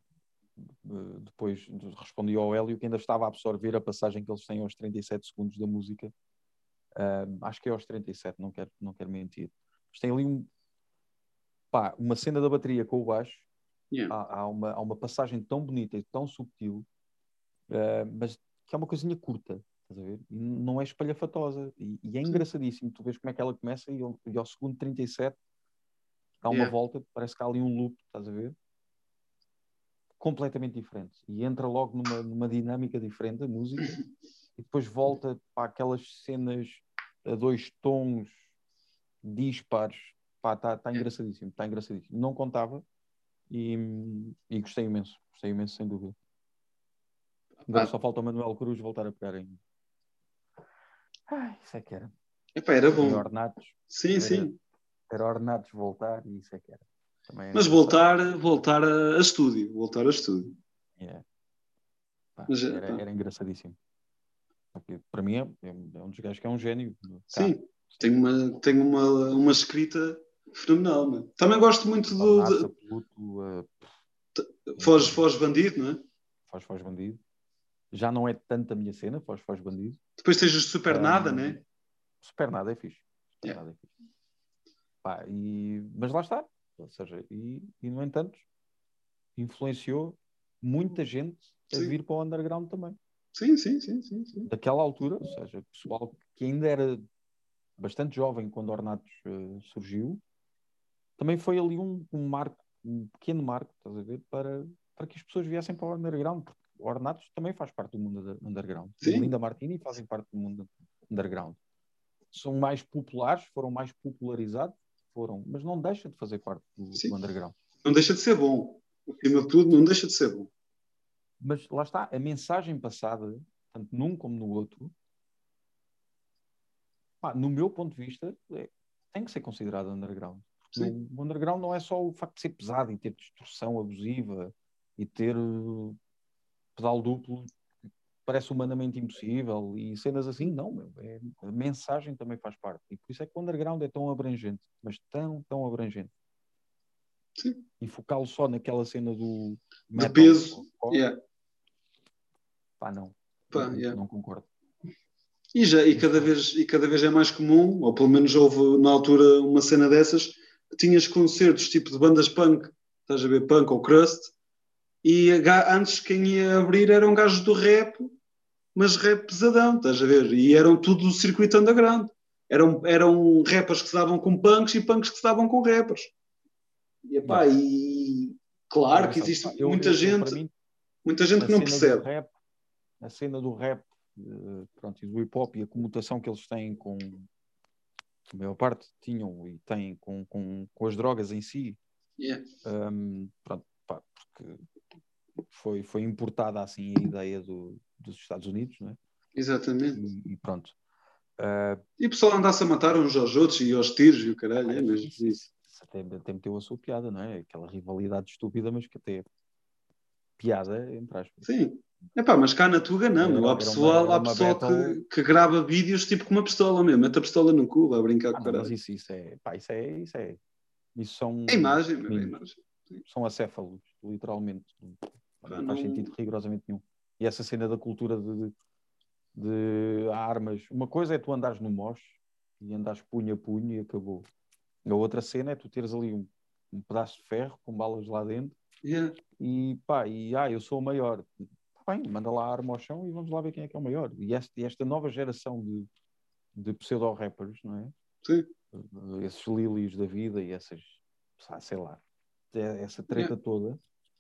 depois respondi ao Hélio que ainda estava a absorver a passagem que eles têm aos trinta e sete segundos da música. Uh, acho que é aos trinta e sete, não quero, não quero mentir. Mas tem ali um, pá, uma cena da bateria com o baixo. Yeah. Há, há, uma, há uma passagem tão bonita e tão subtil, uh, mas que é uma coisinha curta, estás a ver? E não é espalhafatosa. E, e é engraçadíssimo. Tu vês como é que ela começa e, e ao segundo trinta e sete dá uma Yeah. volta, parece que há ali um loop, estás a ver? Completamente diferente. E entra logo numa, numa dinâmica diferente a música e depois volta para aquelas cenas a dois tons dispares. Pá, está tá engraçadíssimo, está engraçadíssimo. Não contava e, e gostei imenso, gostei imenso sem dúvida. Agora Ah. só falta o Manuel Cruz voltar a pegar em... Ai, isso é que era. Epá, era bom. Em Ornatos. Sim, era, sim. Era Ornatos voltar e isso é que era. Também é Mas engraçado. voltar, voltar a, a estúdio, voltar a estúdio. Yeah. Pá, Mas, era, pá. era engraçadíssimo. Porque, para mim é, é um dos gajos que é um gênio. Sim, cá. Tem, uma, tem uma, uma escrita fenomenal. Né? Também gosto muito do. Ornatos, De... Absoluto, uh, Foz, Foz Bandido, não é? Foz, Foz Bandido. Já não é tanto a minha cena, Foz, Foz Bandido. Depois tens o Super um, Nada, né? Super Nada é fixe. Super Yeah. Nada é fixe. Pá, e... Mas lá está. Ou seja, e, e no entanto, influenciou muita gente a Sim. vir para o underground também. Sim, sim, sim, sim, sim. Daquela altura, ou seja, pessoal que ainda era bastante jovem quando Ornatos uh, surgiu, também foi ali um, um marco, um pequeno marco, estás a ver, para, para que as pessoas viessem para o underground, porque o Ornatos também faz parte do mundo underground. Sim. E Linda Martini fazem parte do mundo underground. São mais populares, foram mais popularizados, foram, mas não deixa de fazer parte do, do underground. Não deixa de ser bom. Acima de tudo, não deixa de ser bom. Mas lá está, a mensagem passada, tanto num como no outro, pá, no meu ponto de vista, é, tem que ser considerado underground. No, o underground não é só o facto de ser pesado e ter distorção abusiva e ter uh, pedal duplo, parece humanamente impossível e cenas assim, não, meu, é, a mensagem também faz parte. E por isso é que o underground é tão abrangente, mas tão, tão abrangente. Sim. E focá-lo só naquela cena do metal. De peso. Ou, Yeah. pá, não. Pá, não, yeah. não concordo. E, já, e, cada vez, e cada vez é mais comum, ou pelo menos houve na altura uma cena dessas, que tinhas concertos tipo de bandas punk, estás a ver, punk ou crust, e antes quem ia abrir eram gajos do rap, mas rap pesadão, estás a ver? E eram tudo do circuito underground. Eram, eram rappers que se davam com punks e punks que se davam com rappers. E, epá, Yeah. e claro que existe eu, muita eu, gente, eu, mim, muita gente que não percebe. Rap, a cena do rap, uh, pronto, e do hip hop e a comutação que eles têm com, a maior parte tinham e têm com, com, com as drogas em si, Yeah. um, pronto, pá, porque foi, foi importada assim a ideia do, dos Estados Unidos, não é? Exatamente. E, e pronto. Uh, e o pessoal andasse a matar uns aos outros e aos tiros e o caralho, é, é, mas isso, isso. isso até, até meteu a sua piada, não é? Aquela rivalidade estúpida, mas que até piada, entre aspas. Sim. Epá, mas cá na Tuga não, meu. Há Era, era uma, pessoal, era há uma pessoal battle. que, que grava vídeos tipo com uma pistola mesmo. Mete a pistola no cu, vai brincar Ah, com o não, mas caralho. isso, isso é, pá, isso é, isso é, isso são, É imagem, meu, é meninos, imagem. Sim. são acéfalos, literalmente. Pá, Pá, não faz não... sentido rigorosamente nenhum. E essa cena da cultura de, de, de armas, uma coisa é tu andares no mosh e andares punho a punho e acabou. A outra cena é tu teres ali um, um pedaço de ferro com balas lá dentro Yeah. e pá, e ah, eu sou o maior. Tá bem, manda lá a arma ao chão e vamos lá ver quem é que é o maior. E esta, e esta nova geração de, de pseudo-rappers, não é? Sim. Esses lilies da vida e essas, sei lá, essa Yeah. treta toda,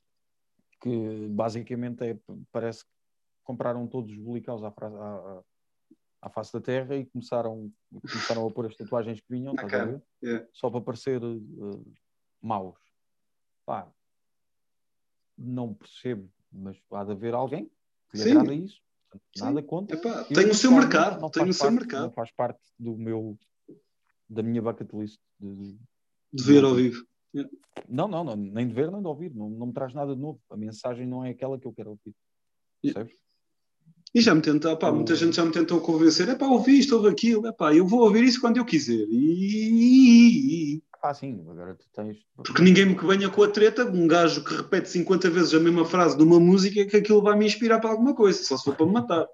que basicamente é, parece que compraram todos os bolicaus à, à, à face da terra e começaram, começaram a pôr as tatuagens que vinham, Na estás a cara. ver? Yeah. Só para parecer uh, maus. Pá, não percebo, mas há de haver alguém que lhe agrada Sim. isso. Portanto, Sim. nada contra. Epá, Eu, tem o seu pessoalmente, mercado. não Tem faz o seu parte, mercado. não faz parte do meu, da minha bucket list de, de, De de ver ao ouvir. vivo. Yeah. Não, não, não, nem de ver nem de ouvir. Não, não me traz nada de novo. A mensagem não é aquela que eu quero ouvir. Percebes? E já me tentou, pá, muita gente já me tentou convencer, é pá, ouvi isto, ouve aquilo, é pá, eu vou ouvir isso quando eu quiser. E... Ah, sim, agora tu tens. Porque ninguém me que venha com a treta, um gajo que repete cinquenta vezes a mesma frase de uma música, que aquilo vai me inspirar para alguma coisa, só se for para me matar.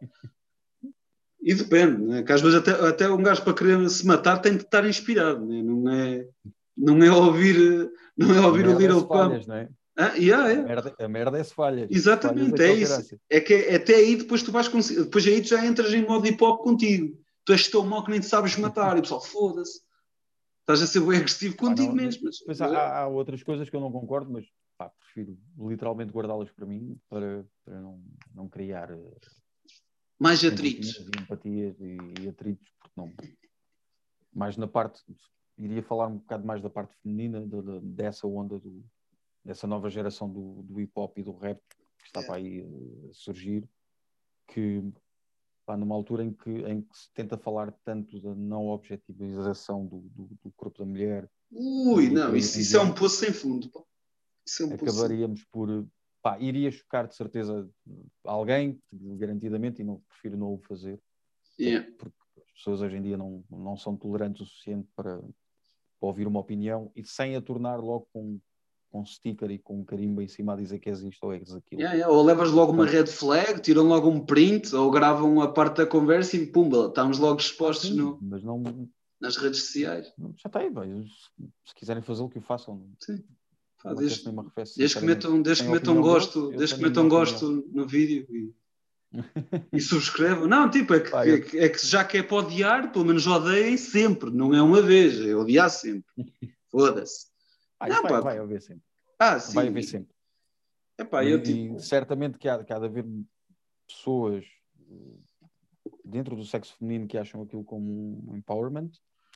E depende, né? Que às vezes até, até um gajo para querer se matar tem de estar inspirado, né? Não é, não é ouvir, não é A ouvir o merda é se Little Pump. falhas, não é? Ah, yeah, A yeah. merda, a merda é se falhas. Se falhas é Exatamente, que é é o isso. caraças. É que é, até aí depois tu vais conseguir, depois aí tu já entras em modo hip hop contigo. Tu és tão mau que nem te sabes matar. E o pessoal, foda-se. Estás a ser bem agressivo Pá, contigo não, mesmo. Mas, depois há, há, há outras coisas que eu não concordo, mas pá, prefiro literalmente guardá-las para mim para, para não, não criar uh, mais simpatias atritos. e empatias e, e atritos, porque não. Mais na parte, iria falar um bocado mais da parte feminina, de, de, dessa onda, do, dessa nova geração do, do hip hop e do rap que está para aí uh, a surgir, que pá, numa altura em que, em que se tenta falar tanto da não objetivização do, do, do corpo da mulher Ui, e, e não, por aí isso, em isso é um diante, poço sem fundo. Pá. Isso é um poço sem fundo. acabaríamos por. Pá, iria chocar de certeza alguém, garantidamente, e não, prefiro não o fazer, Yeah. porque as pessoas hoje em dia não, não são tolerantes o suficiente para, para ouvir uma opinião e sem a tornar logo com, com um sticker e com um carimbo em cima a dizer que és isto ou és aquilo. Yeah, yeah. Ou levas logo uma Portanto, red flag, tiram logo um print, ou gravam a parte da conversa e pumba, estamos logo expostos sim, no, mas não, nas redes sociais. não já está aí, bem. Se, se quiserem fazer o que o façam, Sim. não Pá, me aquece desde, nem me arrefece, desde que sinceramente. metam, desde Tem que a metam opinião deles, gosto, eu desde que tenho a minha metam opinião. gosto no vídeo e, e subscrevam. Não, tipo, é Pá, que, é eu... que, é que já que é para odiar, pelo menos odeiem sempre, não é uma vez, é odiar sempre. Foda-se. ah, isso Não, vai, pá. vai haver sempre. Ah, Vai haver sim. sempre. Epá, eu E, e tipo. certamente que há, que há de haver pessoas dentro do sexo feminino que acham aquilo como um empowerment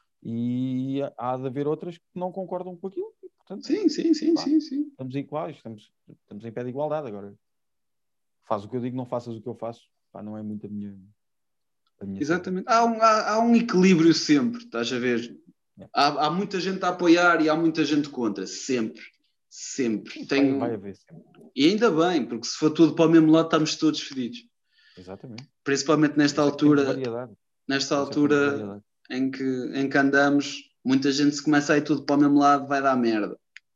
e há de haver outras que não concordam com aquilo. E, portanto, Sim, sim, sim, pá, sim, sim. estamos iguais, estamos, estamos em pé de igualdade agora. Faz o que eu digo, não faças o que eu faço. Pá, não é muito a minha, a minha cena. Exatamente. Há um, há, há um equilíbrio sempre, estás a ver? Yeah. Há, há muita gente a apoiar e há muita gente contra, sempre. Sempre. Isso vai, vai Tenho... haver sempre. E ainda bem, porque se for tudo para o mesmo lado, estamos todos fedidos. Exatamente. Principalmente Por nesta isso é que temos altura, variedade. nesta Por isso é que temos altura variedade. em que, em que andamos, muita gente se começa a ir tudo para o mesmo lado, vai dar merda.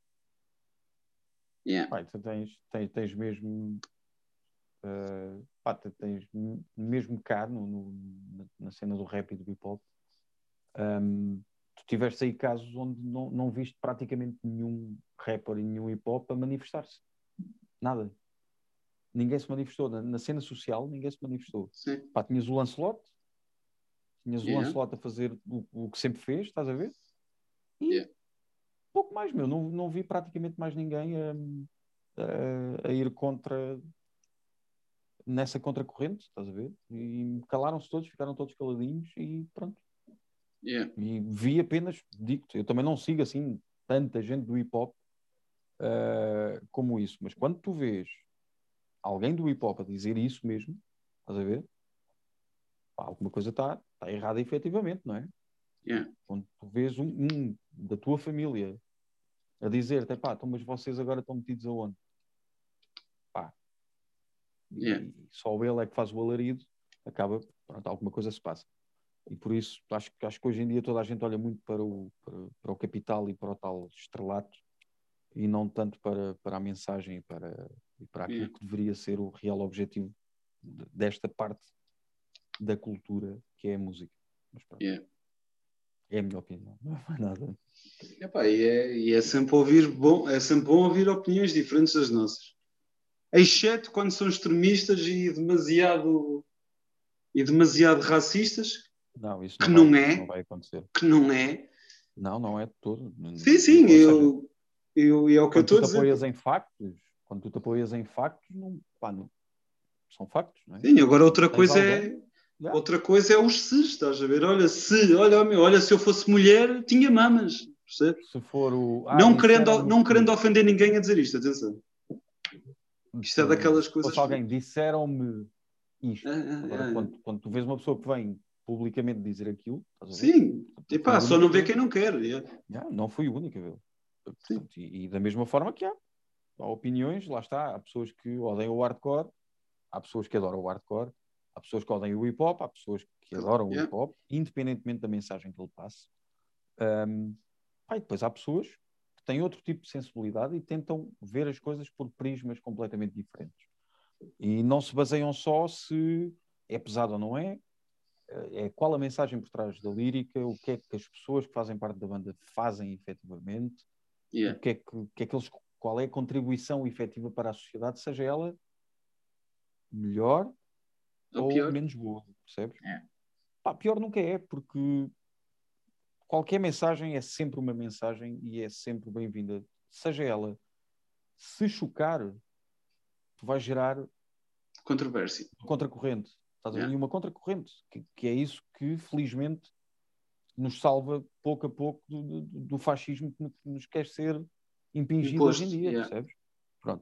Yeah. Pá, tu tens, tens, tens mesmo uh, pá, tens mesmo cá no, no, na cena do rap e do hip hop um, tu tiveste aí casos onde não, não viste praticamente nenhum rapper e nenhum hip hop a manifestar-se. Nada. Ninguém se manifestou. Na, na cena social ninguém se manifestou. Sim. Pá, tinhas o Lancelot, tinhas o Yeah. Lancelot a fazer o, o que sempre fez, estás a ver? E Yeah. pouco mais, meu. Não, não vi praticamente mais ninguém a, a, a ir contra nessa contracorrente, estás a ver? E calaram-se todos, ficaram todos caladinhos e pronto. Yeah. E vi apenas, digo-te, eu também não sigo assim tanta gente do hip hop uh, como isso, mas quando tu vês alguém do hip hop a dizer isso mesmo, estás a ver? Pá, alguma coisa está tá errada efetivamente, não é? Yeah. Quando tu vês um, um da tua família a dizer-te, pá, então, mas vocês agora estão metidos aonde? Pá. Yeah. E só ele é que faz o alarido, acaba, pronto, alguma coisa se passa. E por isso, acho, acho que hoje em dia toda a gente olha muito para o, para, para o capital e para o tal estrelato, e não tanto para, para a mensagem e para, e para aquilo Yeah. que deveria ser o real objetivo desta parte da cultura, que é a música. Mas pronto, Yeah. é a minha opinião, não é mais nada. Epá, e, é, e é sempre ouvir bom, é sempre bom ouvir opiniões diferentes das nossas. Exceto quando são extremistas e demasiado e demasiado racistas, Não, isso que não vai, não isso não é, vai acontecer. que não é. Não, não é de todo. Sim, sim, Ou seja, eu, eu, e é o que eu quando tu estou a te dizer. apoias em factos, quando tu te apoias em factos, não, pá, não, são factos, não é? Sim, agora outra Tens coisa alguém, é yeah. outra coisa é os se, estás a ver? Olha, se, olha, meu, olha, se eu fosse mulher, tinha mamas, percebes? Se for o. Ah, Não querendo, disseram-me não querendo que. ofender ninguém a dizer isto, atenção. Isto é Se, daquelas se coisas. fosse alguém, disseram-me isto. Ah, ah, Agora, ah. quando, quando tu vês uma pessoa que vem publicamente dizer aquilo, estás a ver? Sim, Não e fui pá, a só única não vê vez. quem não quer. Yeah. Yeah, não fui o único a vê-lo. Sim. Portanto, e, e da mesma forma que há. Há opiniões, lá está. Há pessoas que odeiam o hardcore, há pessoas que adoram o hardcore, há pessoas que odeiam o hip-hop, há pessoas que adoram o Yeah. hip-hop, independentemente da mensagem que ele passe. Um, pá, e depois há pessoas que têm outro tipo de sensibilidade e tentam ver as coisas por prismas completamente diferentes. E não se baseiam só se é pesado ou não é, é qual a mensagem por trás da lírica, o que é que as pessoas que fazem parte da banda fazem efetivamente, Yeah. o que é que, o que é que eles, qual é a contribuição efetiva para a sociedade, seja ela melhor Ou ou pior. menos boa, percebes? Yeah. Pá, pior nunca é, porque qualquer mensagem é sempre uma mensagem e é sempre bem-vinda. Seja ela, se chocar, tu vais gerar Controvérsia. contracorrente. Estás a ver? Yeah. E uma contracorrente, que, que é isso que, felizmente, nos salva pouco a pouco do, do, do fascismo que nos quer ser impingido hoje em Imposto. dia, Yeah. percebes? Pronto.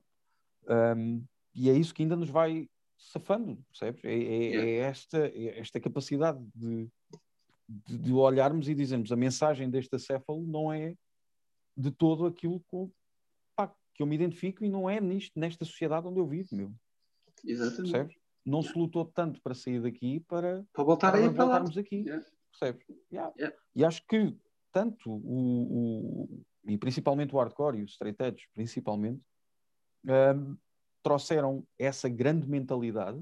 Um, e é isso que ainda nos vai safando, percebes? É, é, Yeah. é esta, é esta capacidade de, de, de olharmos e dizermos a mensagem deste acéfalo não é de todo aquilo com, pá, que eu me identifico e não é nisto, nesta sociedade onde eu vivo, meu. Exatamente. Percebes? Não Yeah. se lutou tanto para sair daqui para, Para voltar para aí agora para lá. voltarmos aqui. Yeah. Percebes? Yeah. Yeah. E acho que tanto o, o e principalmente o hardcore e o straight edge, principalmente, um, trouxeram essa grande mentalidade,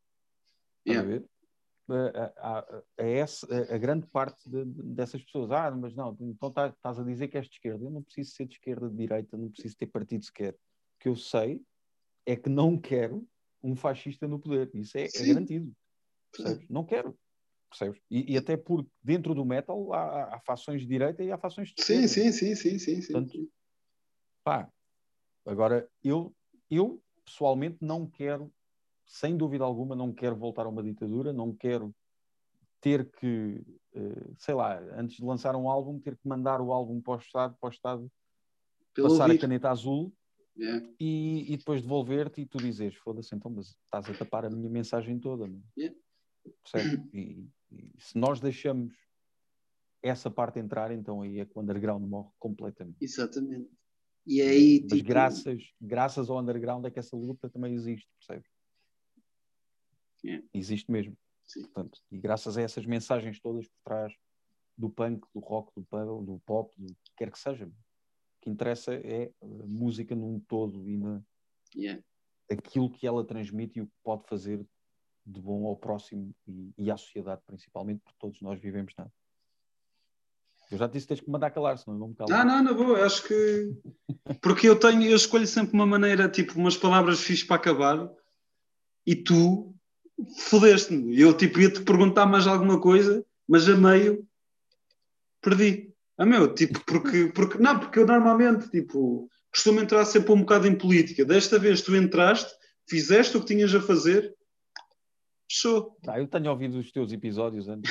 estás Yeah. a ver? A, a, a, a, essa, a, a grande parte de, de, dessas pessoas. Ah, mas não, então tá, estás a dizer que és de esquerda. Eu não preciso ser de esquerda, de direita, não preciso ter partido sequer. O que eu sei é que não quero um fascista no poder. Isso é, é garantido. Percebes? Não quero. Percebes? E, e até porque dentro do metal há, há fações de direita e há fações de esquerda. Sim, sim, sim, sim, sim, sim. Portanto, pá, agora eu, eu pessoalmente não quero, sem dúvida alguma, não quero voltar a uma ditadura, não quero ter que, uh, sei lá, antes de lançar um álbum, ter que mandar o álbum para o Estado, para o Estado Pelo passar ouvir. a caneta azul. Yeah. E, e depois devolver-te e tu dizes, foda-se, então, mas estás a tapar a minha mensagem toda. Yeah. Percebes? E, e se nós deixamos essa parte entrar, então aí é que o underground morre completamente. Exatamente. E aí, Mas tipo... graças, graças ao underground é que essa luta também existe, percebes? Yeah. Existe mesmo. Sim. Portanto, e graças a essas mensagens todas por trás do punk, do rock, do punk, do pop, do que quer que seja. O que interessa é a música num todo e na, yeah. aquilo que ela transmite e o que pode fazer de bom ao próximo e, e à sociedade, principalmente, porque todos nós vivemos nada. Eu já te disse que tens que me mandar calar, senão eu não me calo. Ah, não, na boa, acho que... Porque eu tenho, eu escolho sempre uma maneira, tipo, umas palavras fixas para acabar e tu fodeste-me. Eu, tipo, ia-te perguntar mais alguma coisa, mas a meio perdi. A meu, tipo, porque, porque... Não, porque eu normalmente, tipo, costumo entrar sempre um bocado em política. Desta vez tu entraste, fizeste o que tinhas a fazer, fechou. Ah, eu tenho ouvido os teus episódios antes.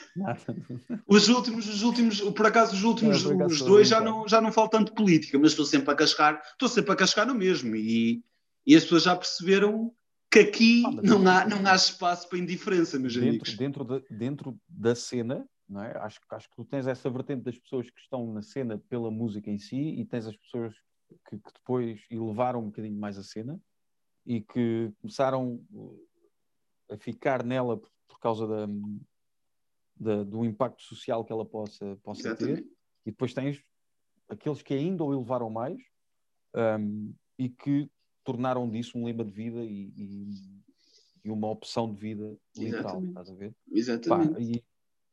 Os últimos, os últimos, por acaso, os últimos, não, os dois já não, já não falam tanto de política, mas estou sempre a cascar, estou sempre a cascar no mesmo. E, e as pessoas já perceberam que aqui ah, não, isso, há, não há espaço para indiferença, meus dentro, amigos. dentro, da, dentro da cena, não é? Acho, acho que tu tens essa vertente das pessoas que estão na cena pela música em si e tens as pessoas que, que depois elevaram um bocadinho mais a cena e que começaram a ficar nela por, por causa da, da, do impacto social que ela possa, possa ter. E depois tens aqueles que ainda o elevaram mais um, e que tornaram disso um lema de vida e, e, e uma opção de vida literal. Exatamente. Estás a ver? Exatamente. Pá, e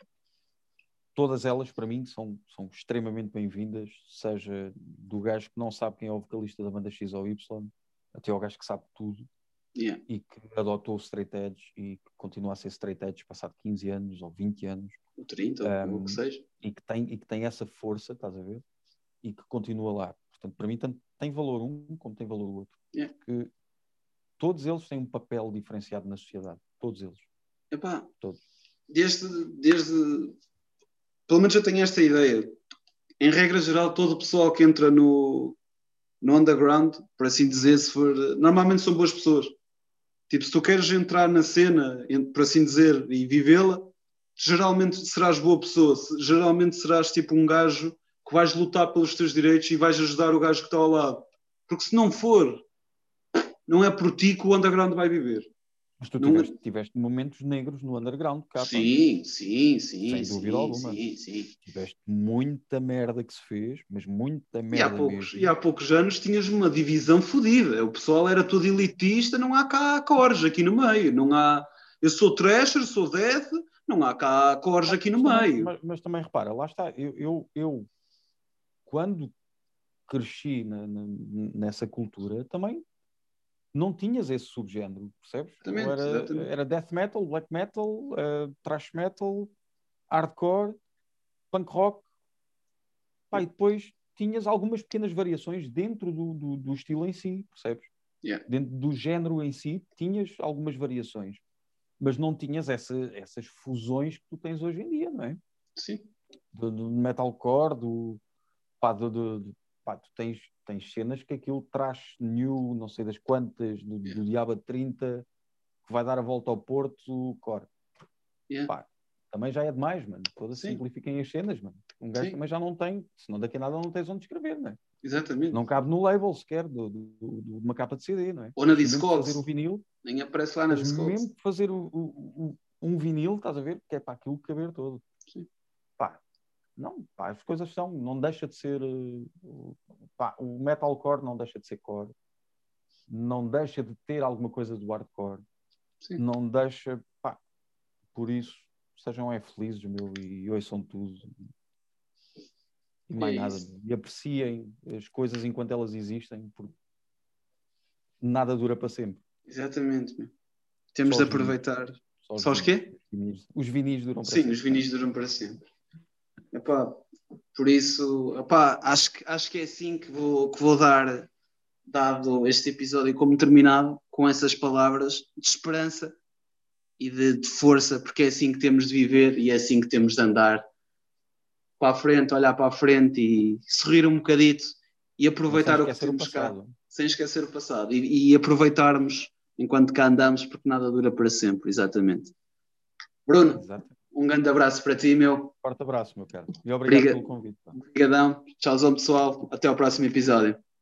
todas elas, para mim, são, são extremamente bem-vindas, seja do gajo que não sabe quem é o vocalista da banda X ou Y, até ao gajo que sabe tudo. Yeah. E que adotou o straight edge e que continua a ser straight edge passado quinze anos ou vinte anos. Ou trinta, um, ou o que seja. E que, tem, e que tem essa força, estás a ver? E que continua lá. Portanto, para mim, tanto tem valor um como tem valor o outro. Yeah. Porque todos eles têm um papel diferenciado na sociedade. Todos eles. Epá, todos. Desde, desde... Pelo menos eu tenho esta ideia. Em regra geral, todo o pessoal que entra no, no underground, por assim dizer, se for... Normalmente são boas pessoas. Tipo, se tu queres entrar na cena, por assim dizer, e vivê-la, geralmente serás boa pessoa. Geralmente serás tipo um gajo que vais lutar pelos teus direitos e vais ajudar o gajo que está ao lado. Porque se não for, não é por ti que o underground vai viver. Mas tu não tiveste, é... tiveste momentos negros no underground, cá, sim, sim, sim, sem sim, dúvida alguma. Sim, sim. Tiveste muita merda que se fez, mas muita merda e há poucos, mesmo. E há poucos anos tinhas uma divisão fodida. O pessoal era todo elitista, não há cá cores aqui no meio. Não há... Eu sou thrasher, sou death, não há cá cores aqui no mas meio. Também, mas, mas também repara, lá está, eu, eu, eu quando cresci na, na, nessa cultura, também não tinhas esse subgénero, percebes? Exatamente, Era, exatamente. era death metal, black metal, uh, thrash metal, hardcore, punk rock. Pá, e depois tinhas algumas pequenas variações dentro do, do, do estilo em si, percebes? Yeah. Dentro do género em si, tinhas algumas variações, mas não tinhas essa, essas fusões que tu tens hoje em dia, não é? Sim. Do, do metalcore, do, pá, do, do, do pá, tu tens, tens cenas que aquilo traz new, não sei das quantas, do, Yeah. do Diabo trinta, que vai dar a volta ao Porto, core. Yeah. Pá, também já é demais, mano. Todas simplifiquem as cenas, mano. Um gajo Sim. também já não tem, senão daqui a nada não tens onde escrever, não é? Exatamente. Não cabe no label sequer do, do, do, de uma capa de C D, não é? Ou na Tens mesmo que Discogs. fazer o vinil. Nem aparece lá na Tens Discogs. mesmo que fazer o, o, o, um vinil, estás a ver? Que é para aquilo caber todo. Sim. Pá, não, pá, as coisas são, não deixa de ser, pá, o metalcore não deixa de ser core, não deixa de ter alguma coisa do hardcore, Sim. não deixa, pá, por isso, sejam é felizes, meu, e ouçam tudo. E mais é nada. Isso. E apreciem as coisas enquanto elas existem, porque nada dura para sempre. Exatamente. Meu. Temos Só de aproveitar. Vinis. Só os, Só os quê? Vinis. Os vinis duram para Sim, sempre. os vinis duram para sempre. Epá, por isso, epá, acho, que, acho que é assim que vou, que vou dar, dado este episódio como terminado, com essas palavras de esperança e de, de força, porque é assim que temos de viver e é assim que temos de andar para a frente, olhar para a frente e sorrir um bocadito e aproveitar o que temos cá, sem esquecer o passado e, e aproveitarmos enquanto cá andamos, porque nada dura para sempre, exatamente. Bruno, Exato. Um grande abraço para ti, meu. Forte abraço, meu caro. E obrigado Obriga... pelo convite. Pá. Obrigadão. Tchauzão, pessoal. Até ao próximo episódio.